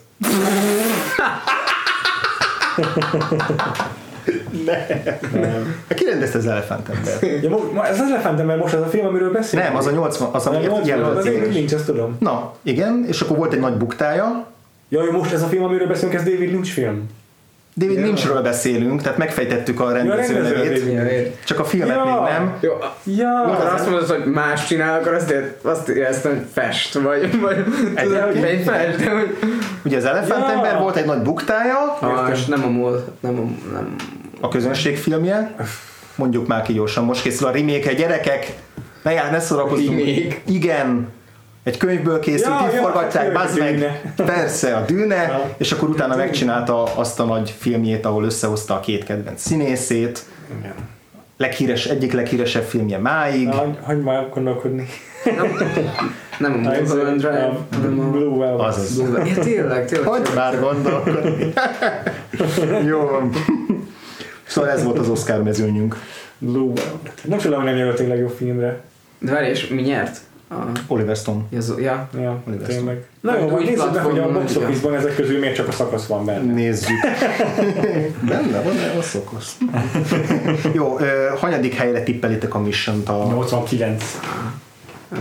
Nem. Nem. Ki rendezte az Elefántember? Ja, mo- ez az Elefántember most az a film, amiről beszélünk? Nem, az a nyolcvan, az a jelölték. Az nincs, ezt tudom. Na, igen, és akkor volt egy nagy buktája. Jaj, most ez a film, amiről beszélünk, ez David Lynch film. David ja. Lynchről beszélünk, tehát megfejtettük a rendező ja, nevét, ja. csak a filmet ja. még nem. Jó, ja. amikor azt mondod, hogy más csinál, akkor azt, azt éreztem, hogy fest, vagy, vagy tudom, hogy egy fest, de hogy... Ugye az Elefántember ja. volt egy nagy buktája. Ah, és nem a múlt, nem a... Nem. A közönség filmje. mondjuk már ki gyorsan, most készül a remake, gyerekek, ne, jár, ne szórakozzunk. Remake. Igen, egy könyvből készült, Ja, így ja, forgatják, ja, bazd meg, Dűne. persze, a Dűne, Ja. és akkor utána megcsinálta azt a nagy filmjét, ahol összehozta a két kedvenc színészét, Igen. leghíres, egyik leghíresebb filmje máig. Na, hagyd már gondolkodni. Nem a Mulholland Drive, hanem a... Blue Velvet. Azaz. Blue- Ja, tényleg, tényleg. Hogy már gondolkodni? Jó van. Szóval ez volt az Oscar mezőnyünk. Blue Velvet. Nem tudom, hogy nem jelölték legjobb filmre. De várj, és mi nyert? A... Oliver Stone. Ja, ja. Ja, Oliver tényleg. Na jó, Úgy majd nézzük meg, hogy a platformon, box office-ban ezek közül miért csak a szakasz van benne. Nézzük. Benne van, de a szokos. Jó, uh, hanyadik helyre tippelitek a Mission-t a nyolcvankilenc. Ö,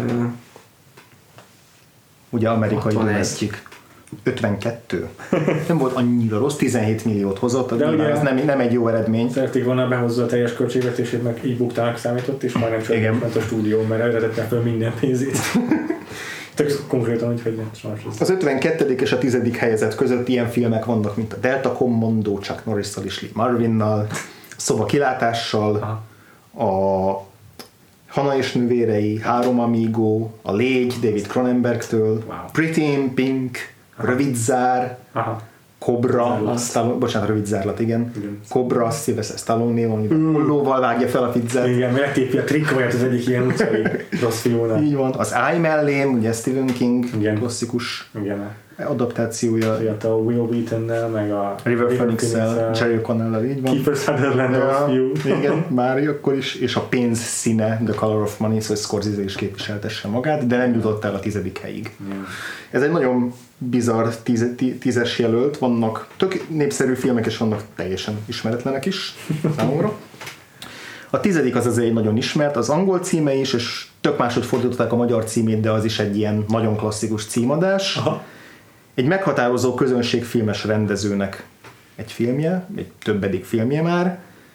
ugye amerikai hatvanegy. domestic? ötvenkettő. Nem volt annyira rossz, tizenhét milliót hozott, de ugye- ez nem, nem egy jó eredmény. Szerették volna behozza a teljes költségvetését, meg így buktának számított, és majdnem csak Igen. ment a stúdió, mert elretette föl minden pénzét. Tök konkrétan, hogy hogy nem sajnos ez. Az ötvenkettedik és a tizedik helyezett között ilyen filmek vannak, mint a Delta Commando, Chuck Norrisszal és Lee Marvinnal, Szoba kilátással, Aha. a Hana és nővérei, Három Amigo, a Légy, David Cronenbergtől, Wow. Pretty in Pink, Rövidzár, Aha. Cobra, Zárlat. Stallone, bocsánat, Rövidzárlat, igen. Igen. Cobra, Sylvester Stallone-nél, amiben hollóval vágja fel a pizzát. Igen, megtépi a trikóját az egyik ilyen utcai rossz fiúnál. Így van. Az Áj mellém, ugye Stephen King Igen. klasszikus Igen. adaptációja. Ilyet a Will Wheatonnel, meg a River Phoenix-el, Phoenix-el, Jerry O'Connell-el, így van. Kiefer Sutherland Ja, rossz fiú. igen, már akkor is, és a pénz színe, The Color of Money, szóval Scorsese is képviseltesse magát, de nem jutott el a tizedik helyig. Igen. Ez egy nagyon bizarr tíz, tí, tízes jelölt, vannak tök népszerű filmek, és vannak teljesen ismeretlenek is számomra. A tizedik az azért nagyon ismert, az angol címe is, és tök máshogy fordították a magyar címét, de az is egy ilyen nagyon klasszikus címadás. Aha. Egy meghatározó közönségfilmes rendezőnek egy filmje, egy többedik filmje már.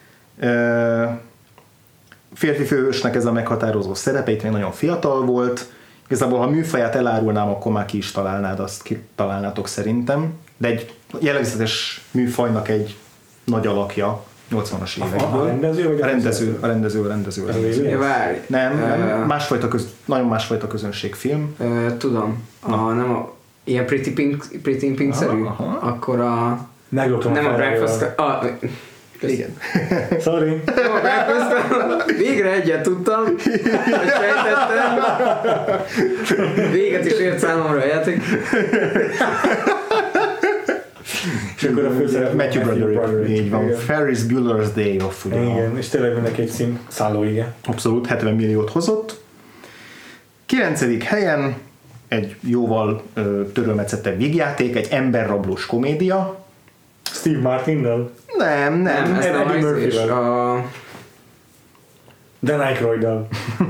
Ö, Férfi főhősnek ez a meghatározó szerepe, itt még nagyon fiatal volt. Igazából, ha műfaját elárulnám, akkor már ki is találnád, azt ki találnátok szerintem. De egy jellegzetes műfajnak egy nagy alakja nyolcvanas évekből. A rendező vagy A a rendező, a rendező, a rendező. A rendező. Elég. Ja, várj. Nem, nem, Ö, másfajta köz, nagyon másfajta közönségfilm. Ö, tudom. A, nem a, ilyen Pretty Pink, Pretty Pink-szerű? Aha, aha. Akkor a... Megloptam Nem a Ferrari-val. Breakfast... A, Igen. Sorry. nem a Breakfast... Végre egyet tudtam, hogy sejtettem. Véget is ért számomra a játék. És akkor a főszereplő Matthew Broderick, így van. Igen. Ferris Bueller's Day Off, ugye. Igen, és tényleg mindenki egy szín szálló, igen. Abszolút hetven milliót hozott. kilencedik helyen egy jóval ö, törölmetszettebb vígjáték, egy emberrablós komédia. Steve Martinnal, Nem, nem. Nem, ez Eddie nem az, Murphy-vel. és a... Dan Aykroyd-dal.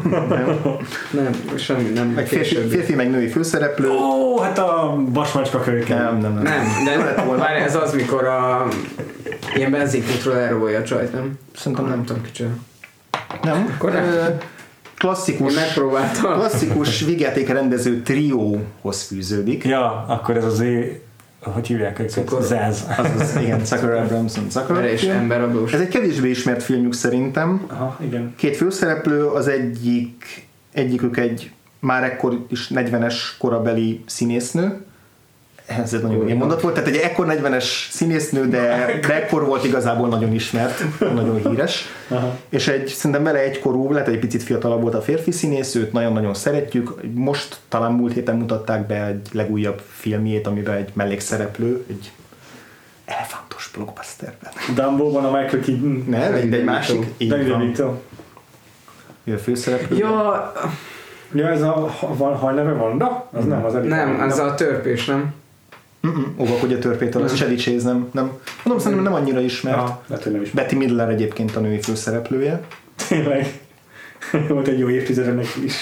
Nem, semmi, nem. Meg férfi, később. férfi meg női főszereplő. Ó, hát a basmacska kölyke. Nem, nem, nem. Nem, de várj, ez az, mikor a... Ilyen benzinkútról elrobolja a csajt, nem? Szerintem Nem nem. tudom, kicsit. Nem. Akkor nem. Ö, Én Klasszikus, megpróbáltam. klasszikus vígjáték rendező trióhoz fűződik. Ja, akkor ez az é... Hogy hívják őket? Cukor. Zaz. Azaz, igen, Zucker Abramson, Zucker. Várj, és emberrablós. Ez egy kevésbé ismert filmjük szerintem. Aha, igen. Két főszereplő, az egyik, egyikük egy már ekkor is negyvenes korabeli színésznő. Ez egy nagyon ilyen mondat volt, tehát egy ekkor negyvenes színésznő, de, de ekkor volt igazából nagyon ismert, nagyon híres. Aha. És egy, szerintem vele egykorú, lehet, hogy egy picit fiatalabb volt a férfi színész, őt nagyon-nagyon szeretjük. Most talán múlt héten mutatták be egy legújabb filmjét, amiben egy mellékszereplő, egy elefántos blockbusterben. Dumbo-ban a Michael Keaton. Ne, de egy másik. Így Danny van. DeVito. Ő a főszereplő. Ja, Ja, ez a ha- hal neve Vanda? Az nem, az Erika nem, Vanda. ez a törpés, nem? Óvakodj a törpétől, az Chevy Chase nem. nem. Mondom, szerintem nem annyira ismert. Aha, lehet, hogy nem is. Betty Midler egyébként a női főszereplője. Tényleg. Volt egy jó évtizede neki is.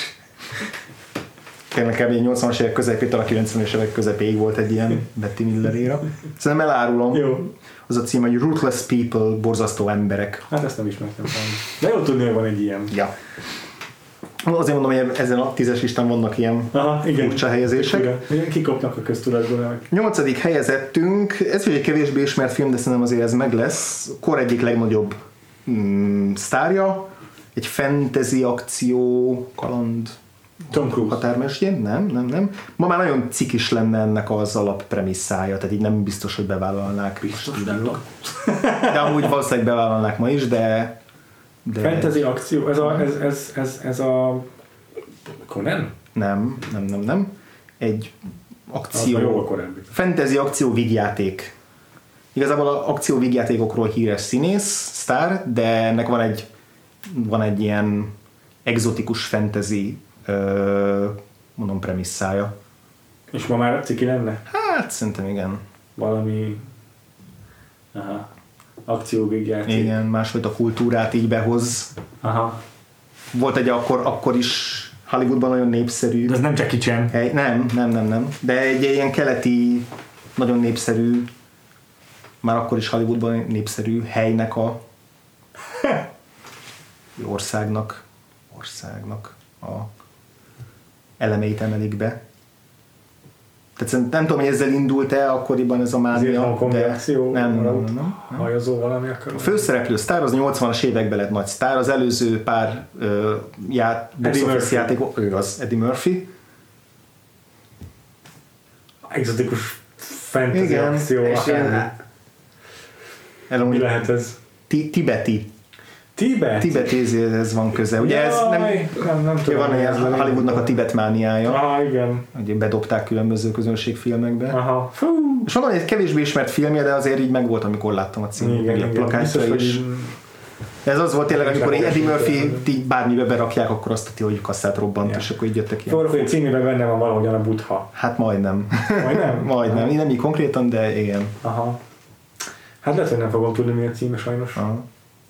Tényleg kb. nyolcvanas évek közepétől a kilencvenes évek közepéig volt egy ilyen Betty Midler éra. Szerintem elárulom. Jó. Az a cím, hogy Ruthless People, borzasztó emberek. Hát ezt nem ismertem volna. De jó tudni, hogy van egy ilyen. Ja. Azért mondom, hogy ezen a tízes listán vannak ilyen Aha, igen. furcsa helyezések. Igen. Igen, kikopnak a köztudatból. Nyolcadik helyezettünk, ez egy kevésbé ismert film, de szerintem azért ez meg lesz. Kor egyik legnagyobb mm, sztárja, egy fantasy akció kaland Tom Cruise. határmesdjén, nem, nem, nem. Ma már nagyon cikis lenne ennek az alappremisszája, tehát így nem biztos, hogy bevállalnák. Biztos, nem tudom. De amúgy valószínűleg bevállalnák ma is, de... de Fantasy akció, ez a, ez, ez, ez, ez a Conan? nem, nem, nem, nem. Egy akció... Az jó a korábbi. Fantasy akció vígjáték. Igazából az akció vígjátékokról híres színész, sztár, de ennek van egy van egy ilyen egzotikus fantasy ö, mondom premisszája. És ma már ciki lenne? Hát szerintem igen. Valami aha. akcióvégjáték. Igen, másfajta kultúrát így behoz. Aha. Volt egy akkor, akkor is Hollywoodban nagyon népszerű. De ez nem Jackie Chan. Hely, nem, nem, nem, nem. De egy ilyen keleti, nagyon népszerű, már akkor is Hollywoodban népszerű helynek a országnak, országnak a elemeit emelik be. Tehát nem tudom, hogy ezzel indult-e akkoriban ez a mánia, de nem, nem, nem, nem, nem. hajazó valami akar. A főszereplő sztár az nyolcvanas években lett nagy sztár, az előző pár uh, ját, Eddie Murphy. játék, ő az, Eddie Murphy. Egzotikus fantasy Igen, akció. és ilyen- Mi lehet ez? Ti- Tibeti. Tibet? Tibetézéhez van köze. Ugye ez nem, Jaj, nem, nem tudom. van hogy ilyen ez legyen. Hollywoodnak a Tibet mániája. Aha, igen. Ugye bedobták különböző közönségfilmekbe. Aha. Fú. És van egy kevésbé ismert filmje, de azért így megvolt, amikor láttam a című Igen, igen. plakátra Biztos, hogy is. így- Ez az volt tényleg, amikor Nem Eddie is Murphy nem. így bármibe berakják, akkor azt tudja, hogy kasszát robbant, Ja. és akkor így jöttek ilyen. Fordul, hogy a címében benne van valahogyan a Buddha. Hát majdnem. Majdnem? Majdnem. Én nem így konkrétan, de igen. Aha. Hát lehet, hogy nem fogom tudni, mi a címe sajnos. Aha.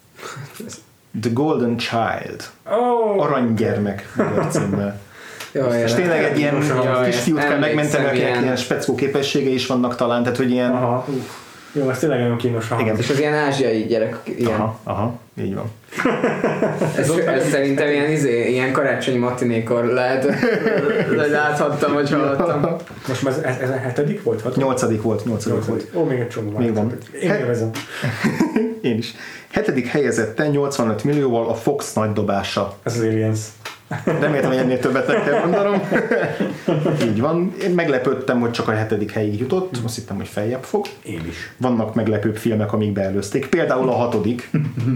The Golden Child. Oh, Aranygyermek magyar címmel. Jaj, És tényleg egy ilyen Jaj, kisfiút kell emlékszem, megmenteni, akinek ilyen- ilyen speckó képességei is vannak talán, tehát hogy ilyen... Aha. Uff. Jó, ez tényleg nagyon kínos. Aha. Igen. És az ilyen ázsiai gyerek, ilyen. Aha, aha, így van. Ez, ez szerintem ilyen, izé, ilyen karácsonyi matinékor lehet, de láthattam, vagy hallottam. Most már ez, ez, ez a hetedik volt? Hat? Nyolcadik volt, nyolcadik volt. Ó, még egy csomó van. Még van. Én He- élvezem. Én is. Hetedik helyezetten nyolcvanöt millióval a Fox nagy dobása. Ez az Aliens. Reméltem, hogy ennél többet meg kell mondanom. Így van. Én meglepődtem, hogy csak a hetedik helyig jutott. Azt hittem, hogy feljebb fog. Én is. Vannak meglepőbb filmek, amik beelőzték. Például a hatodik,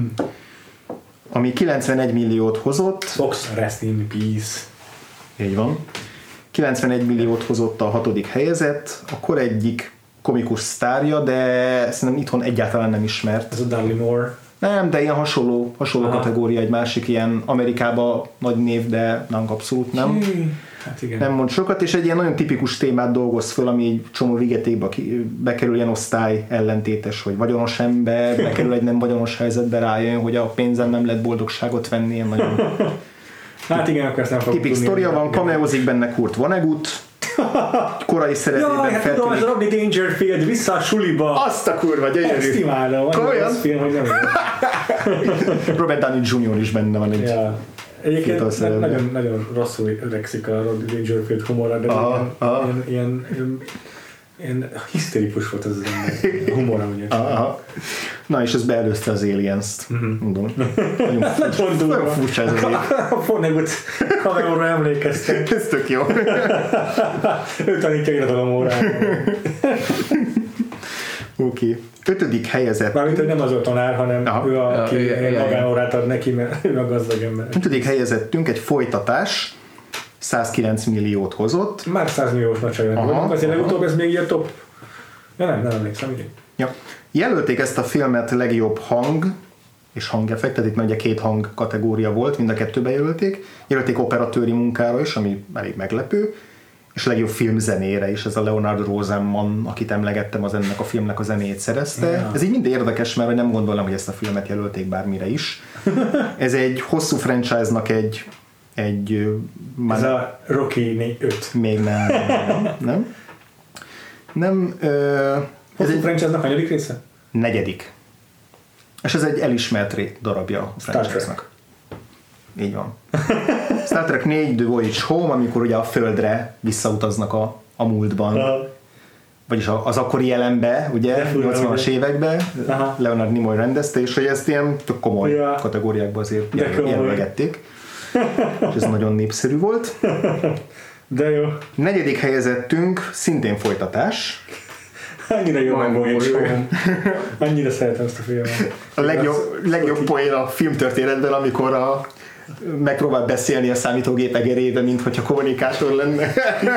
ami kilencvenegy milliót hozott. Fox, rest in peace. Így van. kilencvenegy milliót hozott a hatodik helyezett. Akkor egyik komikus sztárja, de szerintem itthon egyáltalán nem ismert. Ez a Dudley Moore. Nem, de ilyen hasonló, hasonló Aha. kategória, egy másik ilyen Amerikában nagy név, de nem abszolút nem. Hű, Hát igen. Nem mond sokat, és egy ilyen nagyon tipikus témát dolgoz föl, ami egy csomó vigetékbe ki- bekerül ilyen osztály ellentétes, hogy vagyonos ember, bekerül egy nem vagyonos helyzetbe, rájön, hogy a pénzem nem lehet boldogságot venni, ilyen nagyon Hát igen, akkor ezt nem fogok tipik tudni. sztoria van, Igen. cameózik benne Kurt Vonnegut, korai Jaj, szeretében hát tudom, ez feltűnik. Rodney Dangerfield vissza a suliba. Azt a kurva, Ezt gyönyörű! imádom. Komolyan? Az film, hogy nem Robert Downey junior is benne van egy. ja. Egyébként Fiatal na- szereplő. nagyon, nagyon rosszul öregszik a Rodney Dangerfield humorra, de Aha, ilyen, aha. ilyen, ilyen, ilyen, ilyen hisztérikus volt ez az ember. A humora, ugye. Aha. Na és ez beelőzte az Aliens-t. Mondom. Nagyon furcsa, Nagyon durva. nagyon furcsa ez az év. A Vonnegut kameóra emlékeztem. Ez tök jó. Ő tanítja irodalomórában. Oké. Okay. Ötödik helyezett. Mármint, hogy nem az a tanár, hanem Aha. ő, a, aki Ja, ja, ja, magánórát ad neki, mert ő a gazdag ember. Ötödik helyezettünk egy folytatás, százkilenc milliót hozott. Már száz milliós nagyságrendben Aha, vagyunk, azért aha. legutóbb ez még ilyen top. Ja nem, nem emlékszem, így. Ja. Jelölték ezt a filmet legjobb hang és hangeffekt, tehát itt már ugye két hang kategória volt, mind a kettőbe jelölték. Jelölték operatőri munkára is, ami elég meglepő, és legjobb filmzenére is, ez a Leonard Rosenman, akit emlegettem, az ennek a filmnek a zenéjét szerezte. Ja. Ez így mind érdekes, mert nem gondolom, hogy ezt a filmet jelölték bármire is. Ez egy hosszú franchise-nak egy, egy ö, Ez a Rocky öt. még nem, nem, nem. nem ö, ez Hosszú egy franchise-nak hanyadik része? negyedik. És ez egy elismert ré- darabja a Star franchise-nak. Így van. Star Trek négy The Voyage Home, amikor ugye a Földre visszautaznak a, a múltban. vagyis az akkori jelenbe, ugye, nyolcvanas években Aha. Leonard Nimoy rendezte, és hogy ezt ilyen tök komoly ja. kategóriákban azért jelölgették. És ez nagyon népszerű volt. De jó. Negyedik helyezettünk, szintén folytatás. Annyira jó meg volt. Annyira szeretem ezt a filmet. A legjobb, legjobb poén a filmtörténetben, amikor a megpróbál beszélni a számítógép egerébe, mint hogyha kommunikátor lenne.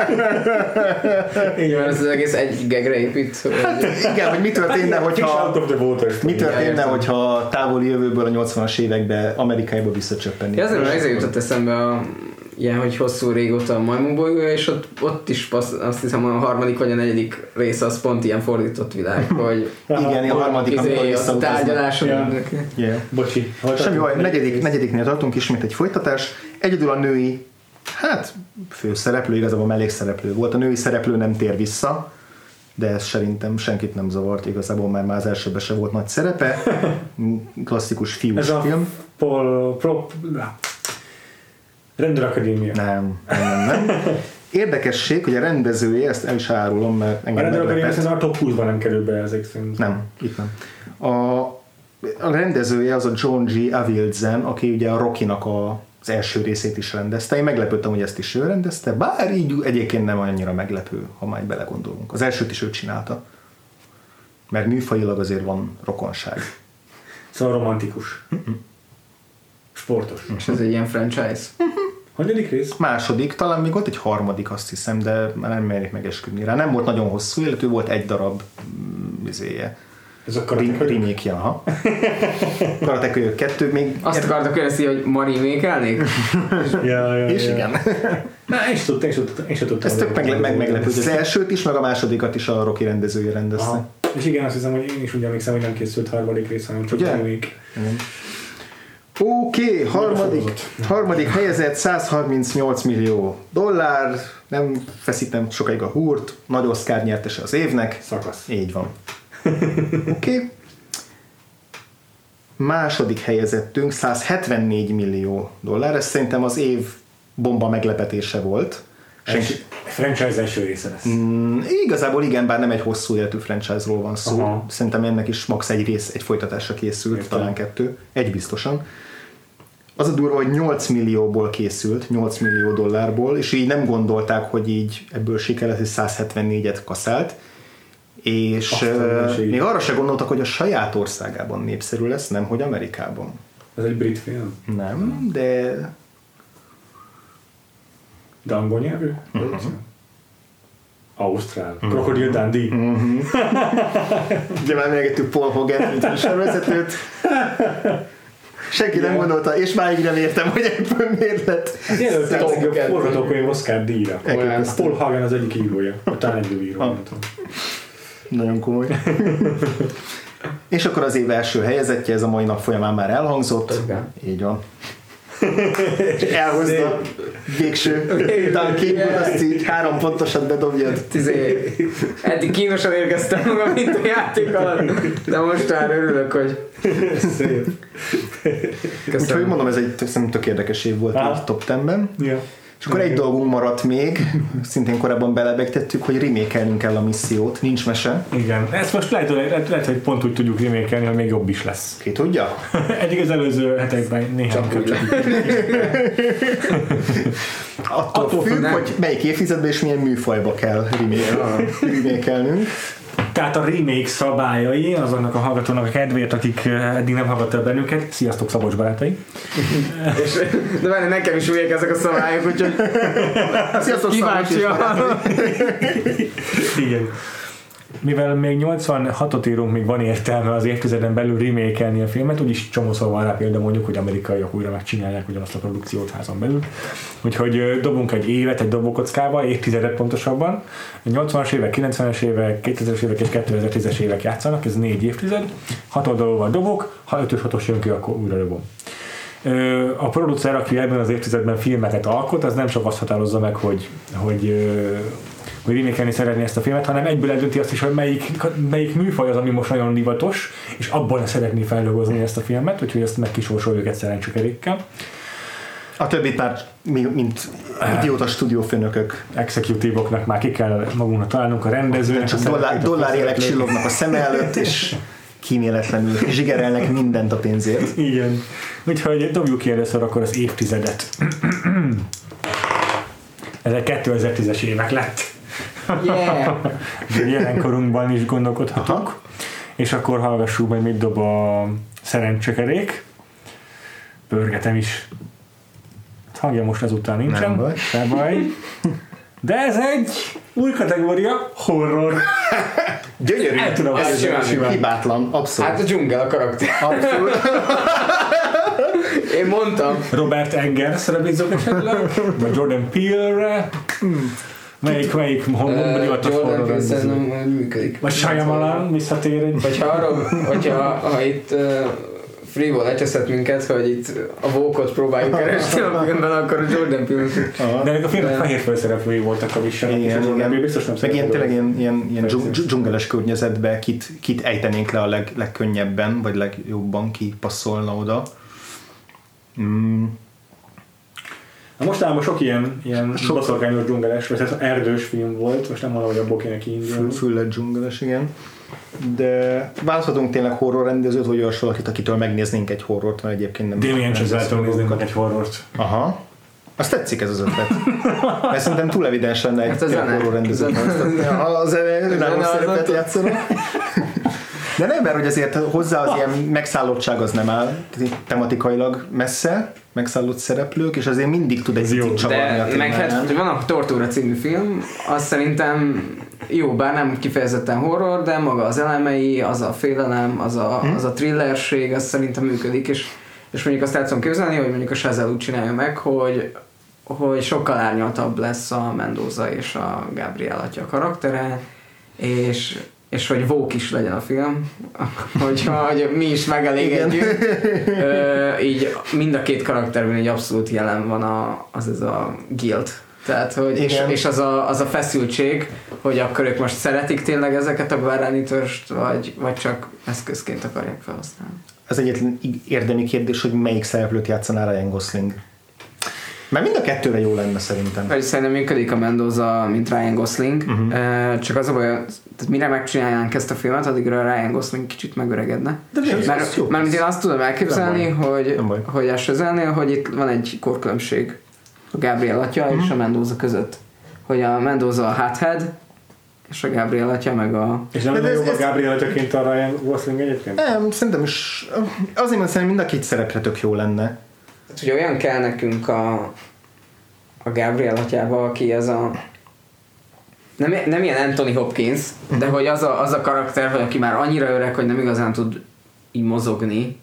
Igen, ez az egész egy gegre épít. Hát, igen, hogy mi történne, hogyha mi történne, hogyha távoli jövőből a nyolcvanas években Amerikába visszacsöppenni. Ja, ezért ezért jutott eszembe a ilyen, hogy hosszú régóta a majmokbolygója, és ott, ott is passz, azt hiszem a harmadik vagy a negyedik része az pont ilyen fordított világ, hogy igen, a harmadik, amikor visszautaznak. A tárgyaláson. Yeah. Yeah. Bocsi. Semmi baj, negyedik, negyediknél tartunk, ismét egy folytatás. Egyedül a női, hát főszereplő, igazából mellékszereplő volt. A női szereplő nem tér vissza, de ez szerintem senkit nem zavart, igazából már, már az elsőben se volt nagy szerepe. Klasszikus fiús ez film. A Paul, Pro, Rendőrakadémia. Nem, nem, nem. nem. Érdekesség, hogy a rendezője, ezt el is árulom, mert engem meglepett. A Rendőrakadémia szerintem a top húszban nem kerül be ezek szerint. Nem, itt nem. A, a rendezője az a John G. Avildsen, aki ugye a Rocky-nak a, az első részét is rendezte. Én meglepődtem, hogy ezt is ő rendezte, bár így egyébként nem annyira meglepő, ha már belegondolunk. Az elsőt is ő csinálta. Mert műfajilag azért van rokonság. Szóval romantikus. Sportos. És ez egy ilyen franchise. Hanyadik rész? Második, talán még volt egy harmadik, azt hiszem, de már nem mernék megesküdni rá. Nem volt nagyon hosszú életű, volt egy darab vizéje. Ez a Karate remake-ja, ha. Karate Kölyök kettő még... Azt akartak kérdezni, hogy ma remake-elnék? ja, ja, és ja. igen. Na, én sem tudtam, én sem tudtam. Én sem tudtam ez tök meg, meg, meglepő. Az elsőt is, meg a másodikat is a Rocky rendezője rendezte. Aha. És igen, azt hiszem, hogy én is úgy emlékszem, hogy nem készült harmadik rész, hanem csak remake. Oké, okay, harmadik, harmadik helyezett száz harmincnyolc millió dollár, nem feszítem sokáig a húrt, nagy Oscar nyertese az évnek. Szakasz. Így van. Oké. Okay. Második helyezettünk száz hetvennégy millió dollár, ez szerintem az év bomba meglepetése volt. Senki... Franchise első része lesz. Mm, igazából igen, bár nem egy hosszú életű franchise-ról van szó. Aha. Szerintem ennek is max. egy rész, egy folytatásra készült, értem. Talán kettő, egy biztosan. Az a durva, hogy nyolc millióból készült, nyolc millió dollárból, és így nem gondolták, hogy így ebből siker lesz, és száz hetvennégyet kaszált. És uh, még arra se gondoltak, hogy a saját országában népszerű lesz, nem hogy Amerikában. Ez egy brit film? Nem, de... De angol nyelvű? Uh-huh. Ausztrál. Uh-huh. Crocodile Dundee. Uh-huh. Ugye már megettük Paul Hogan, mint a sorvezetőt. Senki yeah. nem gondolta, és máig nem értem, hogy ebből miért lett. Jelöltek a forgatókönyv Oscar díjra. Paul Hogan az egyik írója. Talán egy író. Ah. Nagyon komoly. És akkor az év első helyezettje, ez a mai nap folyamán már elhangzott. Okay. Így van. Elhozta végső Dunkin, azt így három pontosat bedobjad. Eddig kínosan érkeztem magam, mint a játék alatt, de most már örülök, hogy szép. Úgyhogy mondom, ez egy tök érdekes év volt így top tízben. Ja. És akkor egy dolgunk maradt még, szintén korábban belebegtettük, hogy remake-elnünk kell a missziót, nincs mese. Igen, ezt most lehet, lehet, lehet hogy pont úgy tudjuk remake-elni, hogy még jobb is lesz. Ki tudja? Eddig az előző hetekben néhány kapcsolat. Attól, Attól függ, nem. hogy melyik évtizedben és milyen műfajba kell remake-elnünk. Tehát a remake szabályai azonnak a hallgatónak a kedvéért, akik eddig nem hallgattak bennünket. Sziasztok, Szabolcs barátai! És, de várj, nekem is újják ezek a szabályok, úgyhogy sziasztok, kíváncsi a... Igen. Mivel még nyolcvanhatot írunk, még van értelme az évtizeden belül remake-elni a filmet, úgyis csomószor van rá példa mondjuk, hogy amerikaiak újra megcsinálják ugyanazt a produkciót házon belül. Úgyhogy dobunk egy évet egy dobókockába, évtizedet pontosabban. nyolcvanas évek, kilencvenes évek, kétezres évek és kétezer-tízes évek játszanak, ez négy évtized. Hat oldalúval dobok, ha ötös hatos jön ki, akkor újra dobom. A producer, aki ebben az évtizedben filmeket alkot, az nem csak azt határozza meg, hogy, hogy hogy remake-elni szeretné ezt a filmet, hanem egyből eldönti azt is, hogy melyik, melyik műfaj az, ami most nagyon divatos, és abban szeretné feldolgozni ezt a filmet, úgyhogy ezt megkisorsoljuk egy szerencsekerékkel. A többit már mint idióta stúdiófőnökök. Executívoknak már ki kell magunknak találnunk a rendezőnek. Csak dollár, dollárjelek csillognak a szem előtt, és kíméletlenül zsigerelnek mindent a pénzért. Igen. Úgyhogy dobjuk ki először akkor az évtizedet. Ezek kétezer-tízes évek lett. Yeah! Jelenkorunkban is gondolkodhatunk. Aha. És akkor hallgassuk majd, mit dob a szerencsekerék. Pörgetem is. Hangja most ezután nincsen. Nem baj. Nem baj. De ez egy új kategória, horror. Gyönyörű. El tudom Ez képzelni. simán. Hibátlan, abszolút. Hát a dzsungel a karakter. Abszolút. Én mondtam. Robert Eggersre bízok esetleg? Vagy Jordan Peele-re? Melyik, melyik hangomban Jordan Peele szerintem működik. vagy Shyamalan visszatér egy... Vagy ha, arra, hogyha ha itt uh, Freeból lecseszett minket, hogy itt a vókot próbáljuk keresni a filmben, akkor a Jordan Peele. De ennek a filmnek fehér főszereplői voltak a viselnek, és a Igen, Jordan Peele igen. biztos nem Meg ilyen, szerepel. tényleg ilyen, ilyen, ilyen Persze. dzsung- dzsungeles környezetbe kit, kit ejtenénk le a leg, legkönnyebben, vagy legjobban ki passzolna oda. Mm. Na mostanában sok ilyen, ilyen sok boszorkányos dzsungeles, vagy ez erdős film volt, most nem valahogy abból kéne kiindulni. Füllet dzsungeles, igen. De választhatunk tényleg horror rendezőt, vagy olyas valakit, akitől megnéznénk egy horrort, mert egyébként nem... Damien Chazelle-től nem néznénk meg egy horrort. Aha. Azt tetszik ez az ötlet. Mert szerintem túl evidens lenne egy Hát a zene. horror rendezőt. Zene. A zene önálló az szerepet attól- játszana. De nem, mert hogy azért hozzá az ilyen megszállottság az nem áll tematikailag messze, megszállott szereplők, és azért mindig tud egy picit csavarni a De meg témánál. hát van a Tortúra című film, az szerintem jó, bár nem kifejezetten horror, de maga az elemei, az a félelem, az a, az a thrillerség, az szerintem működik, és, és mondjuk azt el tudom képzelni, hogy mondjuk a Chazelle úgy csinálja meg, hogy, hogy sokkal árnyaltabb lesz a Mendoza és a Gabriel atya karaktere, és és hogy vók is legyen a film, hogyha hogy mi is megelégedjünk. Ö, így mind a két karakterben egy abszolút jelen van a, az ez a guilt. Tehát, hogy és, és az, a, az a feszültség, hogy akkor ők most szeretik tényleg ezeket a guarani törst, vagy, vagy csak eszközként akarják felhasználni. Az egyetlen érdemi kérdés, hogy melyik szereplőt játszaná Ryan Gosling. Mert mind a kettőre jó lenne szerintem. Vagy szerintem működik a Mendoza, mint Ryan Gosling, uh-huh. csak az a baj, tehát mire megcsinálnánk ezt a filmet, addigra Ryan Gosling kicsit megöregedne. De mert, mert, mert én azt tudom elképzelni, nem hogy, nem hogy a Chazelle-nél, hogy itt van egy korkülönbség a Gabriel atya uh-huh. és a Mendoza között. Hogy a Mendoza a hothead, és a Gabriel atya meg a... És nem de lenne ez- jobb a ez- Gabriel atyaként a Ryan Gosling egyébként? Nem, szerintem is, azért mondom, szerintem mind a két szerepre tök jó lenne. Tehát, hogy olyan kell nekünk a, a Gabriel atyába, aki ez a... Nem, nem ilyen Anthony Hopkins, de hogy az a, az a karakter, hogy aki már annyira öreg, hogy nem igazán tud így mozogni.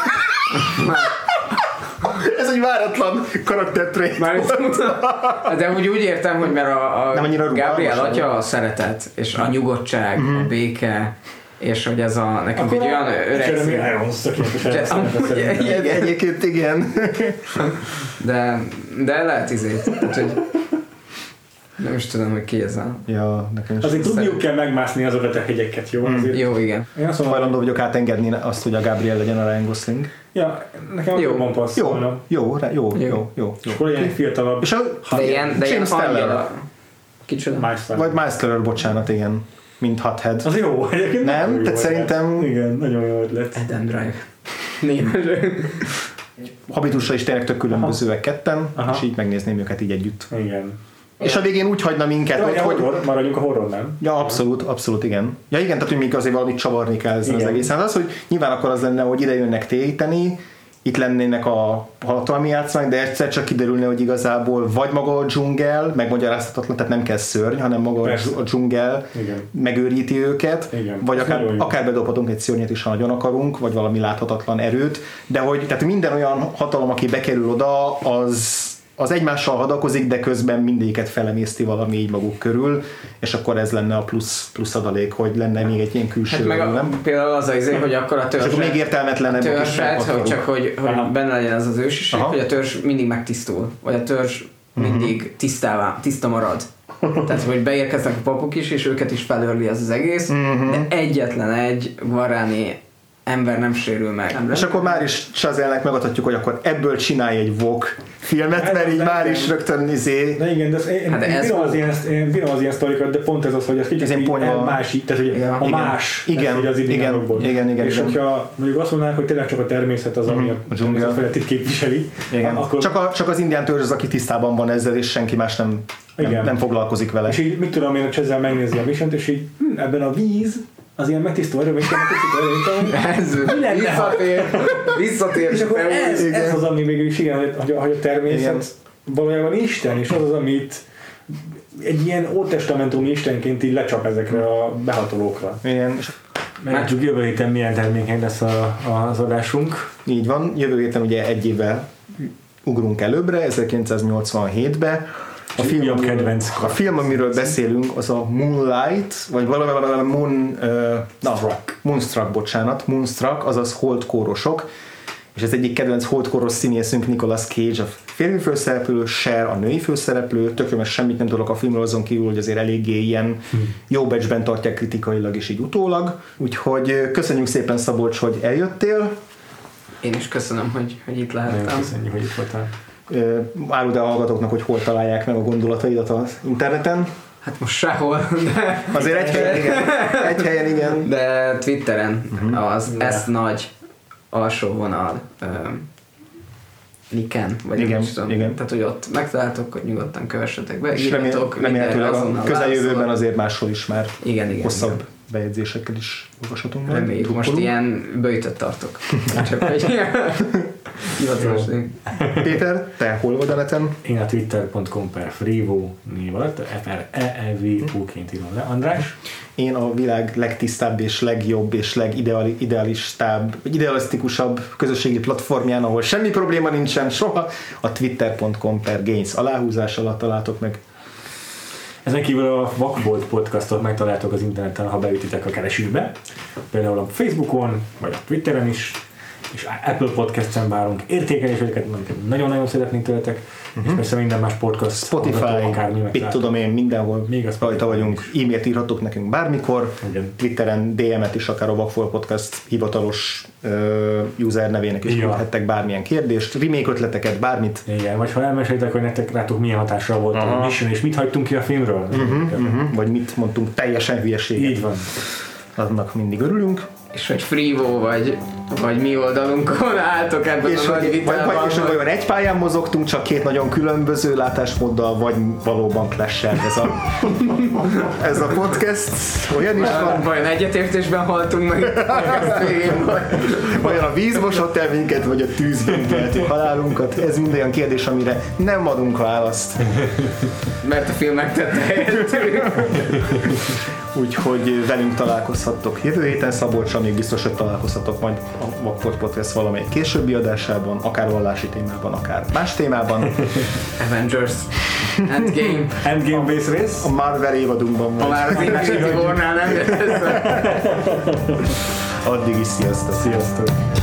Ez egy váratlan karaktertrait. Már de hogy úgy értem, hogy mert a, Nem a annyira rugalmas, Gabriel nem? atya a szeretet, és a nyugodtság, a béke, és hogy ez a nekünk egy olyan öreg Jeremy szín- Irons tökéletes De- szerepet amúgy- szerintem. Igen, egyébként igen. de, de lehet izét. Tehát, hogy nem is tudom, hogy ki ez a... Ja, nekem is. Azért tudniuk kell megmászni azokat a hegyeket, jó? Azért. Jó, igen. Én azt mondom, Hajlandó vagyok átengedni azt, hogy a Gabriel legyen a Ryan Gosling. ja, nekem Jó. jobban Jó, passzolna. jó, rá- jó, Jó. jó, jó. És akkor ilyen fiatalabb És a, De ilyen, de ilyen James Teller. angyal. Kicsoda? Miles Teller. Vagy Miles Teller, bocsánat, igen. Mint Hothead. Az jó, egyébként Nem? nagyon jó Tehát ötlet. szerintem- Igen, nagyon jó ötlet. Adam Drive. Németről. Habitusra is tényleg tök különbözőek ketten, Aha. és így megnézném őket így együtt. Igen. És a végén úgy hagyna minket, Ja, ott, ja, hogy... horror, maradjunk a horror, nem? Ja, abszolút, abszolút, igen. Ja, igen, tehát hogy még azért valamit csavarni kell ezen az Igen. egészen. Az, hogy nyilván akkor az lenne, hogy ide jönnek téteni, itt lennének a hatalmi játszmák, de egyszer csak kiderülne, hogy igazából vagy maga a dzsungel, megmagyarázhatatlan, tehát nem kell szörny, hanem maga Persze. a dzsungel Igen. megőríti őket, Igen. vagy Ez akár, nagyon jó. akár bedobhatunk egy szörnyet is, ha nagyon akarunk, vagy valami láthatatlan erőt, de hogy tehát minden olyan hatalom, aki bekerül oda, az az egymással hadakozik, de közben mindegyiket felemészti valami így maguk körül, és akkor ez lenne a plusz, plusz adalék, hogy lenne még egy ilyen külső, Hát meg a, nem? például az az izé, hogy akkor a És akkor még törzset, értelmetlenebb is törzset hogy akarunk. csak hogy, hogy Aha. benne legyen ez az ősiség, Aha. hogy a törzs mindig megtisztul, vagy a törzs mindig tisztává, tiszta marad. Tehát, hogy beérkeznek a papok is, és őket is felőrli ez az egész, de egyetlen egy guaráni ember nem sérül meg. És akkor már is Chazelle-nek megadhatjuk, hogy akkor ebből csinálj egy vok filmet, mert így de már igen. is rögtön izé... De igen, de az, én, Hát én, ez bírom volt. az ilyen, én bírom az ilyen sztorikat, de pont ez az, hogy ez Ez kicsit ilyen így ponyva. másik, tehát hogy Ja, a igen. más, Igen, ez így az igen, indiánokból. igen, igen, És igen. hogyha mondjuk azt mondanák, hogy tényleg csak a természet az, ami Mhm, a a dzsungel. természetfelettét képviseli, Igen. akkor Csak, a, csak az indián törzs az, aki tisztában van ezzel, és senki más nem, nem, Igen. nem foglalkozik vele. és így mit tudom én, hogy ezzel megnézi a mission és így hm, ebben a víz az ilyen megtisztó erőmény, megtisztó erőmény, Ez mi lenne, ha- visszatér, visszatér, és akkor ez, Igen. ez az, ami mégis igen, hogy, hogy, a, hogy a természet Igen. valójában Isten, és az az, amit egy ilyen ótestamentumi istenként így lecsap ezekre a behatolókra. Igen, és Meglátjuk jövő héten milyen termékeny lesz a, az adásunk. így van. Jövő héten ugye egy évvel ugrunk előbbre, ezerkilencszáznyolcvanhétbe. A film, Újabb amiről, kedvenc a film, amiről beszélünk, az a Moonlight, vagy valami, valami Moon, uh, na, Moonstruck, bocsánat, Moonstruck, azaz holdkórosok, és ez egyik kedvenc holdkóros színészünk Nicolas Cage, a férfi főszereplő, Cher a női főszereplő, tökéletes semmit nem tudok a filmről azon kívül, hogy azért eléggé ilyen jó becsben tartják kritikailag és így utólag, úgyhogy köszönjük szépen Szabolcs, hogy eljöttél. Én is köszönöm, hogy, hogy itt Nagyon lehettem. köszönjük, hogy itt voltál. Ö, Áruld el a hallgatóknak, hogy hol találják meg a gondolataidat az interneten. Hát most sehol, de, Azért egy helyen igen. Egy helyen igen. de Twitteren uh-huh. az Ja. ezt nagy alsó vonal uh, Niken, vagy Igen, nem is tudom. igen. Tehát, hogy ott megtaláltok, hogy nyugodtan kövessetek be, És írjatok, remél, remélhetőleg mindenre a azonnal közeljövőben válaszolok. azért máshol is már Igen, igen. hosszabb igen. bejegyzésekkel is olvashatunk majd. Reméljük, most Drukkolunk. ilyen böjtöt tartok. Csak hogy hivatalos név. Péter, te hol vagy a neten? Én a twitter pont com per frivo név alatt, F R E E V O-ként írom le. András? Én a világ legtisztább és legjobb és legidealistább, vagy idealisztikusabb közösségi platformján, ahol semmi probléma nincsen soha, a twitter pont com per gains aláhúzás alatt találtok meg. Ezen kívül a Vakbolt podcastot megtaláltok az interneten, ha beütitek a keresőbe. Például a Facebookon, vagy a Twitteren is, és Apple Podcast-en várunk értékeléseket, amiket nagyon-nagyon szeretnénk tőletek, uh-huh. és persze minden más podcast, Spotify, hallgató, akármi mit megtaláltok. tudom én, mindenhol Még a Spotify rajta vagyunk, e-mailt írhatok nekünk bármikor, Igen. Twitteren dé em-et is, akár a Vakfolt Podcast hivatalos uh, user nevének is Ja. küldhettek bármilyen kérdést, remake ötleteket, bármit. Igen, vagy ha elmesélitek, hogy nektek rátok milyen hatással volt Aha. a Mission, és mit hagytunk ki a filmről. Uh-huh, uh-huh. Vagy mit mondtunk teljesen hülyeséget. Így van. Annak mindig örülünk. És hogy Frivo vagy, vagy mi oldalunkon álltok ebben És a nagy hogy, vagy, vitában. vagy, és hogy vajon egy pályán mozogtunk, csak két nagyon különböző látásmóddal, vagy valóban clash-el ez a, ez a podcast. Olyan is van. Vajon egyetértésben haltunk meg a podcast végén, vagy Vajon a víz mosott el minket, vagy a tűz végeltük halálunkat. Ez mind olyan kérdés, amire nem adunk választ. mert a film megtette helyettünk. Úgyhogy velünk találkozhattok jövő héten, Szabolcsa még biztos, hogy találkozhatok majd a Vakfolt Podcast valamelyik későbbi adásában, akár vallási témában, akár más témában. Avengers Endgame. Endgame base rész. A Marvel évadunkban Ha majd. már az Infinity War-nál nem jött össze. Addig is sziasztok! Sziasztok!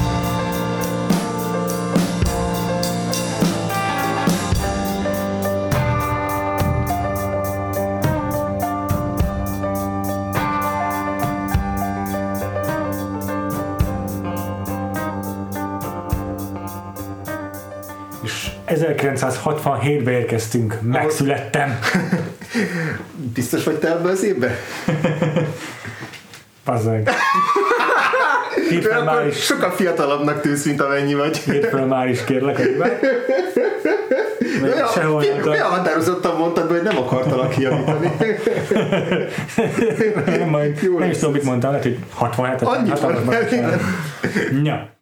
És ezerkilencszázhatvanhétbe érkeztünk, megszülettem. Biztos vagy te ebbe az évbe? Pazzag. Hétfőn már Akkor is, sokkal fiatalabbnak tűz, mint amennyi vagy. hétfőn már is kérlek, hogy be. Még Olyan, sehol nem tart. olyan határozottan mondtad, hogy nem akartalak kijavítani. Nem, majd Jó nem is lesz tudom, mit mondtam, lehet, hogy hatvanhét. Annyit van, hatalmas. Ja.